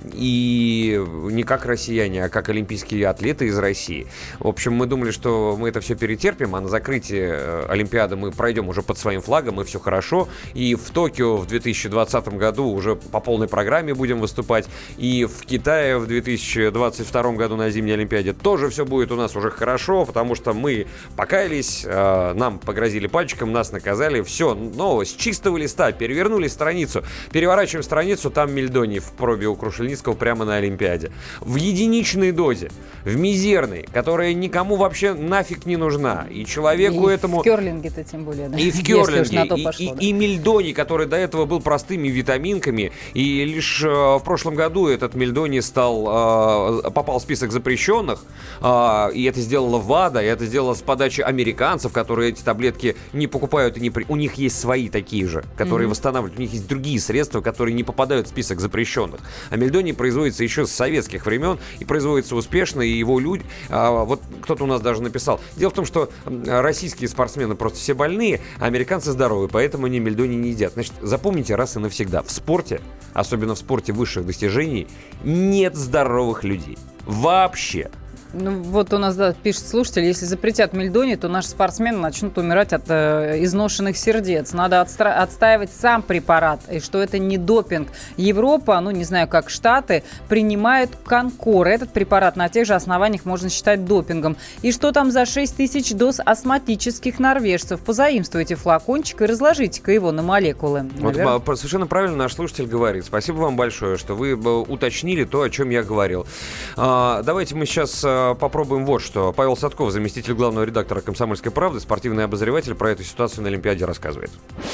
и не как россияне, а как олимпийские атлеты из России. В общем, мы думали, что мы это все перетерпим, а на закрытии Олимпиады мы пройдем уже под своим флагом, и все хорошо. И в Токио в две тысячи двадцатом году уже по полной программе будем выступать. И в Китае в две тысячи двадцать втором году на зимней Олимпиаде тоже все будет у нас уже хорошо, потому что мы покаялись, нам погрозили пальчиком, нас наказали. Все, новость, с чистого листа, перевернули страницу. Переворачиваем страницу, там Мельдоний в пробе у Крушельницкого прямо на Олимпиаде. В единичной дозе, в мизерной, которая никому вообще нафиг не нужна. И человеку и этому... в керлинге-то тем более, да. И в керлинге. И, пошло, и, да. и Мельдоний, который до этого был простыми витаминками. И лишь э, в прошлом году этот Мельдоний стал, э, попал в список запрещенных. Э, и это сделала ВАДА. И это сделала с подачи американцев, которые эти таблетки не покупают. И не при... У них есть свои такие же, которые mm-hmm. восстанавливают. У них есть другие средства, которые не попадают в список запрещенных. А Мельдоний производится еще с советских времен. И производится успешно. И его люди... Э, Вот кто-то у нас даже написал. Дело в том, что российские спортсмены просто все больные, а американцы здоровые, поэтому они Мельдоний не едят. Значит, запомните раз и навсегда. В спорте, особенно в спорте высших достижений, нет здоровых людей. Вообще. Ну, вот у нас, да, пишет слушатель, если запретят Мельдоний, то наши спортсмены начнут умирать от э, изношенных сердец. Надо отстра- отстаивать сам препарат, и что это не допинг. Европа, ну, не знаю, как Штаты, принимают Конкор. Этот препарат на тех же основаниях можно считать допингом. И что там за шесть тысяч доз астматических норвежцев? Позаимствуйте флакончик и разложите-ка его на молекулы. Вот, совершенно правильно наш слушатель говорит. Спасибо вам большое, что вы уточнили то, о чем я говорил. А, давайте мы сейчас... попробуем вот что. Павел Садков, заместитель главного редактора «Комсомольской правды», спортивный обозреватель, про эту ситуацию на Олимпиаде рассказывает.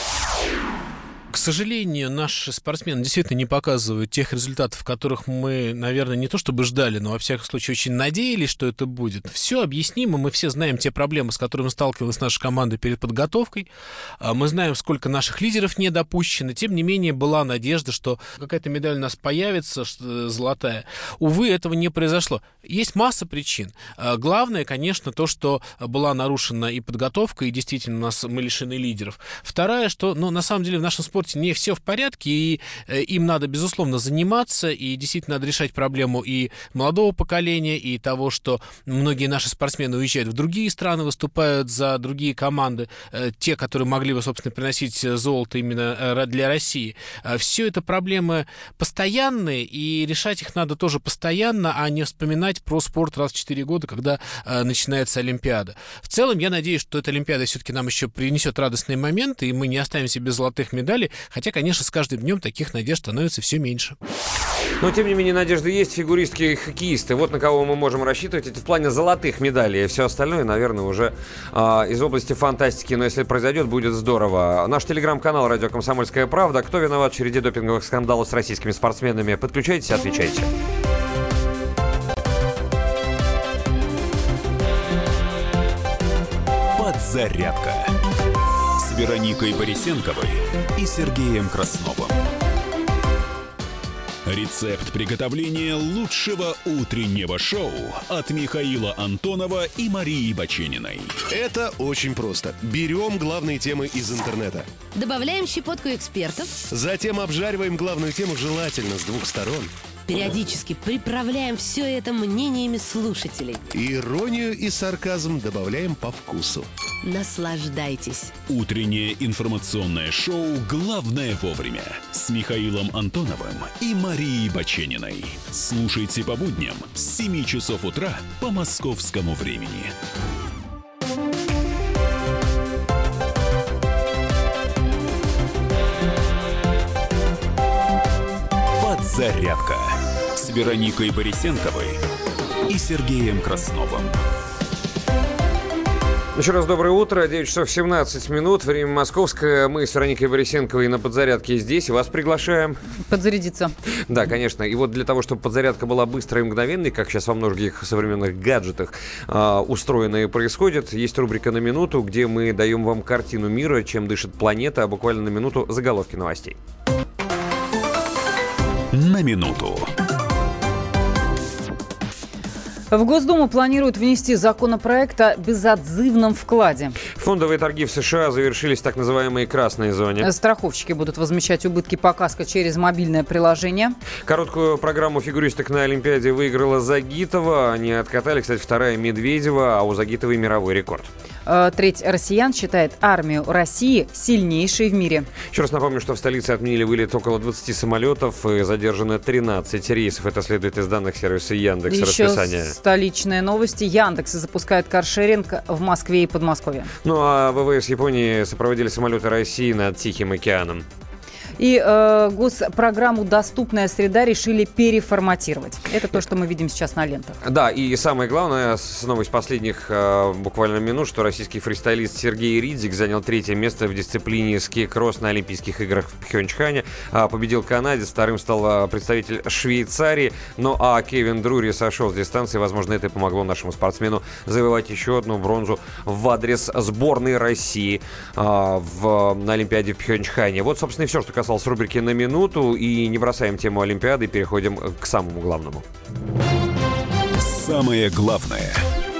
К сожалению, наши спортсмены действительно не показывают тех результатов, которых мы, наверное, не то чтобы ждали, но, во всяком случае, очень надеялись, что это будет. Все объяснимо, мы все знаем те проблемы, с которыми сталкивалась наша команда перед подготовкой. Мы знаем, сколько наших лидеров не допущено. Тем не менее, была надежда, что какая-то медаль у нас появится, золотая. Увы, этого не произошло. Есть масса причин. Главное, конечно, то, что была нарушена и подготовка, и действительно у нас мы лишены лидеров. Вторая, что, ну, на самом деле, в нашем спорте не все в порядке, и э, им надо, безусловно, заниматься, и действительно надо решать проблему и молодого поколения, и того, что многие наши спортсмены уезжают в другие страны, выступают за другие команды, э, те, которые могли бы, собственно, приносить золото именно э, для России. Э, все это проблемы постоянные, и решать их надо тоже постоянно, а не вспоминать про спорт раз в четыре года, когда э, начинается Олимпиада. В целом, я надеюсь, что эта Олимпиада все-таки нам еще принесет радостные моменты, и мы не останемся без золотых медалей. Хотя, конечно, с каждым днем таких надежд становится все меньше. Но, тем не менее, надежды есть. Фигуристки и хоккеисты. Вот на кого мы можем рассчитывать. Это в плане золотых медалей. Все остальное, наверное, уже а, из области фантастики. Но если произойдет, будет здорово. Наш телеграм-канал «Радио Комсомольская правда». Кто виноват в череде допинговых скандалов с российскими спортсменами? Подключайтесь, отвечайте. Подзарядка с Вероникой Борисенковой и Сергеем Красновым. Рецепт приготовления лучшего утреннего шоу от Михаила Антонова и Марии Бачениной. Это очень просто. Берем главные темы из интернета. Добавляем щепотку экспертов. Затем обжариваем главную тему желательно с двух сторон. Периодически приправляем все это мнениями слушателей. Иронию и сарказм добавляем по вкусу. Наслаждайтесь. Утреннее информационное шоу «Главное вовремя» с Михаилом Антоновым и Марией Бачениной. Слушайте по будням с семи часов утра по московскому времени. Подзарядка с Вероникой Борисенковой и Сергеем Красновым. Еще раз доброе утро. девять часов семнадцать минут. Время московское. Мы с Вероникой Борисенковой на подзарядке здесь. Вас приглашаем. Подзарядиться. Да, конечно. И вот для того, чтобы подзарядка была быстрой и мгновенной, как сейчас во многих современных гаджетах э, устроено и происходит, есть рубрика «На минуту», где мы даем вам картину мира, чем дышит планета, а буквально на минуту заголовки новостей. На минуту. В Госдуму планируют внести законопроект о безотзывном вкладе. Фондовые торги в США завершились в так называемой красной зоне. Страховщики будут возмещать убытки по каско через мобильное приложение. Короткую программу фигуристок на Олимпиаде выиграла Загитова. Они откатали, кстати, вторая Медведева, а у Загитовой мировой рекорд. Треть россиян считает армию России сильнейшей в мире. Еще раз напомню, что в столице отменили вылет около двадцати самолетов и задержано тринадцать рейсов. Это следует из данных сервиса Яндекс. Еще расписания. Столичные новости. Яндекс запускает каршеринг в Москве и Подмосковье. Ну а ВВС Японии сопроводили самолеты России над Тихим океаном. И э, госпрограмму «Доступная среда» решили переформатировать. Это то, что мы видим сейчас на лентах. Да, и самое главное, с новость последних э, буквально минут, что российский фристайлист Сергей Ридзик занял третье место в дисциплине ски-кросс на Олимпийских играх в Пхенчхане. Э, победил канадец, вторым стал э, представитель Швейцарии. Ну а Кевин Друри сошел с дистанции. Возможно, это и помогло нашему спортсмену завоевать еще одну бронзу в адрес сборной России э, в, на Олимпиаде в Пхенчхане. Вот, собственно, и все, что касалось с рубрики «На минуту», и не бросаем тему Олимпиады, переходим к самому главному. Самое главное.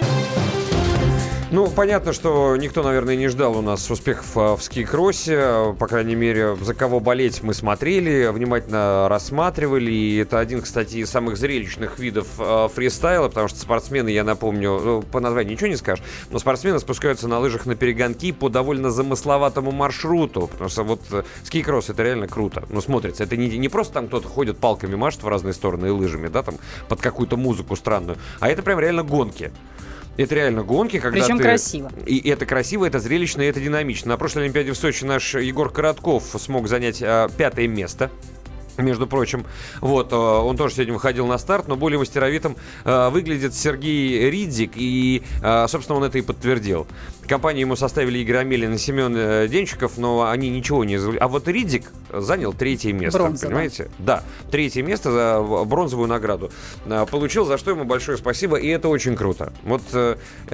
Ну, понятно, что никто, наверное, не ждал у нас успехов в ски-кроссе. По крайней мере, за кого болеть мы смотрели, внимательно рассматривали. И это один, кстати, из самых зрелищных видов фристайла, потому что спортсмены, я напомню, по названию ничего не скажешь, но спортсмены спускаются на лыжах на перегонки по довольно замысловатому маршруту. Потому что вот ски-кросс — это реально круто. Ну, смотрится, это не, не просто там кто-то ходит, палками машет в разные стороны и лыжами, да, там, под какую-то музыку странную, а это прям реально гонки. Это реально гонки, когда Причем ты... красиво. И это красиво, это зрелищно, и это динамично. На прошлой Олимпиаде в Сочи наш Егор Коротков смог занять а, пятое место. Между прочим, вот, он тоже сегодня выходил на старт, но более мастеровитым э, выглядит Сергей Ридзик, и, э, собственно, он это и подтвердил. Компанию ему составили Игорь Амелин и Семен э, Денчиков, но они ничего не... А вот Ридзик занял третье место, Бронза, понимаете? Да, третье место за бронзовую награду э, получил, за что ему большое спасибо, и это очень круто. Вот... Э,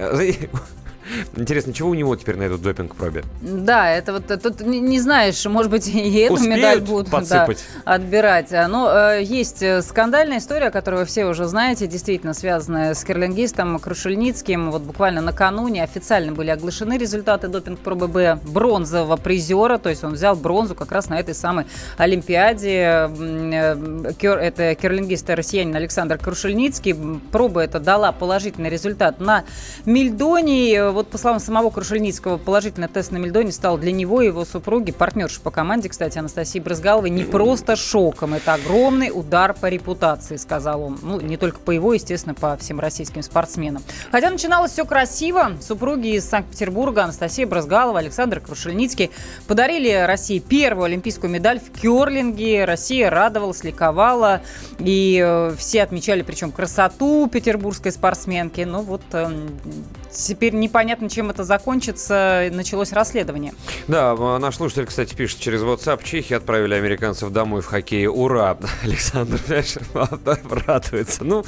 Интересно, чего у него теперь на этот допинг-пробе? Да, это вот тут не, не знаешь, может быть, и эту Успеют медаль будут да, отбирать. Но э, есть скандальная история, которую вы все уже знаете, действительно связанная с керлингистом Крушельницким. Вот буквально накануне официально были оглашены результаты допинг-пробы Б бронзового призера, то есть он взял бронзу как раз на этой самой Олимпиаде. Кер, это керлингист-россиянин Александр Крушельницкий. Проба эта дала положительный результат на мельдоне. Вот по словам самого Крушельницкого, положительный тест на мельдоне стал для него и его супруги, партнерши по команде, кстати, Анастасии Брызгаловой, не просто шоком. Это огромный удар по репутации, сказал он. Ну, не только по его, естественно, по всем российским спортсменам. Хотя начиналось все красиво. Супруги из Санкт-Петербурга, Анастасия Брызгалова, Александр Крушельницкий, подарили России первую олимпийскую медаль в керлинге. Россия радовалась, ликовала. И э, все отмечали, причем, красоту петербургской спортсменки. Ну вот... Э, теперь непонятно, чем это закончится. Началось расследование. Да, наш слушатель, кстати, пишет через WhatsApp: Чехи отправили американцев домой в хоккее. Ура! Александр, понимаешь, радуется. Ну,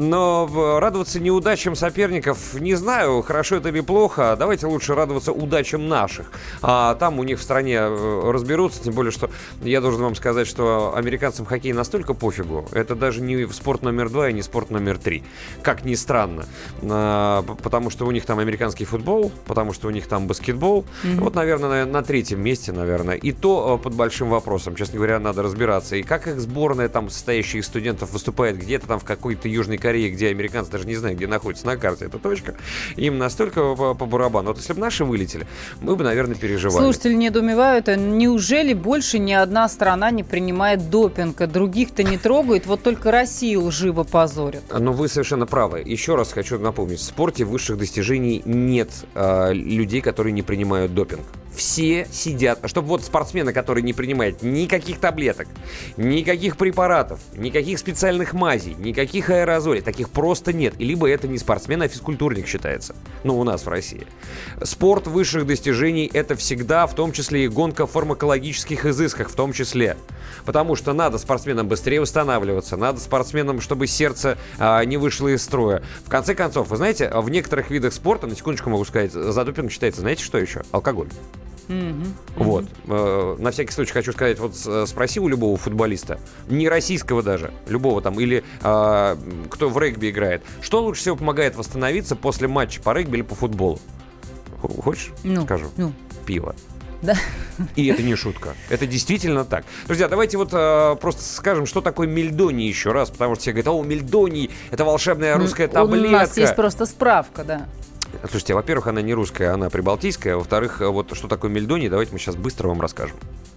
но радоваться неудачам соперников, не знаю, хорошо это или плохо. Давайте лучше радоваться удачам наших. А там у них в стране разберутся. Тем более, что я должен вам сказать, что американцам хоккей настолько пофигу. Это даже не спорт номер два и не спорт номер три. Как ни странно. А, потому что у них там американский футбол, потому что у них там баскетбол. Mm-hmm. Вот, наверное, на, на третьем месте, наверное. И то под большим вопросом. Честно говоря, надо разбираться. И как их сборная, там, состоящая из студентов, выступает где-то там в какой-то Южной Корее, где американцы даже не знают, где находится на карте эта точка. Им настолько по, по барабану. Вот если бы наши вылетели, мы бы, наверное, переживали. Слушатели недоумевают, а неужели больше ни одна страна не принимает допинга? Других-то не трогают, вот только Россию лживо позорят. Но вы совершенно правы. Еще раз хочу напомнить. В спорте высших достижений нет э, людей, которые не принимают допинг. Все сидят, чтобы вот спортсмены, которые не принимают никаких таблеток, никаких препаратов, никаких специальных мазей, никаких аэрозолей, таких просто нет. И либо это не спортсмен, а физкультурник считается. Ну, у нас в России. Спорт высших достижений — это всегда, в том числе и гонка в фармакологических изысках, в том числе. Потому что надо спортсменам быстрее восстанавливаться, надо спортсменам, чтобы сердце а, не вышло из строя. В конце концов, вы знаете, в некоторых видах спорта, на секундочку могу сказать, за допинг считается, знаете, что еще? Алкоголь. Mm-hmm. Вот. Mm-hmm. На всякий случай хочу сказать, вот спроси у любого футболиста, не российского даже, любого там, или а, кто в регби играет, что лучше всего помогает восстановиться после матча по регби или по футболу? Хочешь? Ну, скажу. Ну. Пиво. Да. И это не шутка. Это действительно так. Друзья, давайте вот э, просто скажем, что такое мельдоний еще раз, потому что все говорят: о, мельдоний, это волшебная русская таблетка. У нас есть просто справка, да. Слушайте, во-первых, она не русская, она прибалтийская. А во-вторых, вот что такое мельдоний, давайте мы сейчас быстро вам расскажем.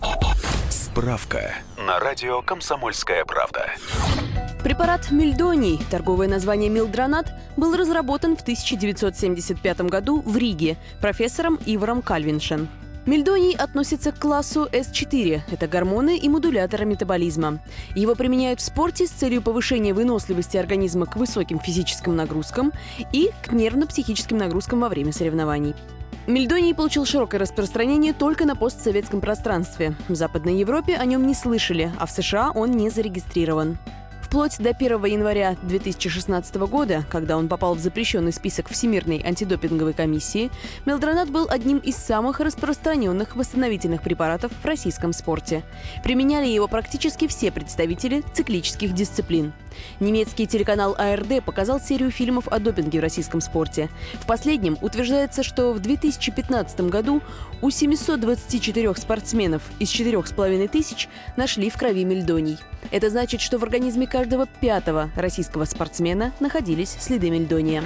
Справка на радио «Комсомольская правда». Препарат мельдоний, торговое название милдронат, был разработан в тысяча девятьсот семьдесят пятом году в Риге профессором Ивором Кальвиншем. Мельдоний относится к классу эс четыре. Это гормоны и модуляторы метаболизма. Его применяют в спорте с целью повышения выносливости организма к высоким физическим нагрузкам и к нервно-психическим нагрузкам во время соревнований. Мельдоний получил широкое распространение только на постсоветском пространстве. В Западной Европе о нем не слышали, а в США он не зарегистрирован. Вплоть до первого января две тысячи шестнадцатого года, когда он попал в запрещенный список Всемирной антидопинговой комиссии, мелдронат был одним из самых распространенных восстановительных препаратов в российском спорте. Применяли его практически все представители циклических дисциплин. Немецкий телеканал а эр дэ показал серию фильмов о допинге в российском спорте. В последнем утверждается, что в две тысячи пятнадцатом году у семисот двадцати четырёх спортсменов из четырёх с половиной тысяч нашли в крови мельдоний. Это значит, что в организме каждого пятого российского спортсмена находились следы мельдония.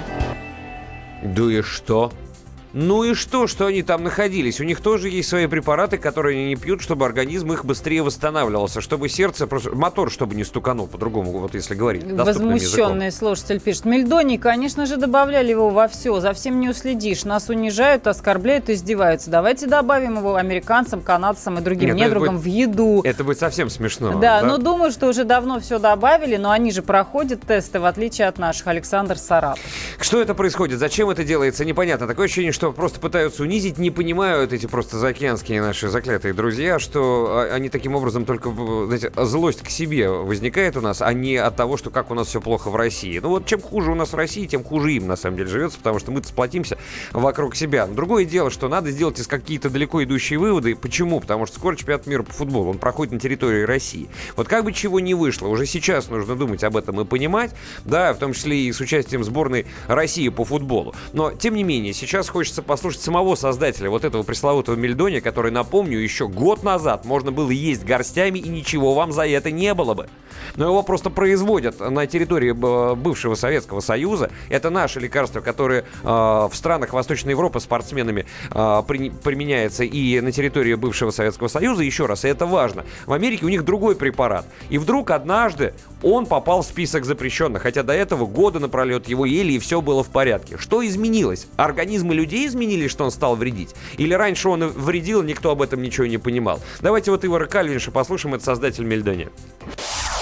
Да и что? Ну и что, что они там находились? У них тоже есть свои препараты, которые они не пьют, чтобы организм их быстрее восстанавливался, чтобы сердце, просто мотор, чтобы не стуканул, по-другому, вот если говорить. Возмущенный слушатель пишет: мельдоний, конечно же, добавляли его во все, за всем не уследишь. Нас унижают, оскорбляют, издеваются. Давайте добавим его американцам, канадцам и другим Нет, недругам будет, в еду. Это будет совсем смешно. Да, да, но думаю, что уже давно все добавили, но они же проходят тесты, в отличие от наших. Александр Саратов. Что это происходит? Зачем это делается? Непонятно. Такое ощущение, что просто пытаются унизить, не понимают эти просто заокеанские наши заклятые друзья, что они таким образом только, знаете, злость к себе возникает у нас, а не от того, что как у нас все плохо в России. Ну вот чем хуже у нас в России, тем хуже им на самом деле живется, потому что мы-то сплотимся вокруг себя. Но другое дело, что надо сделать из какие-то далеко идущие выводы. Почему? Потому что скоро чемпионат мира по футболу, он проходит на территории России. Вот как бы чего не вышло, уже сейчас нужно думать об этом и понимать, да, в том числе и с участием сборной России по футболу. Но, тем не менее, сейчас хочется послушать самого создателя вот этого пресловутого мельдония, который, напомню, еще год назад можно было есть горстями, и ничего вам за это не было бы. Но его просто производят на территории бывшего Советского Союза. Это наше лекарство, которое э, в странах Восточной Европы спортсменами э, при, применяется и на территории бывшего Советского Союза. Еще раз, и это важно. В Америке у них другой препарат. И вдруг однажды он попал в список запрещенных, хотя до этого года напролет его ели, и все было в порядке. Что изменилось? Организмы людей изменились, что он стал вредить? Или раньше он вредил, никто об этом ничего не понимал? Давайте вот Ивара Кальвинша послушаем, это создатель мельдония.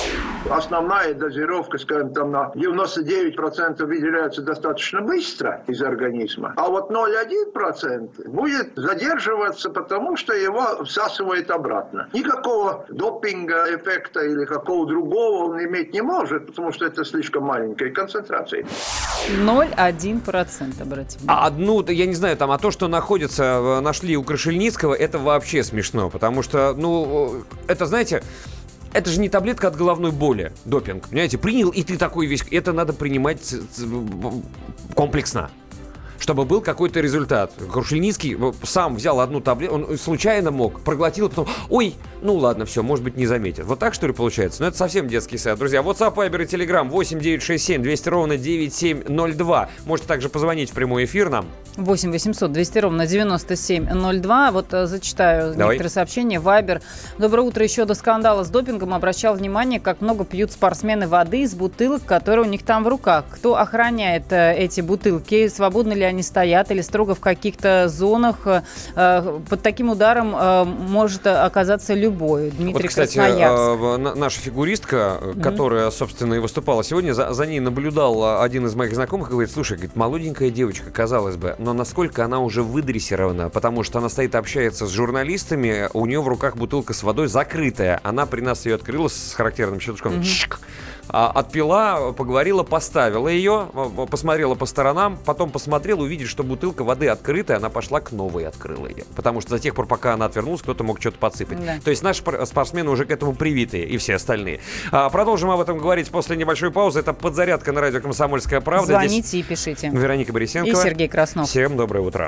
основная дозировка, скажем, там на девяносто девять процентов выделяется достаточно быстро из организма, а вот ноль целых один десятых процента будет задерживаться, потому что его всасывает обратно. Никакого допинга эффекта или какого другого он иметь не может, потому что это слишком маленькая концентрация. ноль целых один процент, обратите внимание. А одну, я не знаю, там, а то, что находится, нашли у Крушельницкого, это вообще смешно, потому что, ну, это, знаете... Это же не таблетка от головной боли, допинг, понимаете? Принял, и ты такой весь... Это надо принимать комплексно, чтобы был какой-то результат. Крушельницкий сам взял одну таблетку, он случайно мог, проглотил, потом, ой, ну ладно, все, может быть, не заметит. Вот так, что ли, получается? Ну, это совсем детский сад. Друзья, WhatsApp, Viber и Telegram восемь девятьсот шестьдесят семь двести ровно девяносто семь ноль два. Можете также позвонить в прямой эфир нам. восемь восемьсот двести ровно девяносто семь ноль два. Вот зачитаю Давай. некоторые сообщения. Вайбер. Доброе утро. Еще до скандала с допингом обращал внимание, как много пьют спортсмены воды из бутылок, которые у них там в руках. Кто охраняет э, эти бутылки? Свободно ли они стоят или строго в каких-то зонах? Э, под таким ударом э, может оказаться любой. Дмитрий Вот, кстати, Красноярск. э, наша фигуристка, mm-hmm. которая, собственно, и выступала сегодня, за, за ней наблюдал один из моих знакомых и говорит, слушай, говорит, молоденькая девочка, казалось бы, но насколько она уже выдрессирована, потому что она стоит, общается с журналистами, у нее в руках бутылка с водой закрытая. Она при нас ее открыла с характерным щелчком. Mm-hmm. Отпила, поговорила, поставила ее, посмотрела по сторонам, потом посмотрела, увидела, что бутылка воды открытая, она пошла к новой, открыла ее. Потому что до тех пор, пока она отвернулась, кто-то мог что-то подсыпать. Да. То есть наши спортсмены уже к этому привитые, и все остальные. Продолжим об этом говорить после небольшой паузы. Это подзарядка на радио «Комсомольская правда». Звоните Здесь и пишите. Вероника Борисенкова и Сергей Краснов. Всем доброе утро.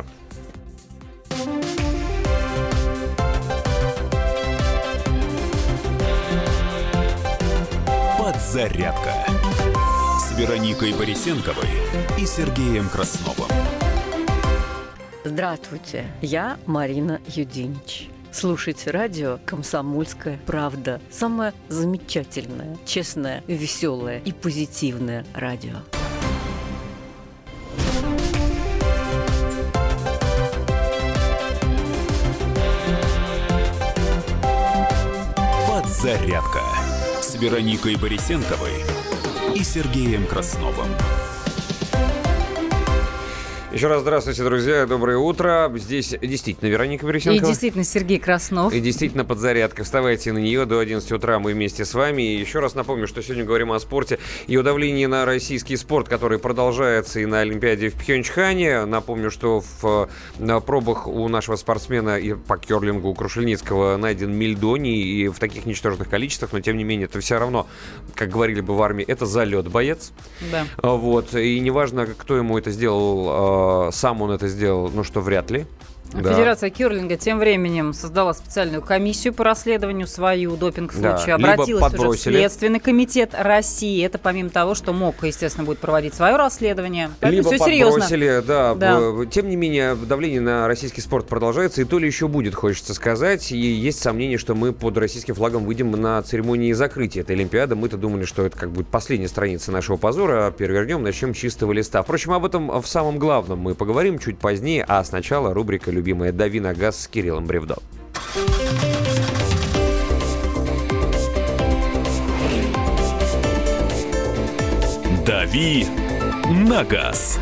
Подзарядка с Вероникой Борисенковой и Сергеем Красновым. Здравствуйте, я Марина Юдинич. Слушайте радио «Комсомольская правда». Самое замечательное, честное, веселое и позитивное радио. Подзарядка с Вероникой Борисенковой и Сергеем Красновым. Еще раз здравствуйте, друзья, доброе утро. Здесь действительно Вероника Борисенкова. И действительно Сергей Краснов. И действительно подзарядка. Вставайте на нее до одиннадцати утра, мы вместе с вами. И еще раз напомню, что сегодня говорим о спорте и о давлении на российский спорт, который продолжается и на Олимпиаде в Пхенчхане. Напомню, что в на пробах у нашего спортсмена и по керлингу Крушельницкого найден мельдоний, и в таких ничтожных количествах, но тем не менее, это все равно, как говорили бы в армии, это залет боец. Да. Вот. И неважно, кто ему это сделал, сам он это сделал, ну что, вряд ли. Федерация да. керлинга тем временем создала специальную комиссию по расследованию свою допинг-случая. Да. Обратилась уже в Следственный комитет России. Это помимо того, что МОК, естественно, будет проводить свое расследование. Поэтому Либо все подбросили, серьезно. Да, да. Тем не менее, давление на российский спорт продолжается, и то ли еще будет, хочется сказать. И есть сомнение, что мы под российским флагом выйдем на церемонии закрытия этой Олимпиады. Мы-то думали, что это как будет последняя страница нашего позора. Перевернем, начнем с чистого листа. Впрочем, об этом в самом главном мы поговорим чуть позднее, а сначала рубрика «Любимая «Дави на газ» с Кириллом Бревдо». «Дави на газ».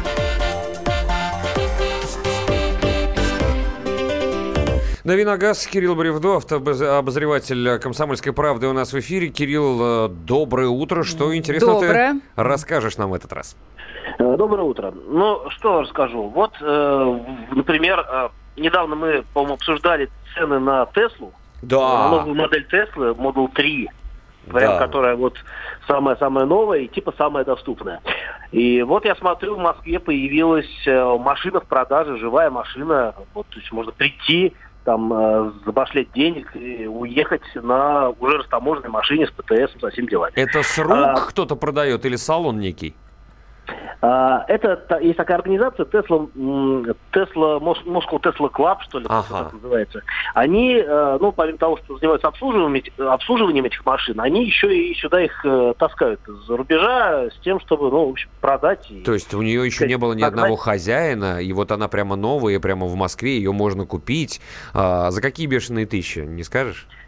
«Дави на газ», Кирилл Бревдо, автообозреватель «Комсомольской правды» у нас в эфире. Кирилл, доброе утро. Что интересно доброе. Ты расскажешь нам в этот раз? Доброе утро. Ну, что расскажу. Вот, э, например, э, недавно мы, по-моему, обсуждали цены на Теслу. Да. Новую модель Теслы, Model три. Вариант, да. Которая вот самая-самая новая и типа самая доступная. И вот я смотрю, в Москве появилась машина в продаже, живая машина. Вот, то есть можно прийти, там, э, забашлять денег и уехать на уже растаможенной машине с ПТСом, со всеми делами. Это с рук а, кто-то продает или салон некий? Это есть такая организация Tesla, Tesla Moscow Tesla Club, что ли, ага. так называется. Они, ну, помимо того, что занимаются обслуживанием, обслуживанием этих машин, они еще и сюда их таскают из-за рубежа с тем, чтобы, ну, в общем, продать. И, то есть у нее еще не было ни продать. Одного хозяина, и вот она прямо новая, прямо в Москве, ее можно купить. А, за какие бешеные тысячи, не скажешь?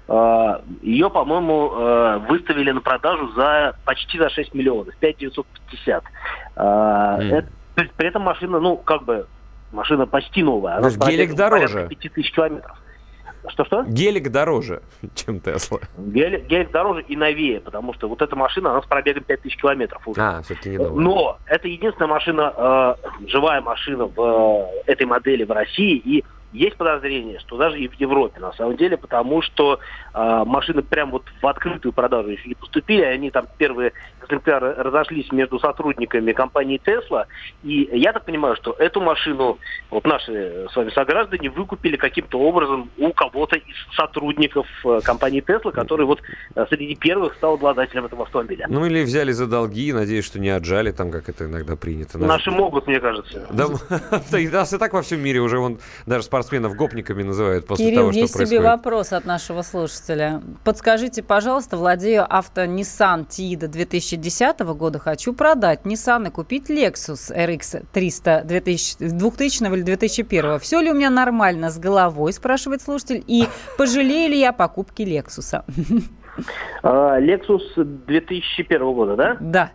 ее, по-моему, выставили на продажу за почти за шесть миллионов, пять тысяч девятьсот пятьдесят. Mm. Это, то есть, при этом машина, ну, как бы, машина почти новая. Она гелик дороже. пять тысяч километров. Что-что? Гелик дороже, чем Тесла. Гелик, гелик дороже и новее, потому что вот эта машина, она с пробегом пять тысяч километров уже. А, все-таки не новая. Но это единственная машина, э, живая машина в э, этой модели в России, и есть подозрение, что даже и в Европе, на самом деле, потому что э, машины прям вот в открытую продажу еще не поступили. Они там первые экземпляры разошлись между сотрудниками компании Tesla. И я так понимаю, что эту машину вот наши с вами сограждане выкупили каким-то образом у кого-то из сотрудников э, компании Tesla, который вот э, среди первых стал обладателем этого автомобиля. Ну или взяли за долги, надеюсь, что не отжали, там, как это иногда принято. Наши могут, мне кажется. Да, нас и так во всем мире уже вон даже спортсмены спортсменов гопниками называют после Кирилл, того, что есть происходит. тебе вопрос от нашего слушателя. Подскажите, пожалуйста, владею авто Nissan Tiida две тысячи десятого года, хочу продать Nissan и купить Lexus эр икс триста двухтысячного или две тысячи первого. Все ли у меня нормально с головой, спрашивает слушатель, и пожалею ли я о покупке Lexus? Lexus две тысячи первого года, да? Да.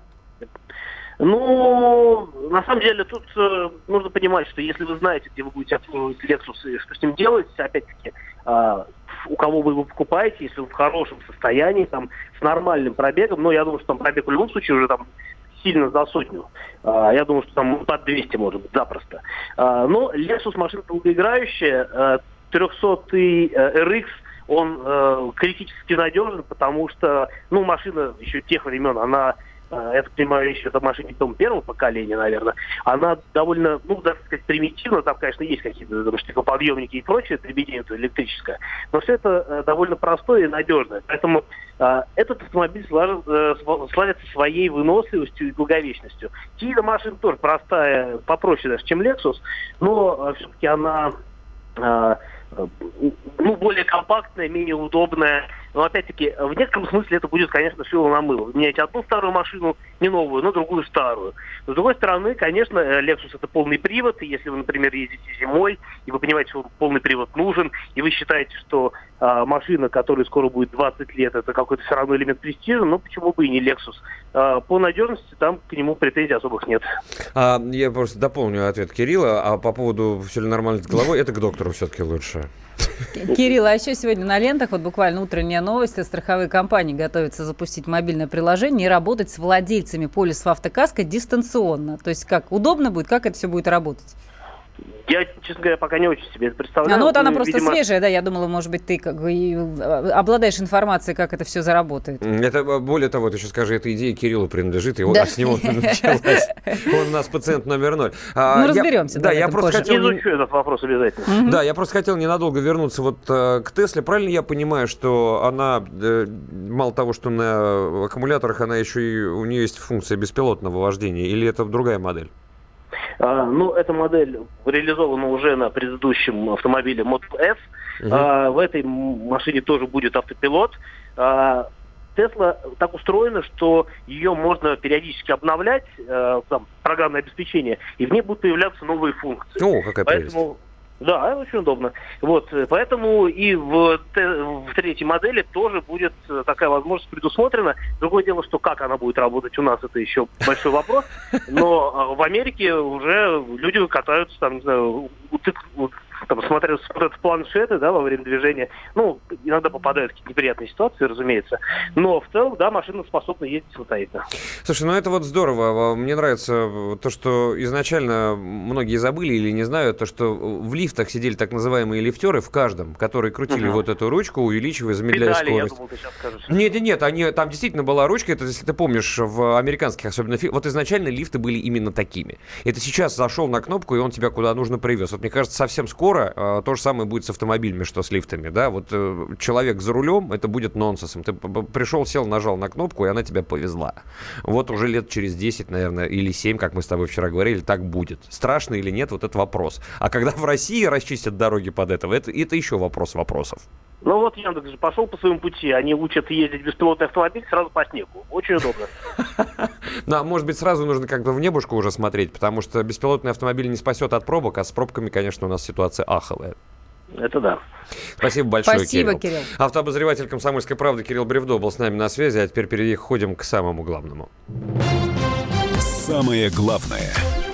Ну, на самом деле, тут э, нужно понимать, что если вы знаете, где вы будете обслуживать Lexus и что с ним делать, опять-таки, э, у кого вы его покупаете, если вы в хорошем состоянии, там, с нормальным пробегом, ну, я думаю, что там пробег в любом случае уже там сильно за сотню. Э, я думаю, что там под двести, может быть, запросто. Э, но Lexus машина долгоиграющая, э, трехсотый эр икс, он э, критически надежен, потому что, ну, машина еще тех времен, она... я так понимаю, еще это машина том первого поколения, наверное, она довольно, ну, так сказать, примитивна, там, конечно, есть какие-то штекоподъемники и прочее, требедение электрическое, но все это э, довольно простое и надежное. Поэтому э, этот автомобиль славит, э, славится своей выносливостью и долговечностью. Tiida машина тоже простая, попроще даже, чем Lexus, но э, все-таки она... Э, ну, более компактная, менее удобная. Но, опять-таки, в некотором смысле это будет, конечно, шило на мыло. Вы меняете одну старую машину, не новую, но другую старую. Но, с другой стороны, конечно, Lexus это полный привод. И если вы, например, ездите зимой, и вы понимаете, что полный привод нужен, и вы считаете, что а, машина, которой скоро будет двадцать лет, это какой-то все равно элемент престижа, ну, почему бы и не Lexus? А, по надежности там к нему претензий особых нет. А, я просто дополню ответ Кирилла. А по поводу все ли нормально с головой, это к доктору все-таки лучше. Кирилл, а еще сегодня на лентах, вот буквально утренняя новость, страховые компании готовятся запустить мобильное приложение и работать с владельцами полисов автокаска дистанционно. То есть как удобно будет, как это все будет работать? Я, честно говоря, пока не очень себе это представляю. А, ну вот она ну, просто видимо... свежая, да, я думала, может быть, ты как бы обладаешь информацией, как это все заработает. Это, более того, ты еще скажи, эта идея Кириллу принадлежит, его, да. а с него началась. Он у нас пациент номер ноль. Ну, разберемся. Да, я просто хотел... Изучу этот вопрос обязательно. Да, я просто хотел ненадолго вернуться вот к Тесле. Правильно я понимаю, что она, мало того, что на аккумуляторах, она еще и, у нее есть функция беспилотного вождения, или это другая модель? А, ну, эта модель реализована уже на предыдущем автомобиле Model S. Uh-huh. А, в этой машине тоже будет автопилот. А, Tesla так устроена, что ее можно периодически обновлять, а, там, программное обеспечение, и в ней будут появляться новые функции. О, какая прелесть. Поэтому... Да, очень удобно. Вот, поэтому и в, в третьей модели тоже будет такая возможность предусмотрена. Другое дело, что как она будет работать у нас, это еще большой вопрос. Но в Америке уже люди катаются, там, не знаю, там, смотрят, смотрят в планшеты, да, во время движения. Ну, иногда попадают в какие-то неприятные ситуации, разумеется. Но в целом, да, машина способна ездить самостоятельно. Слушай, ну это вот здорово. Мне нравится то, что изначально многие забыли или не знают, то, что в лифтах сидели так называемые лифтеры в каждом, которые крутили uh-huh. вот эту ручку, увеличивая, замедляя Педали, скорость. Я думал, ты сейчас скажешь. Нет, нет, нет, они, там действительно была ручка, это, если ты помнишь, в американских особенно фильмах, вот изначально лифты были именно такими. Это сейчас зашел на кнопку, и он тебя куда нужно привез. Вот мне кажется, совсем скоро Скоро то же самое будет с автомобилями, что с лифтами, да, вот э, человек за рулем, это будет нонсенсом, ты пришел, сел, нажал на кнопку, и она тебя повезла. Вот уже лет через десять, наверное, или семь, как мы с тобой вчера говорили, так будет. Страшно или нет, вот это вопрос. А когда в России расчистят дороги под этого, это, это еще вопрос вопросов. Ну вот Яндекс же пошел по своему пути, они учат ездить беспилотный автомобиль сразу по снегу. Очень удобно. Да, может быть, сразу нужно как-то в небушку уже смотреть, потому что беспилотный автомобиль не спасет от пробок, а с пробками, конечно, у нас ситуация аховая. Это да. Спасибо большое, Спасибо, Кирилл. Кирилл. Автообозреватель «Комсомольской правды» Кирилл Бревдо был с нами на связи, а теперь переходим к самому главному. Самое главное.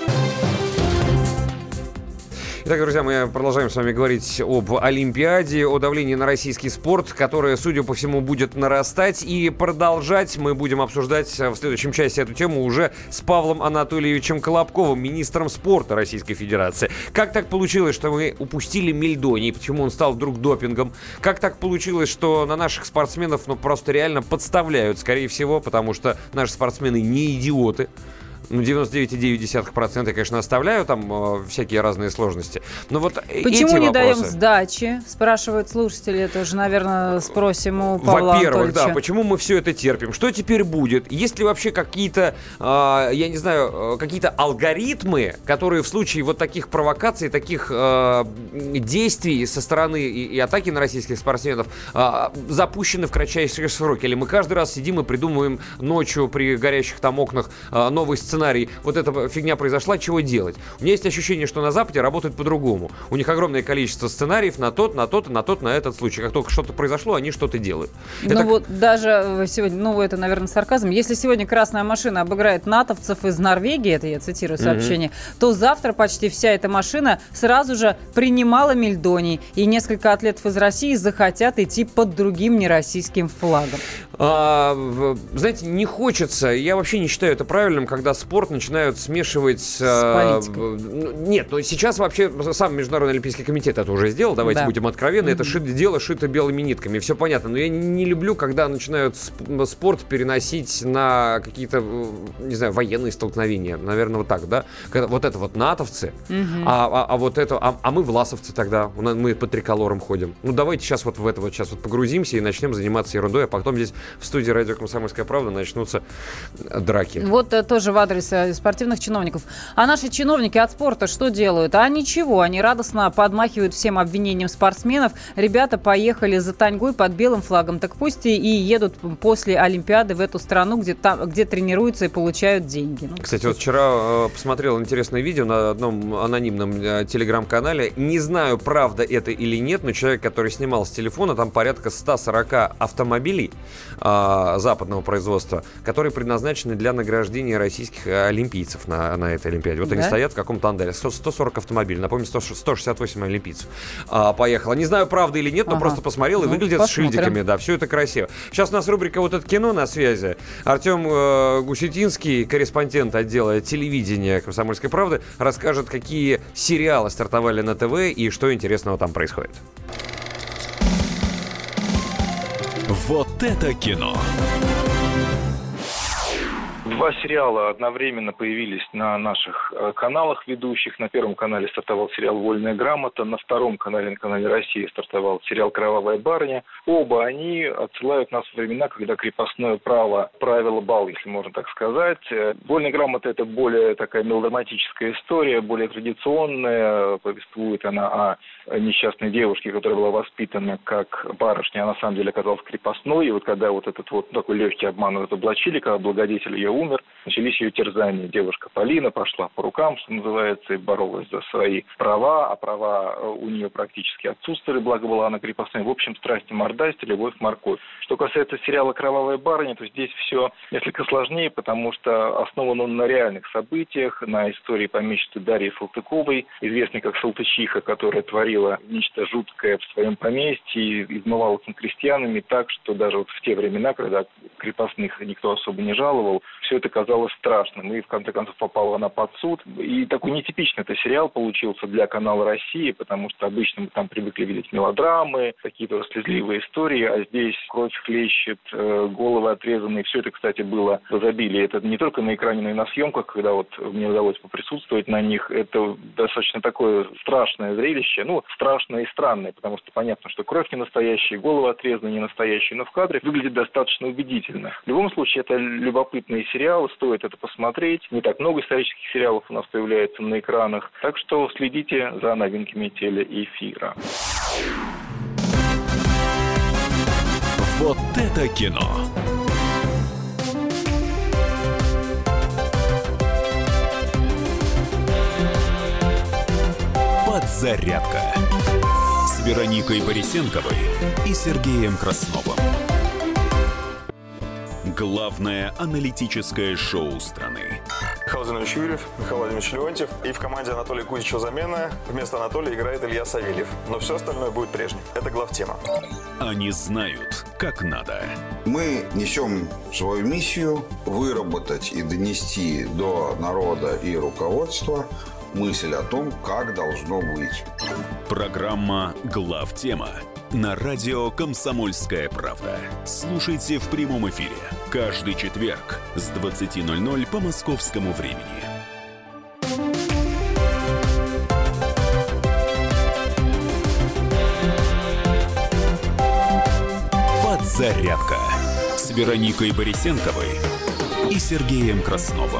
Итак, друзья, мы продолжаем с вами говорить об Олимпиаде, о давлении на российский спорт, которое, судя по всему, будет нарастать. И продолжать мы будем обсуждать в следующем часе эту тему уже с Павлом Анатольевичем Колобковым, министром спорта Российской Федерации. Как так получилось, что мы упустили Мельдоний, почему он стал вдруг допингом? Как так получилось, что на наших спортсменов ну, просто реально подставляют, скорее всего, потому что наши спортсмены не идиоты. Ну, девяносто девять целых девять десятых процента, я, конечно, оставляю там э, всякие разные сложности. Но вот Почему эти не вопросы... даем сдачи, спрашивают слушатели. Это уже, наверное, спросим у Павла Во-первых, Анатольевича. да, почему мы все это терпим? Что теперь будет? Есть ли вообще какие-то, э, я не знаю, какие-то алгоритмы, которые в случае вот таких провокаций, таких э, действий со стороны и, и атаки на российских спортсменов э, запущены в кратчайшие сроки? Или мы каждый раз сидим и придумываем ночью при горящих там окнах э, новый сценарий? Сценарий, вот эта фигня произошла, чего делать? У меня есть ощущение, что на Западе работают по-другому. У них огромное количество сценариев на тот, на тот, на тот, на этот случай. Как только что-то произошло, они что-то делают. Ну это... вот даже сегодня, ну это, наверное, сарказм. Если сегодня красная машина обыграет натовцев из Норвегии, это я цитирую сообщение, mm-hmm. то завтра почти вся эта машина сразу же принимала Мельдоний. И несколько атлетов из России захотят идти под другим нероссийским флагом. А, знаете, не хочется, я вообще не считаю это правильным, когда спорт начинают смешивать с а, нет, но сейчас вообще сам Международный Олимпийский комитет это уже сделал, давайте да. будем откровенны, mm-hmm. это шито, дело шито белыми нитками, все понятно, но я не люблю, когда начинают спорт переносить на какие-то, не знаю, военные столкновения, наверное, вот так, да, когда вот это вот натовцы, mm-hmm. а, а, а вот это, а, а мы власовцы тогда, мы по триколорам ходим, ну давайте сейчас вот в это вот сейчас вот погрузимся и начнем заниматься ерундой, а потом здесь в студии радио «Комсомольская правда» начнутся драки. Вот тоже в адрес спортивных чиновников. А наши чиновники от спорта что делают? А ничего, они радостно подмахивают всем обвинениям спортсменов. Ребята поехали за Таньгой под белым флагом, так пусть и едут после Олимпиады в эту страну, где, там, где тренируются и получают деньги. Ну, кстати, вот вчера э, посмотрел интересное видео на одном анонимном э, телеграм-канале. Не знаю, правда это или нет, но человек, который снимал с телефона, там порядка сто сорок автомобилей э, западного производства, которые предназначены для награждения российских олимпийцев на, на этой Олимпиаде. Вот да? Они стоят в каком-то андаре. сто сорок автомобилей. Напомню, сто шестьдесят восемь олимпийцев а, поехало. Не знаю, правда или нет, но ага. просто посмотрел и ну, выглядят посмотрим. С шильдиками. Да, все это красиво. Сейчас у нас рубрика «Вот это кино» на связи. Артем э, Гусетинский, корреспондент отдела телевидения «Комсомольской правды», расскажет, какие сериалы стартовали на ТВ и что интересного там происходит. Вот это кино. Два сериала одновременно появились на наших э, каналах ведущих. На первом канале стартовал сериал «Вольная грамота», на втором канале, на канале «Россия» стартовал сериал «Кровавая барыня». Оба они отсылают нас в времена, когда крепостное право правило бал, если можно так сказать. «Вольная грамота» — это более такая мелодраматическая история, более традиционная. Повествует она о несчастной девушке, которая была воспитана как барышня, а на самом деле оказалась крепостной. И вот когда вот этот вот такой легкий обман разоблачили, когда благодетель ее умер, начались ее терзания. Девушка Полина пошла по рукам, что называется, и боролась за свои права, а права у нее практически отсутствовали, благо была она крепостной. В общем, страсти мордасти, любовь морковь. Что касается сериала «Кровавая барыня», то здесь все несколько сложнее, потому что основан он на реальных событиях, на истории помещицы Дарьи Салтыковой, известной как Салтычиха, которая творила нечто жуткое в своем поместье, измывалась над крестьянами так, что даже вот в те времена, когда крепостных никто особо не жаловал, все это казалось страшным. И в конце концов попала она под суд. И такой нетипичный это сериал получился для канала «Россия», потому что обычно мы там привыкли видеть мелодрамы, какие-то слезливые истории, а здесь кровь хлещет, головы отрезанные. Все это, кстати, было в изобилии. Это не только на экране, но и на съемках, когда вот мне удалось поприсутствовать на них. Это достаточно такое страшное зрелище. Ну, страшное и странное, потому что понятно, что кровь не настоящая, головы отрезаны не настоящие, но в кадре выглядит достаточно убедительно. В любом случае, это любопытный сериал, стоит это посмотреть. Не так много исторических сериалов у нас появляется на экранах, так что следите за новинками телеэфира. Вот это кино. Подзарядка с Вероникой Борисенковой и Сергеем Красновым. Главное аналитическое шоу страны. Михаил Владимирович Юрьев, Михаил Владимирович Леонтьев. И в команде Анатолия Кузичева замена. Вместо Анатолия играет Илья Савельев. Но все остальное будет прежним. Это главтема. Они знают, как надо. Мы несем свою миссию выработать и донести до народа и руководства мысль о том, как должно быть. Программа «Главтема» на радио «Комсомольская правда». Слушайте в прямом эфире каждый четверг с двадцати ноль-ноль по московскому времени. Подзарядка с Вероникой Борисенковой и Сергеем Красновым.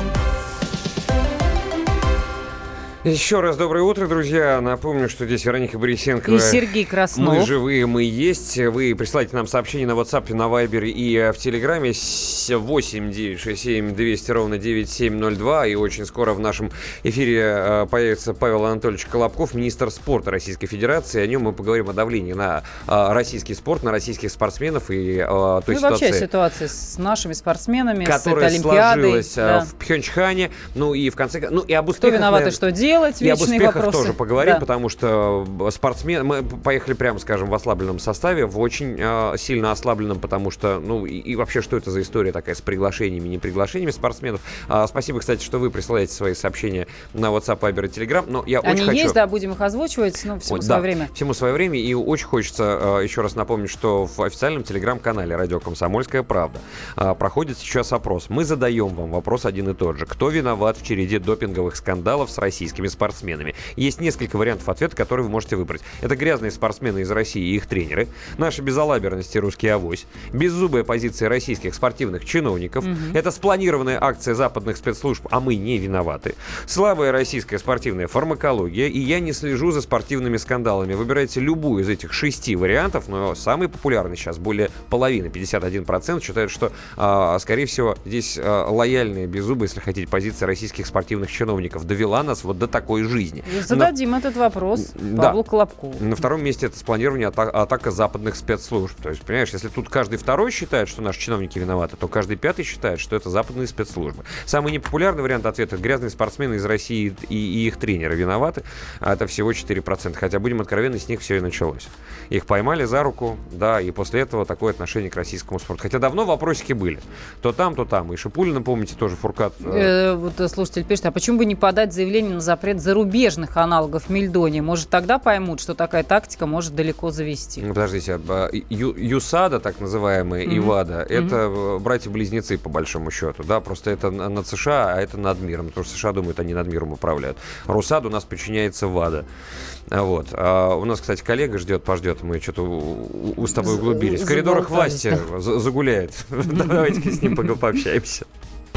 Еще раз доброе утро, друзья. Напомню, что здесь Вероника Борисенкова. И Сергей Краснов. Мы живые, мы есть. Вы присылайте нам сообщения на WhatsApp, на Viber и в Телеграме восемь девятьсот шестьдесят семь двести ровно девяносто семь ноль два. И очень скоро в нашем эфире появится Павел Анатольевич Колобков, министр спорта Российской Федерации. О нем мы поговорим о давлении на российский спорт, на российских спортсменов и о той ну, ситуации, вообще ситуация с нашими спортсменами, которая с этой Олимпиадой. сложилась да. в Пхенчхане. Ну и в конце концов, ну и об успехах. Кто виноват и что делать? И об успехах вопросы. тоже поговорим, да. потому что спортсмены, мы поехали, прямо скажем, в ослабленном составе, в очень э, сильно ослабленном, потому что, ну, и, и вообще, что это за история такая с приглашениями, не приглашениями спортсменов. А, спасибо, кстати, что вы присылаете свои сообщения на WhatsApp, Viber и Telegram, но я Они очень хочу... есть, да, будем их озвучивать, но всему вот, свое да, время. всему свое время, и очень хочется э, еще раз напомнить, что в официальном Telegram-канале «Радио Комсомольская правда» э, проходит сейчас опрос. Мы задаем вам вопрос один и тот же. Кто виноват в череде допинговых скандалов с российскими спортсменами? Есть несколько вариантов ответа, которые вы можете выбрать. Это грязные спортсмены из России и их тренеры, наша безалаберность и русский авось, беззубая позиция российских спортивных чиновников, Мгм. это спланированная акция западных спецслужб, а мы не виноваты, слабая российская спортивная фармакология, и я не слежу за спортивными скандалами. Выбирайте любую из этих шести вариантов, но самый популярный сейчас, более половины, пятьдесят один процент, считают, что, а, скорее всего, здесь а, лояльная, беззубая, если хотите, позиция российских спортивных чиновников довела нас вот до такой жизни. Зададим Но... этот вопрос Павлу да. Колобкову. На втором месте это спланирование ата- атака западных спецслужб. То есть, понимаешь, если тут каждый второй считает, что наши чиновники виноваты, то каждый пятый считает, что это западные спецслужбы. Самый непопулярный вариант ответа — грязные спортсмены из России и, и их тренеры виноваты. А это всего четыре процента. Хотя, будем откровенны, с них все и началось. Их поймали за руку, да, и после этого такое отношение к российскому спорту. Хотя давно вопросики были. То там, то там. И Шипулина, помните, тоже Фуркат. Э, вот слушатель пишет, а почему бы не подать заявление на запрет зарубежных аналогов Мельдонии? Может, тогда поймут, что такая тактика может далеко завести. Ну, подождите, Ю, ЮСАДА, так называемая, mm-hmm. и ВАДА, mm-hmm. это братья-близнецы, по большому счету, да, просто это над США, а это над миром, потому что США думают, они над миром управляют. РУСАДА у нас подчиняется ВАДА. Вот. А у нас, кстати, коллега ждет, пождет, мы что-то у, у, с тобой углубились. В коридорах власти загуляет. Давайте с ним пообщаемся.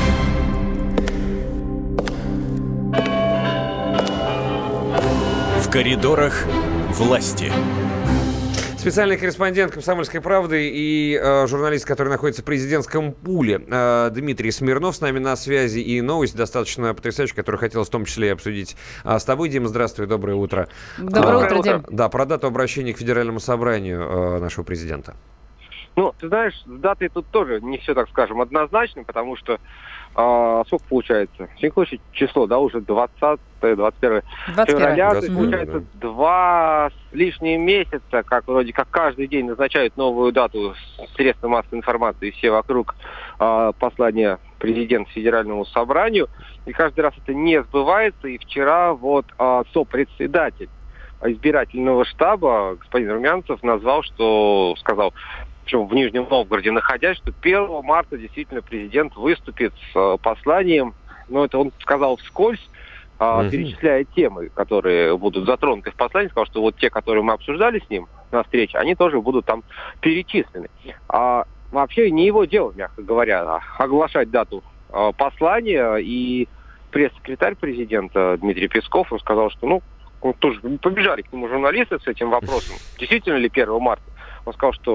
В коридорах власти. Специальный корреспондент «Комсомольской правды» и э, журналист, который находится в президентском пуле, э, Дмитрий Смирнов с нами на связи. И новость достаточно потрясающая, которую хотелось в том числе и обсудить а, с тобой, Дима. Здравствуй, доброе утро. Доброе а, утро, Дим. Да, про дату обращения к Федеральному собранию э, нашего президента. Ну, ты знаешь, с датой тут тоже не все, так скажем, однозначно, потому что а, сколько получается? Сегодня число, да, уже двадцатое, двадцать первое февраля, то есть получается да. два с лишним месяца, как вроде как каждый день назначают новую дату средства массовой информации, все вокруг а, послания президента Федеральному собранию, и каждый раз это не сбывается, и вчера вот а, сопредседатель избирательного штаба господин Румянцев назвал, что сказал, причем в Нижнем Новгороде находясь, что первого марта действительно президент выступит с э, посланием, но это он сказал вскользь, э, mm-hmm. перечисляя темы, которые будут затронуты в послании, сказал, что вот те, которые мы обсуждали с ним на встрече, они тоже будут там перечислены. А вообще не его дело, мягко говоря, оглашать дату э, послания, и пресс-секретарь президента Дмитрий Песков он сказал, что ну, тоже побежали к нему журналисты с этим вопросом, действительно ли первого марта. Он сказал, что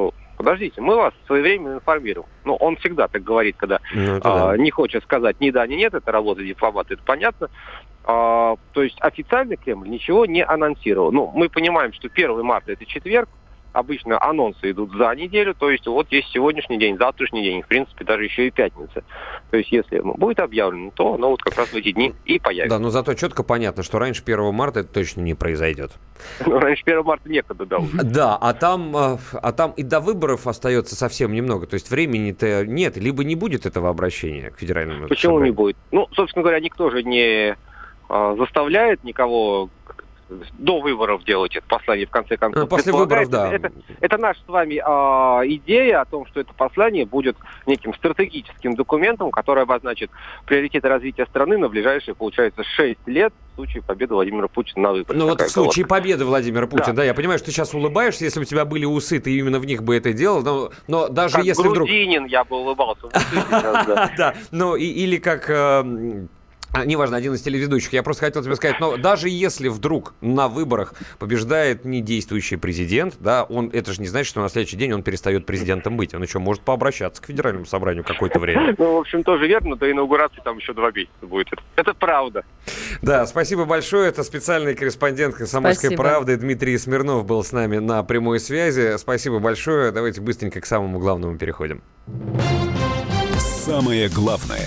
подождите, мы вас своевременно информируем. Ну, он всегда так говорит, когда ну, а, да. не хочет сказать ни да, ни нет, это работа дипломата, это понятно. А, то есть официальный Кремль ничего не анонсировал. Ну, мы понимаем, что первое марта это четверг, обычно анонсы идут за неделю, то есть вот есть сегодняшний день, завтрашний день, в принципе, даже еще и пятница. То есть если оно будет объявлено, то оно вот как раз в эти дни и появится. Да, но зато четко понятно, что раньше первого марта это точно не произойдет. Ну, раньше первого марта некогда, да, уже. Да, а там, а там и до выборов остается совсем немного, то есть времени-то нет, либо не будет этого обращения к федеральному Почему собранию? не будет? Ну, собственно говоря, никто же не а, заставляет никого до выборов делать это послание, в конце концов. Ну, после выборов, да. Это, это, это наша с вами а, идея о том, что это послание будет неким стратегическим документом, который обозначит приоритеты развития страны на ближайшие, получается, шесть лет в случае победы Владимира Путина на выборах. Ну вот в случае колодка. победы Владимира Путина, да. Да. да, я понимаю, что ты сейчас улыбаешься, если бы у тебя были усы, ты именно в них бы это делал, но, но даже как если вдруг... Грудинин я бы улыбался. Да, ну или как... А, неважно, один из телеведущих. Я просто хотел тебе сказать, но даже если вдруг на выборах побеждает недействующий президент, да, он, это же не значит, что на следующий день он перестает президентом быть. Он еще может пообращаться к федеральному собранию какое-то время. Ну, в общем, тоже верно, до инаугурации там еще два месяца будет. Это, это правда. Да, спасибо большое. Это специальный корреспондент «Комсомольской Спасибо. правды» Дмитрий Смирнов был с нами на прямой связи. Спасибо большое. Давайте быстренько к самому главному переходим. Самое главное.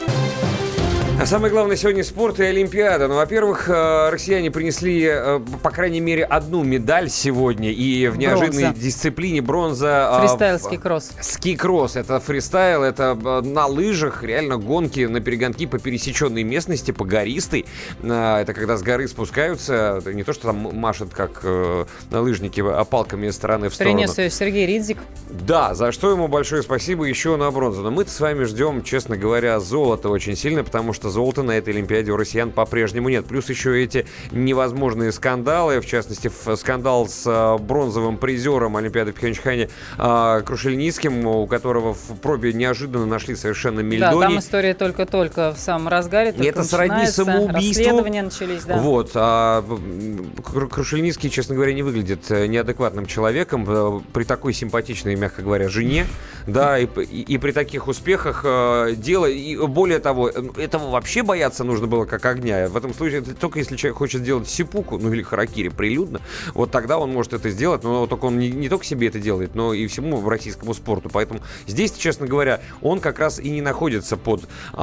А самое главное сегодня спорт и Олимпиада. Ну, во-первых, россияне принесли, по крайней мере, одну медаль сегодня. И в неожиданной Бронза. дисциплине бронза. Фристайл, ски-кросс. Ски-кросс. Это фристайл, это на лыжах, реально гонки на перегонки по пересеченной местности, по гористой. Это когда с горы спускаются. Это не то, что там машут, как лыжники, палками из стороны в сторону. Принес ее Сергей Ридзик. Да, за что ему большое спасибо еще на бронзу. Но мы-то с вами ждем, честно говоря, золота очень сильно, потому что золота на этой Олимпиаде у россиян по-прежнему нет. Плюс еще эти невозможные скандалы, в частности, скандал с бронзовым призером Олимпиады в Пхенчхане Крушельницким, у которого в пробе неожиданно нашли совершенно мельдоний. Да, там история только-только в самом разгаре. И это сродни самоубийству. Расследования начались, да. Вот. А Крушельницкий, честно говоря, не выглядит неадекватным человеком при такой симпатичной, мягко говоря, жене. Да, и, и, и при таких успехах дело... И более того, этого вообще бояться нужно было как огня. В этом случае, только если человек хочет сделать сипуку, ну или харакири прилюдно, вот тогда он может это сделать, но только он не, не только себе это делает, но и всему российскому спорту. Поэтому здесь, честно говоря, он как раз и не находится под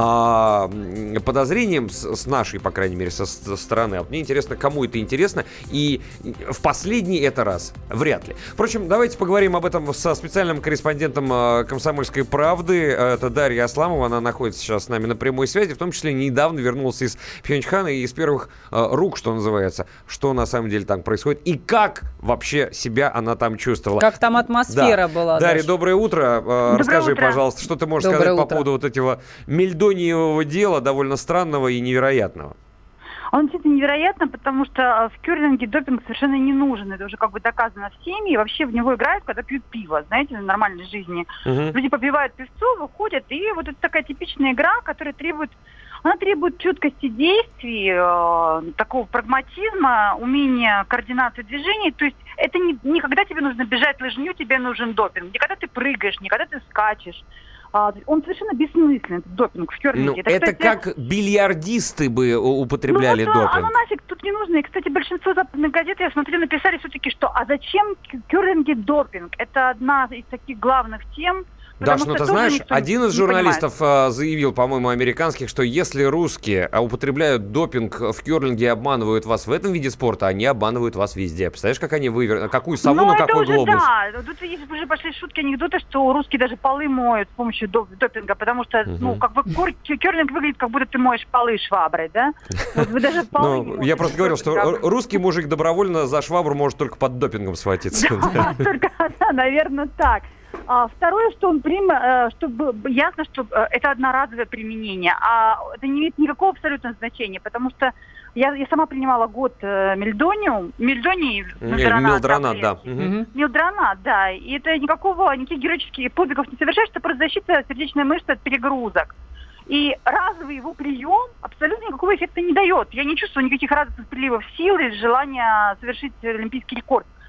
а, подозрением с, с нашей, по крайней мере, со, со стороны. А вот мне интересно, кому это интересно, и в последний это раз вряд ли. Впрочем, давайте поговорим об этом со специальным корреспондентом «Комсомольской правды». Это Дарья Асламова, она находится сейчас с нами на прямой связи, в том числе недавно вернулся из Пхенчхана и из первых э, рук, что называется, что на самом деле там происходит и как вообще себя она там чувствовала. Как там атмосфера да. была. Дарья, даже. доброе утро. Э, доброе расскажи, утро. пожалуйста, что ты можешь Доброе сказать утро. по поводу вот этого мельдониевого дела, довольно странного и невероятного. Он действительно невероятно, потому что в кёрлинге допинг совершенно не нужен. Это уже как бы доказано всеми. И вообще в него играют, когда пьют пиво. Знаете, в нормальной жизни. Угу. Люди попивают пивцу, выходят. И вот это такая типичная игра, которая требует... Она требует чуткости действий, э, такого прагматизма, умения координации движений. То есть это не, не когда тебе нужно бежать лыжню, тебе нужен допинг. Не когда ты прыгаешь, не когда ты скачешь. А, он совершенно бессмысленный, этот допинг в кёрлинге. Ну, это, это кстати, как бильярдисты бы употребляли ну, вот, допинг. Оно нафиг тут не нужно. И, кстати, большинство западных газет, я смотрю, написали все-таки, что а зачем в кёрлинге допинг? Это одна из таких главных тем. Даш, ну ты знаешь, один из журналистов понимает. заявил, по-моему, американских, что если русские употребляют допинг в кёрлинге и обманывают вас в этом виде спорта, они обманывают вас везде. Представляешь, как они вывернули? Какую сову ну, на какой уже, глобус? Да, тут уже пошли шутки, анекдоты, что русские даже полы моют с помощью допинга, потому что, угу. ну, как бы кёрлинг выглядит, как будто ты моешь полы шваброй, да? Вот вы даже полы ну, я просто говорил, что русский мужик добровольно за швабру может только под допингом схватиться. Да, только, да, наверное, так. А второе, что он прим, что ясно, что это одноразовое применение, а это не имеет никакого абсолютного значения, потому что я, я сама принимала год мельдонию, мельдоний, мелдронат, мелдронат, да. Угу. Мелдронат, да, и это никакого, никаких героических подвигов не совершаешь, это просто защита сердечной мышцы от перегрузок. И разовый его прием абсолютно никакого эффекта не дает. Я не чувствую никаких разовых приливов сил и желания совершить олимпийский рекорд.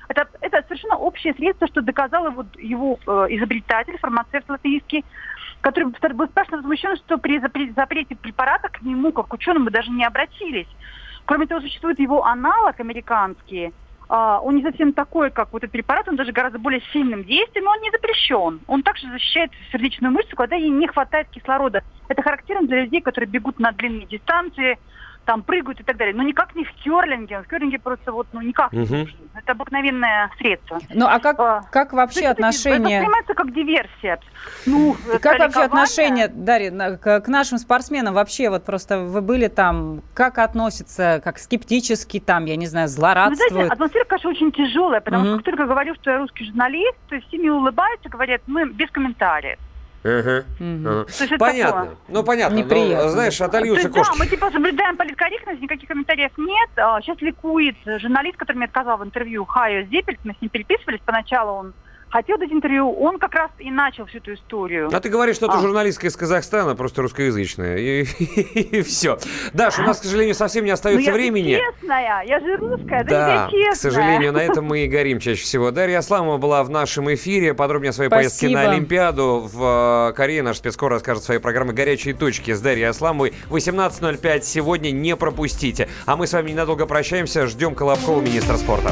Это, это совершенно общее средство, что доказал его, его э, изобретатель, фармацевт латвийский, который был страшно возмущен, что при запрете препарата к нему, как к ученому, даже не обратились. Кроме того, существует его аналог американский. Uh, он не совсем такой, как вот этот препарат, он даже гораздо более сильным действием, но он не запрещен. Он также защищает сердечную мышцу, когда ей не хватает кислорода. Это характерно для людей, которые бегут на длинные дистанции, там прыгают и так далее. Но никак не в керлинге. В керлинге просто вот, ну никак не нужно. Это обыкновенное средство. Ну а как, uh, как вообще это, отношение... Это воспринимается как диверсия. Ну, как вообще отношение, Дарья, к, к нашим спортсменам вообще? Вот просто вы были там, как относятся, как скептически там, я не знаю, злорадствуют? Ну, знаете, атмосфера, конечно, очень тяжелая, потому uh-huh. что как только говорю, что я русский журналист, то есть все мне улыбаются, говорят, мы без комментариев. Uh-huh. Uh-huh. Понятно. Такое. Ну, понятно. Но, знаешь, отольются кошки. Да, мы типа соблюдаем политкорректность, никаких комментариев нет. Сейчас ликует журналист, который мне отказал в интервью, Хайо Зеппельс, мы с ним переписывались. Поначалу он хотел дать интервью, он как раз и начал всю эту историю. А ты говоришь, что а. ты журналистка из Казахстана, просто русскоязычная. И, и, и все. Даш, у нас, к сожалению, совсем не остается ну, времени. Я честная, я же русская, да, да, я честная. К сожалению, на этом мы и горим чаще всего. Дарья Асламова была в нашем эфире. Подробнее о своей Спасибо. поездке на Олимпиаду в Корее. Наш спецкор расскажет в своей программе «Горячие точки» с Дарьей Асламовой. восемнадцать ноль пять сегодня, не пропустите. А мы с вами ненадолго прощаемся. Ждем Колобкова, министра спорта.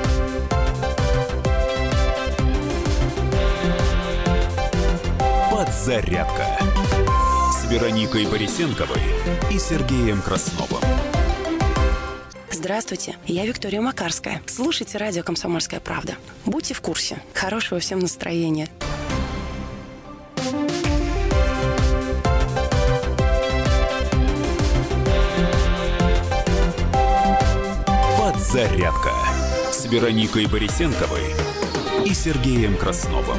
Подзарядка с Вероникой Борисенковой и Сергеем Красновым. Здравствуйте, я Виктория Макарская. Слушайте радио «Комсомольская правда». Будьте в курсе. Хорошего всем настроения. Подзарядка с Вероникой Борисенковой и Сергеем Красновым.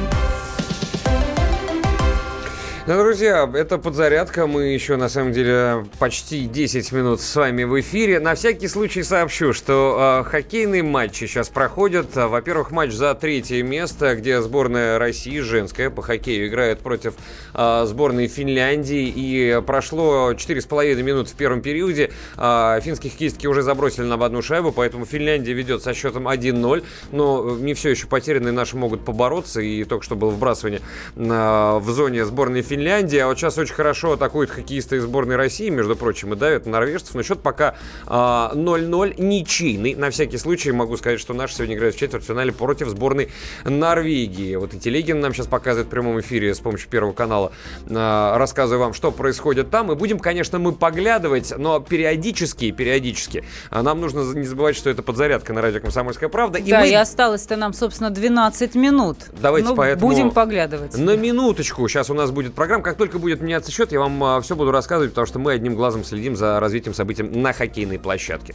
Ну, друзья, это подзарядка. Мы еще, на самом деле, почти десять минут с вами в эфире. На всякий случай сообщу, что э, хоккейные матчи сейчас проходят. Во-первых, матч за третье место, где сборная России, женская, по хоккею, играет против э, сборной Финляндии. И прошло четыре с половиной минуты в первом периоде. Э, финские хоккеистки уже забросили нам одну шайбу, поэтому Финляндия ведет со счетом один ноль. Но не все еще потерянные наши могут побороться. И только что было вбрасывание э, в зоне сборной Финляндии. Финляндия, а вот сейчас очень хорошо атакуют хоккеисты из сборной России, между прочим, и давят на норвежцев. Но счет пока а, ноль ноль, ничейный. На всякий случай могу сказать, что наши сегодня играют в четвертьфинале против сборной Норвегии. Вот и Телегин нам сейчас показывает в прямом эфире с помощью Первого канала. А, рассказываю вам, что происходит там. И будем, конечно, мы поглядывать, но периодически, периодически а, нам нужно не забывать, что это подзарядка на радио «Комсомольская правда». И да, мы... и осталось-то нам, собственно, двенадцать минут. Давайте ну, поэтому... будем поглядывать. На минуточку. Сейчас у нас будет программа. Как только будет меняться счет, я вам а, все буду рассказывать, потому что мы одним глазом следим за развитием событий на хоккейной площадке.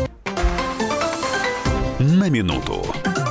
На минуту.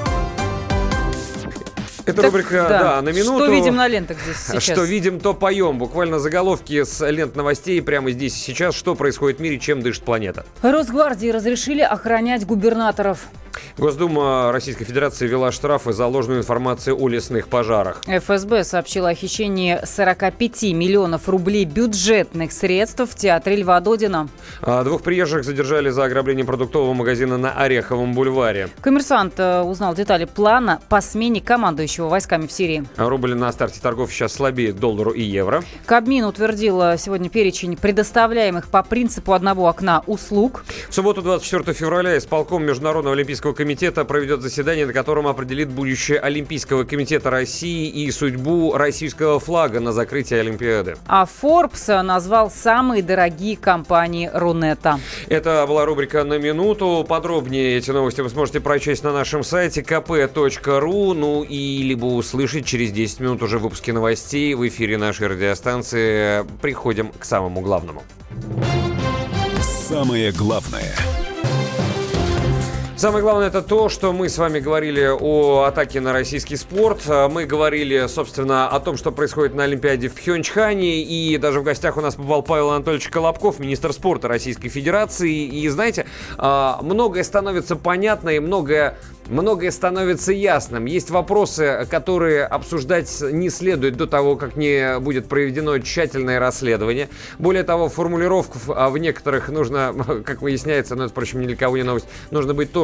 Это так, рубрика да. «Да, на минуту». Что видим на лентах здесь сейчас? Что видим, то поем. Буквально заголовки с лент новостей прямо здесь и сейчас. Что происходит в мире, чем дышит планета. Росгвардии разрешили охранять губернаторов. Госдума Российской Федерации ввела штрафы за ложную информацию о лесных пожарах. эф эс бэ сообщила о хищении сорок пять миллионов рублей бюджетных средств в театре Льва Додина. А двух приезжих задержали за ограбление продуктового магазина на Ореховом бульваре. Коммерсант узнал детали плана по смене командующего войсками в Сирии. Рубль на старте торгов сейчас слабее доллару и евро. Кабмин утвердил сегодня перечень предоставляемых по принципу одного окна услуг. В субботу, двадцать четвёртого февраля, исполком Международного олимпийского комитета проведет заседание, на котором определит будущее Олимпийского комитета России и судьбу российского флага на закрытии Олимпиады. А Forbes назвал самые дорогие компании Рунета. Это была рубрика «На минуту». Подробнее эти новости вы сможете прочесть на нашем сайте ка пэ точка ру. Ну и либо услышать через десять минут уже в выпуске новостей в эфире нашей радиостанции. Приходим к самому главному. Самое главное. Самое главное, это то, что мы с вами говорили о атаке на российский спорт. Мы говорили, собственно, о том, что происходит на Олимпиаде в Пхёнчхане. И даже в гостях у нас побывал Павел Анатольевич Колобков, министр спорта Российской Федерации. И, знаете, многое становится понятно и многое... Многое становится ясным. Есть вопросы, которые обсуждать не следует до того, как не будет проведено тщательное расследование. Более того, формулировку в некоторых нужно, как выясняется, но это, впрочем, ни для кого не новость, нужно быть тоже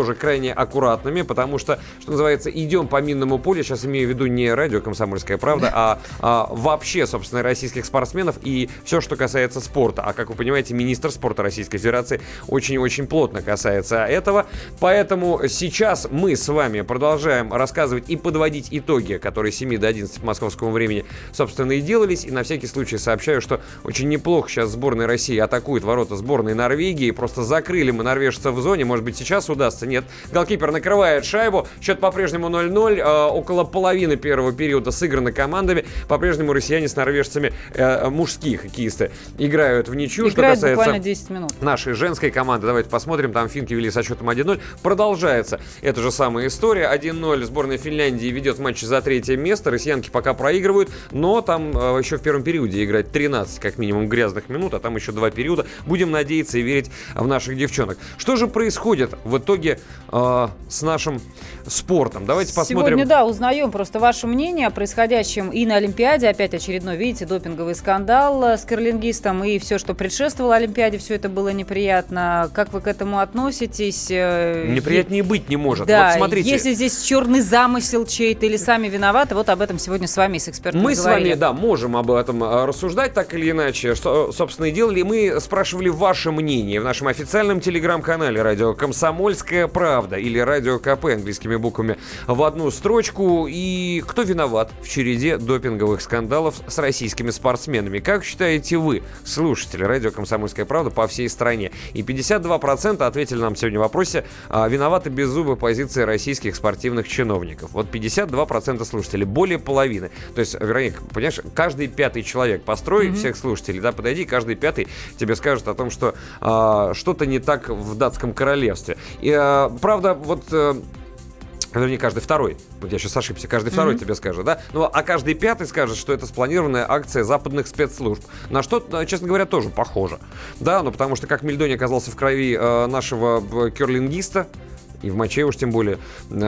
тоже крайне аккуратными, потому что, что называется, идем по минному полю. Сейчас имею в виду не радио «Комсомольская правда», а, а вообще, собственно, российских спортсменов и все, что касается спорта. А, как вы понимаете, министр спорта Российской Федерации очень-очень плотно касается этого. Поэтому сейчас мы с вами продолжаем рассказывать и подводить итоги, которые с семи до одиннадцати по московскому времени, собственно, и делались. И на всякий случай сообщаю, что очень неплохо сейчас сборная России атакует ворота сборной Норвегии. Просто закрыли мы норвежцев в зоне. Может быть, сейчас удастся? Нет. Голкипер накрывает шайбу. Счет по-прежнему ноль-ноль. Э, около половины первого периода сыграно командами. По-прежнему россияне с норвежцами, э, мужские хоккеисты, играют в ничью. Играют что касается буквально десять минут. Нашей женской команды. Давайте посмотрим. Там финки вели со счетом один-ноль. Продолжается эта же самая история. один-ноль. Сборная Финляндии ведет матч за третье место. Россиянки пока проигрывают, но там э, еще в первом периоде играть тринадцать, как минимум, грязных минут, а там еще два периода. Будем надеяться и верить в наших девчонок. Что же происходит в итоге э, с нашим спортом? Давайте посмотрим. Сегодня, да, узнаем просто ваше мнение о происходящем и на Олимпиаде. Опять очередной, видите, допинговый скандал с керлингистом и все, что предшествовало Олимпиаде, все это было неприятно. Как вы к этому относитесь? Неприятнее быть не может. Да, вот смотрите. Если здесь черный замысел чей-то или сами виноваты, вот об этом сегодня с вами, с экспертами Мы говорили. с вами, да, можем об этом рассуждать так или иначе. Что, собственно, и делали. Мы спрашивали ваше мнение в нашем официальном телеграм-канале радио «Комсомольская правда» или радио КП английскими буквами в одну строчку. И кто виноват в череде допинговых скандалов с российскими спортсменами? Как считаете вы, слушатели радио «Комсомольская правда» по всей стране? И пятьдесят два процента ответили нам сегодня в вопросе: виноваты беззубые позиции российских спортивных чиновников. Вот пятьдесят два процента слушателей, более половины. То есть, Вероника, понимаешь, каждый пятый человек, построй mm-hmm. всех слушателей, да, подойди, каждый пятый тебе скажет о том, что а, что-то не так в датском королевстве. И, а, правда, вот... А, вернее, каждый второй. Вот я сейчас ошибся. Каждый второй mm-hmm. тебе скажет, да? Ну, а каждый пятый скажет, что это спланированная акция западных спецслужб. На что, честно говоря, тоже похоже. Да, ну, потому что как Мельдони оказался в крови э, нашего керлингиста, и в моче уж тем более.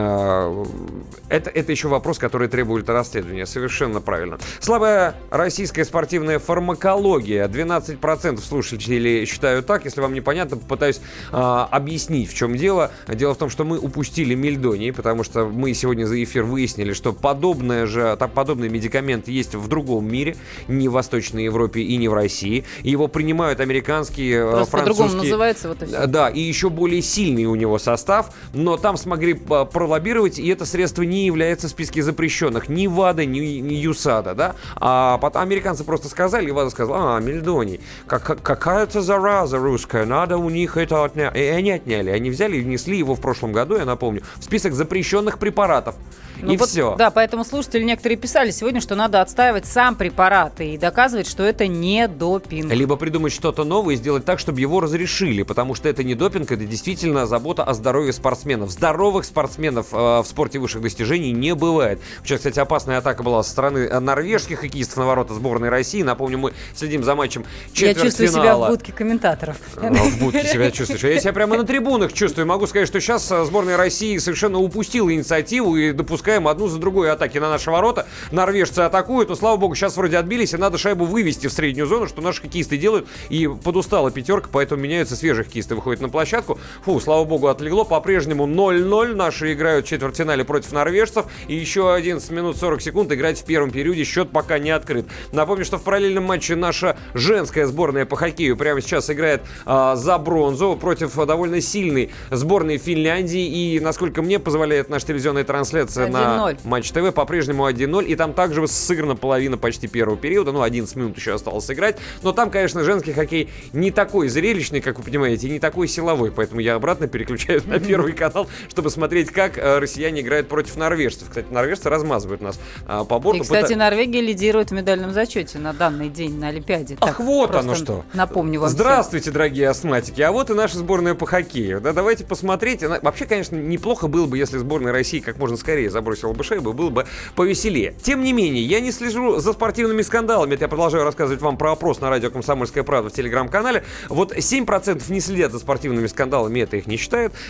Это, это еще вопрос, который требует расследования. Совершенно правильно. Слабая российская спортивная фармакология. двенадцать процентов слушателей считают так. Если вам непонятно, попытаюсь а, объяснить, в чем дело. Дело в том, что мы упустили Мельдоний, потому что мы сегодня за эфир выяснили, что подобное же, так, подобный медикамент есть в другом мире, не в Восточной Европе и не в России. Его принимают американские, просто французские... по-другому называется вот это. Да, и еще более сильный у него состав. Но там смогли пролоббировать, и это средство не является в списке запрещенных. Ни ВАДА, ни, ни ЮСАДА, да? А потом американцы просто сказали, и ВАДА сказала: а, Мельдоний, как, какая-то зараза русская, надо у них это отнять. И они отняли. Они взяли и внесли его в прошлом году, я напомню, в список запрещенных препаратов. Ну и вот, все. Да, поэтому слушатели некоторые писали сегодня, что надо отстаивать сам препарат и доказывать, что это не допинг. Либо придумать что-то новое и сделать так, чтобы его разрешили, потому что это не допинг, это действительно забота о здоровье спортсменов. Здоровых спортсменов э, в спорте высших достижений не бывает. Вчера, кстати, опасная атака была со стороны норвежских хоккеистов на ворота сборной России. Напомню, мы следим за матчем четвертьфинала. Я чувствую себя в будке комментаторов. В будке себя чувствуешь. Я себя прямо на трибунах чувствую. Могу сказать, что сейчас сборная России совершенно упустила инициативу и допускаем одну за другой атаки на наши ворота. Норвежцы атакуют, но, слава богу, сейчас вроде отбились, и надо шайбу вывести в среднюю зону, что наши хоккеисты делают. И подустала пятерка, поэтому меняются, свежие хоккеисты выходят на площадку. Фу, слава богу, отлегло. По-прежнему ноль-ноль. Наши играют в четвертьфинале против норвежцев. И еще одиннадцать минут сорок секунд играть в первом периоде. Счет пока не открыт. Напомню, что в параллельном матче наша женская сборная по хоккею прямо сейчас играет а, за бронзу против довольно сильной сборной Финляндии. И, насколько мне позволяет наша телевизионная трансляция на Матч ТВ, по-прежнему один-ноль. И там также сыграна половина почти первого периода. Ну, одиннадцать минут еще осталось сыграть. Но там, конечно, женский хоккей не такой зрелищный, как вы понимаете, и не такой силовой. Поэтому я обратно переключаюсь на Первый канал, чтобы смотреть, как россияне играют против норвежцев. Кстати, норвежцы размазывают нас а, по борту. И, кстати, Норвегия лидирует в медальном зачете на данный день на Олимпиаде. Ах, так, вот оно что. Напомню вам. Здравствуйте, всем. Дорогие астматики. А вот и наша сборная по хоккею. Да, давайте посмотреть. Вообще, конечно, неплохо было бы, если сборная России как можно скорее забросила бы шайбу, было бы повеселее. Тем не менее, я не слежу за спортивными скандалами. Это я продолжаю рассказывать вам про опрос на радио «Комсомольская правда» в телеграм-канале. Вот семь процентов не следят за спортивными скандалами, это их не считает. Безалаберно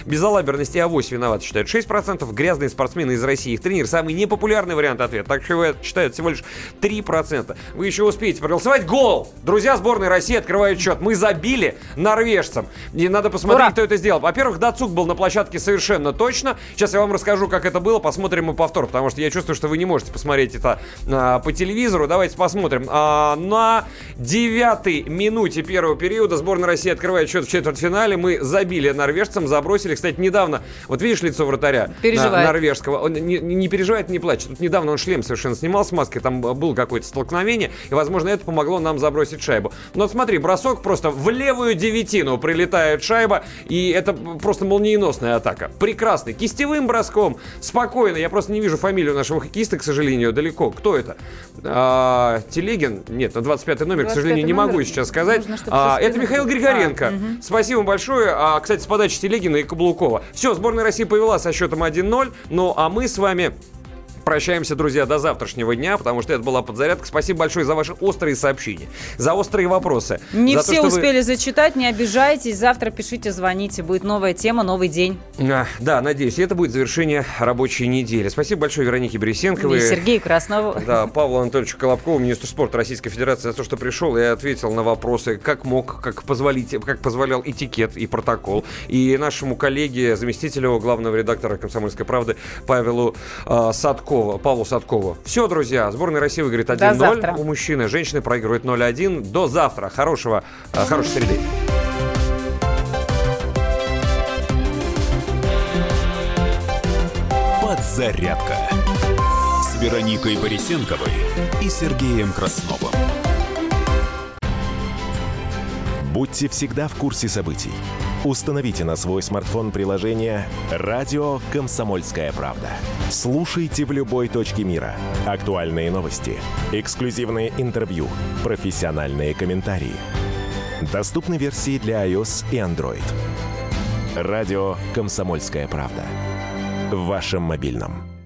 безалаберность и авось виноваты считают шесть процентов. Грязные спортсмены из России, их тренер. Самый непопулярный вариант ответа. Так что его считают всего лишь три процента. Вы еще успеете проголосовать. Гол! Друзья сборной России открывают счет. Мы забили норвежцам. И надо посмотреть, Ура! Кто это сделал. Во-первых, Дацук был на площадке совершенно точно. Сейчас я вам расскажу, как это было. Посмотрим и повтор, потому что я чувствую, что вы не можете посмотреть это а, по телевизору. Давайте посмотрим. А, на девятой минуте первого периода сборная России открывает счет в четвертьфинале. Мы забили норвежцам, забросили. Кстати, недавно, вот видишь лицо вратаря на, норвежского? Он не, не переживает, не плачет. Тут недавно он шлем совершенно снимал с маской, там было какое-то столкновение, и, возможно, это помогло нам забросить шайбу. Но смотри, бросок просто в левую девятину прилетает шайба, и это просто молниеносная атака. Прекрасный. Кистевым броском, спокойно. Я просто не вижу фамилию нашего хоккеиста, к сожалению, далеко. Кто это? А, Телегин? Нет, на двадцать пятый номер, к сожалению, не могу сейчас сказать. Нужно, а, это Михаил Григоренко. А, угу. Спасибо большое. А, кстати, с подачи Телегина и Каблукова. Все, сборная России повела со счетом один ноль. Ну, а мы с вами прощаемся, друзья, до завтрашнего дня, потому что это была подзарядка. Спасибо большое за ваши острые сообщения, за острые вопросы. Не за все то, успели вы... зачитать, не обижайтесь. Завтра пишите, звоните. Будет новая тема, новый день. А, да, надеюсь, это будет завершение рабочей недели. Спасибо большое Веронике Борисенковой. И Сергею Краснову. Да, Павлу Анатольевичу Колобкову, министру спорта Российской Федерации, за то, что пришел и ответил на вопросы, как мог, как, позволить, как позволял этикет и протокол. И нашему коллеге, заместителю главного редактора «Комсомольской правды» Павелу э, Садкову, Павлу Садкову. Все, друзья, сборная России выиграет один ноль у мужчины, женщины проигрывают ноль один. До завтра. Хорошего, э, хорошей среды. Подзарядка с Вероникой Борисенковой и Сергеем Красновым. Будьте всегда в курсе событий. Установите на свой смартфон приложение «Радио Комсомольская правда». Слушайте в любой точке мира. Актуальные новости, эксклюзивные интервью, профессиональные комментарии. Доступны версии для iOS и Android. «Радио Комсомольская правда». В вашем мобильном.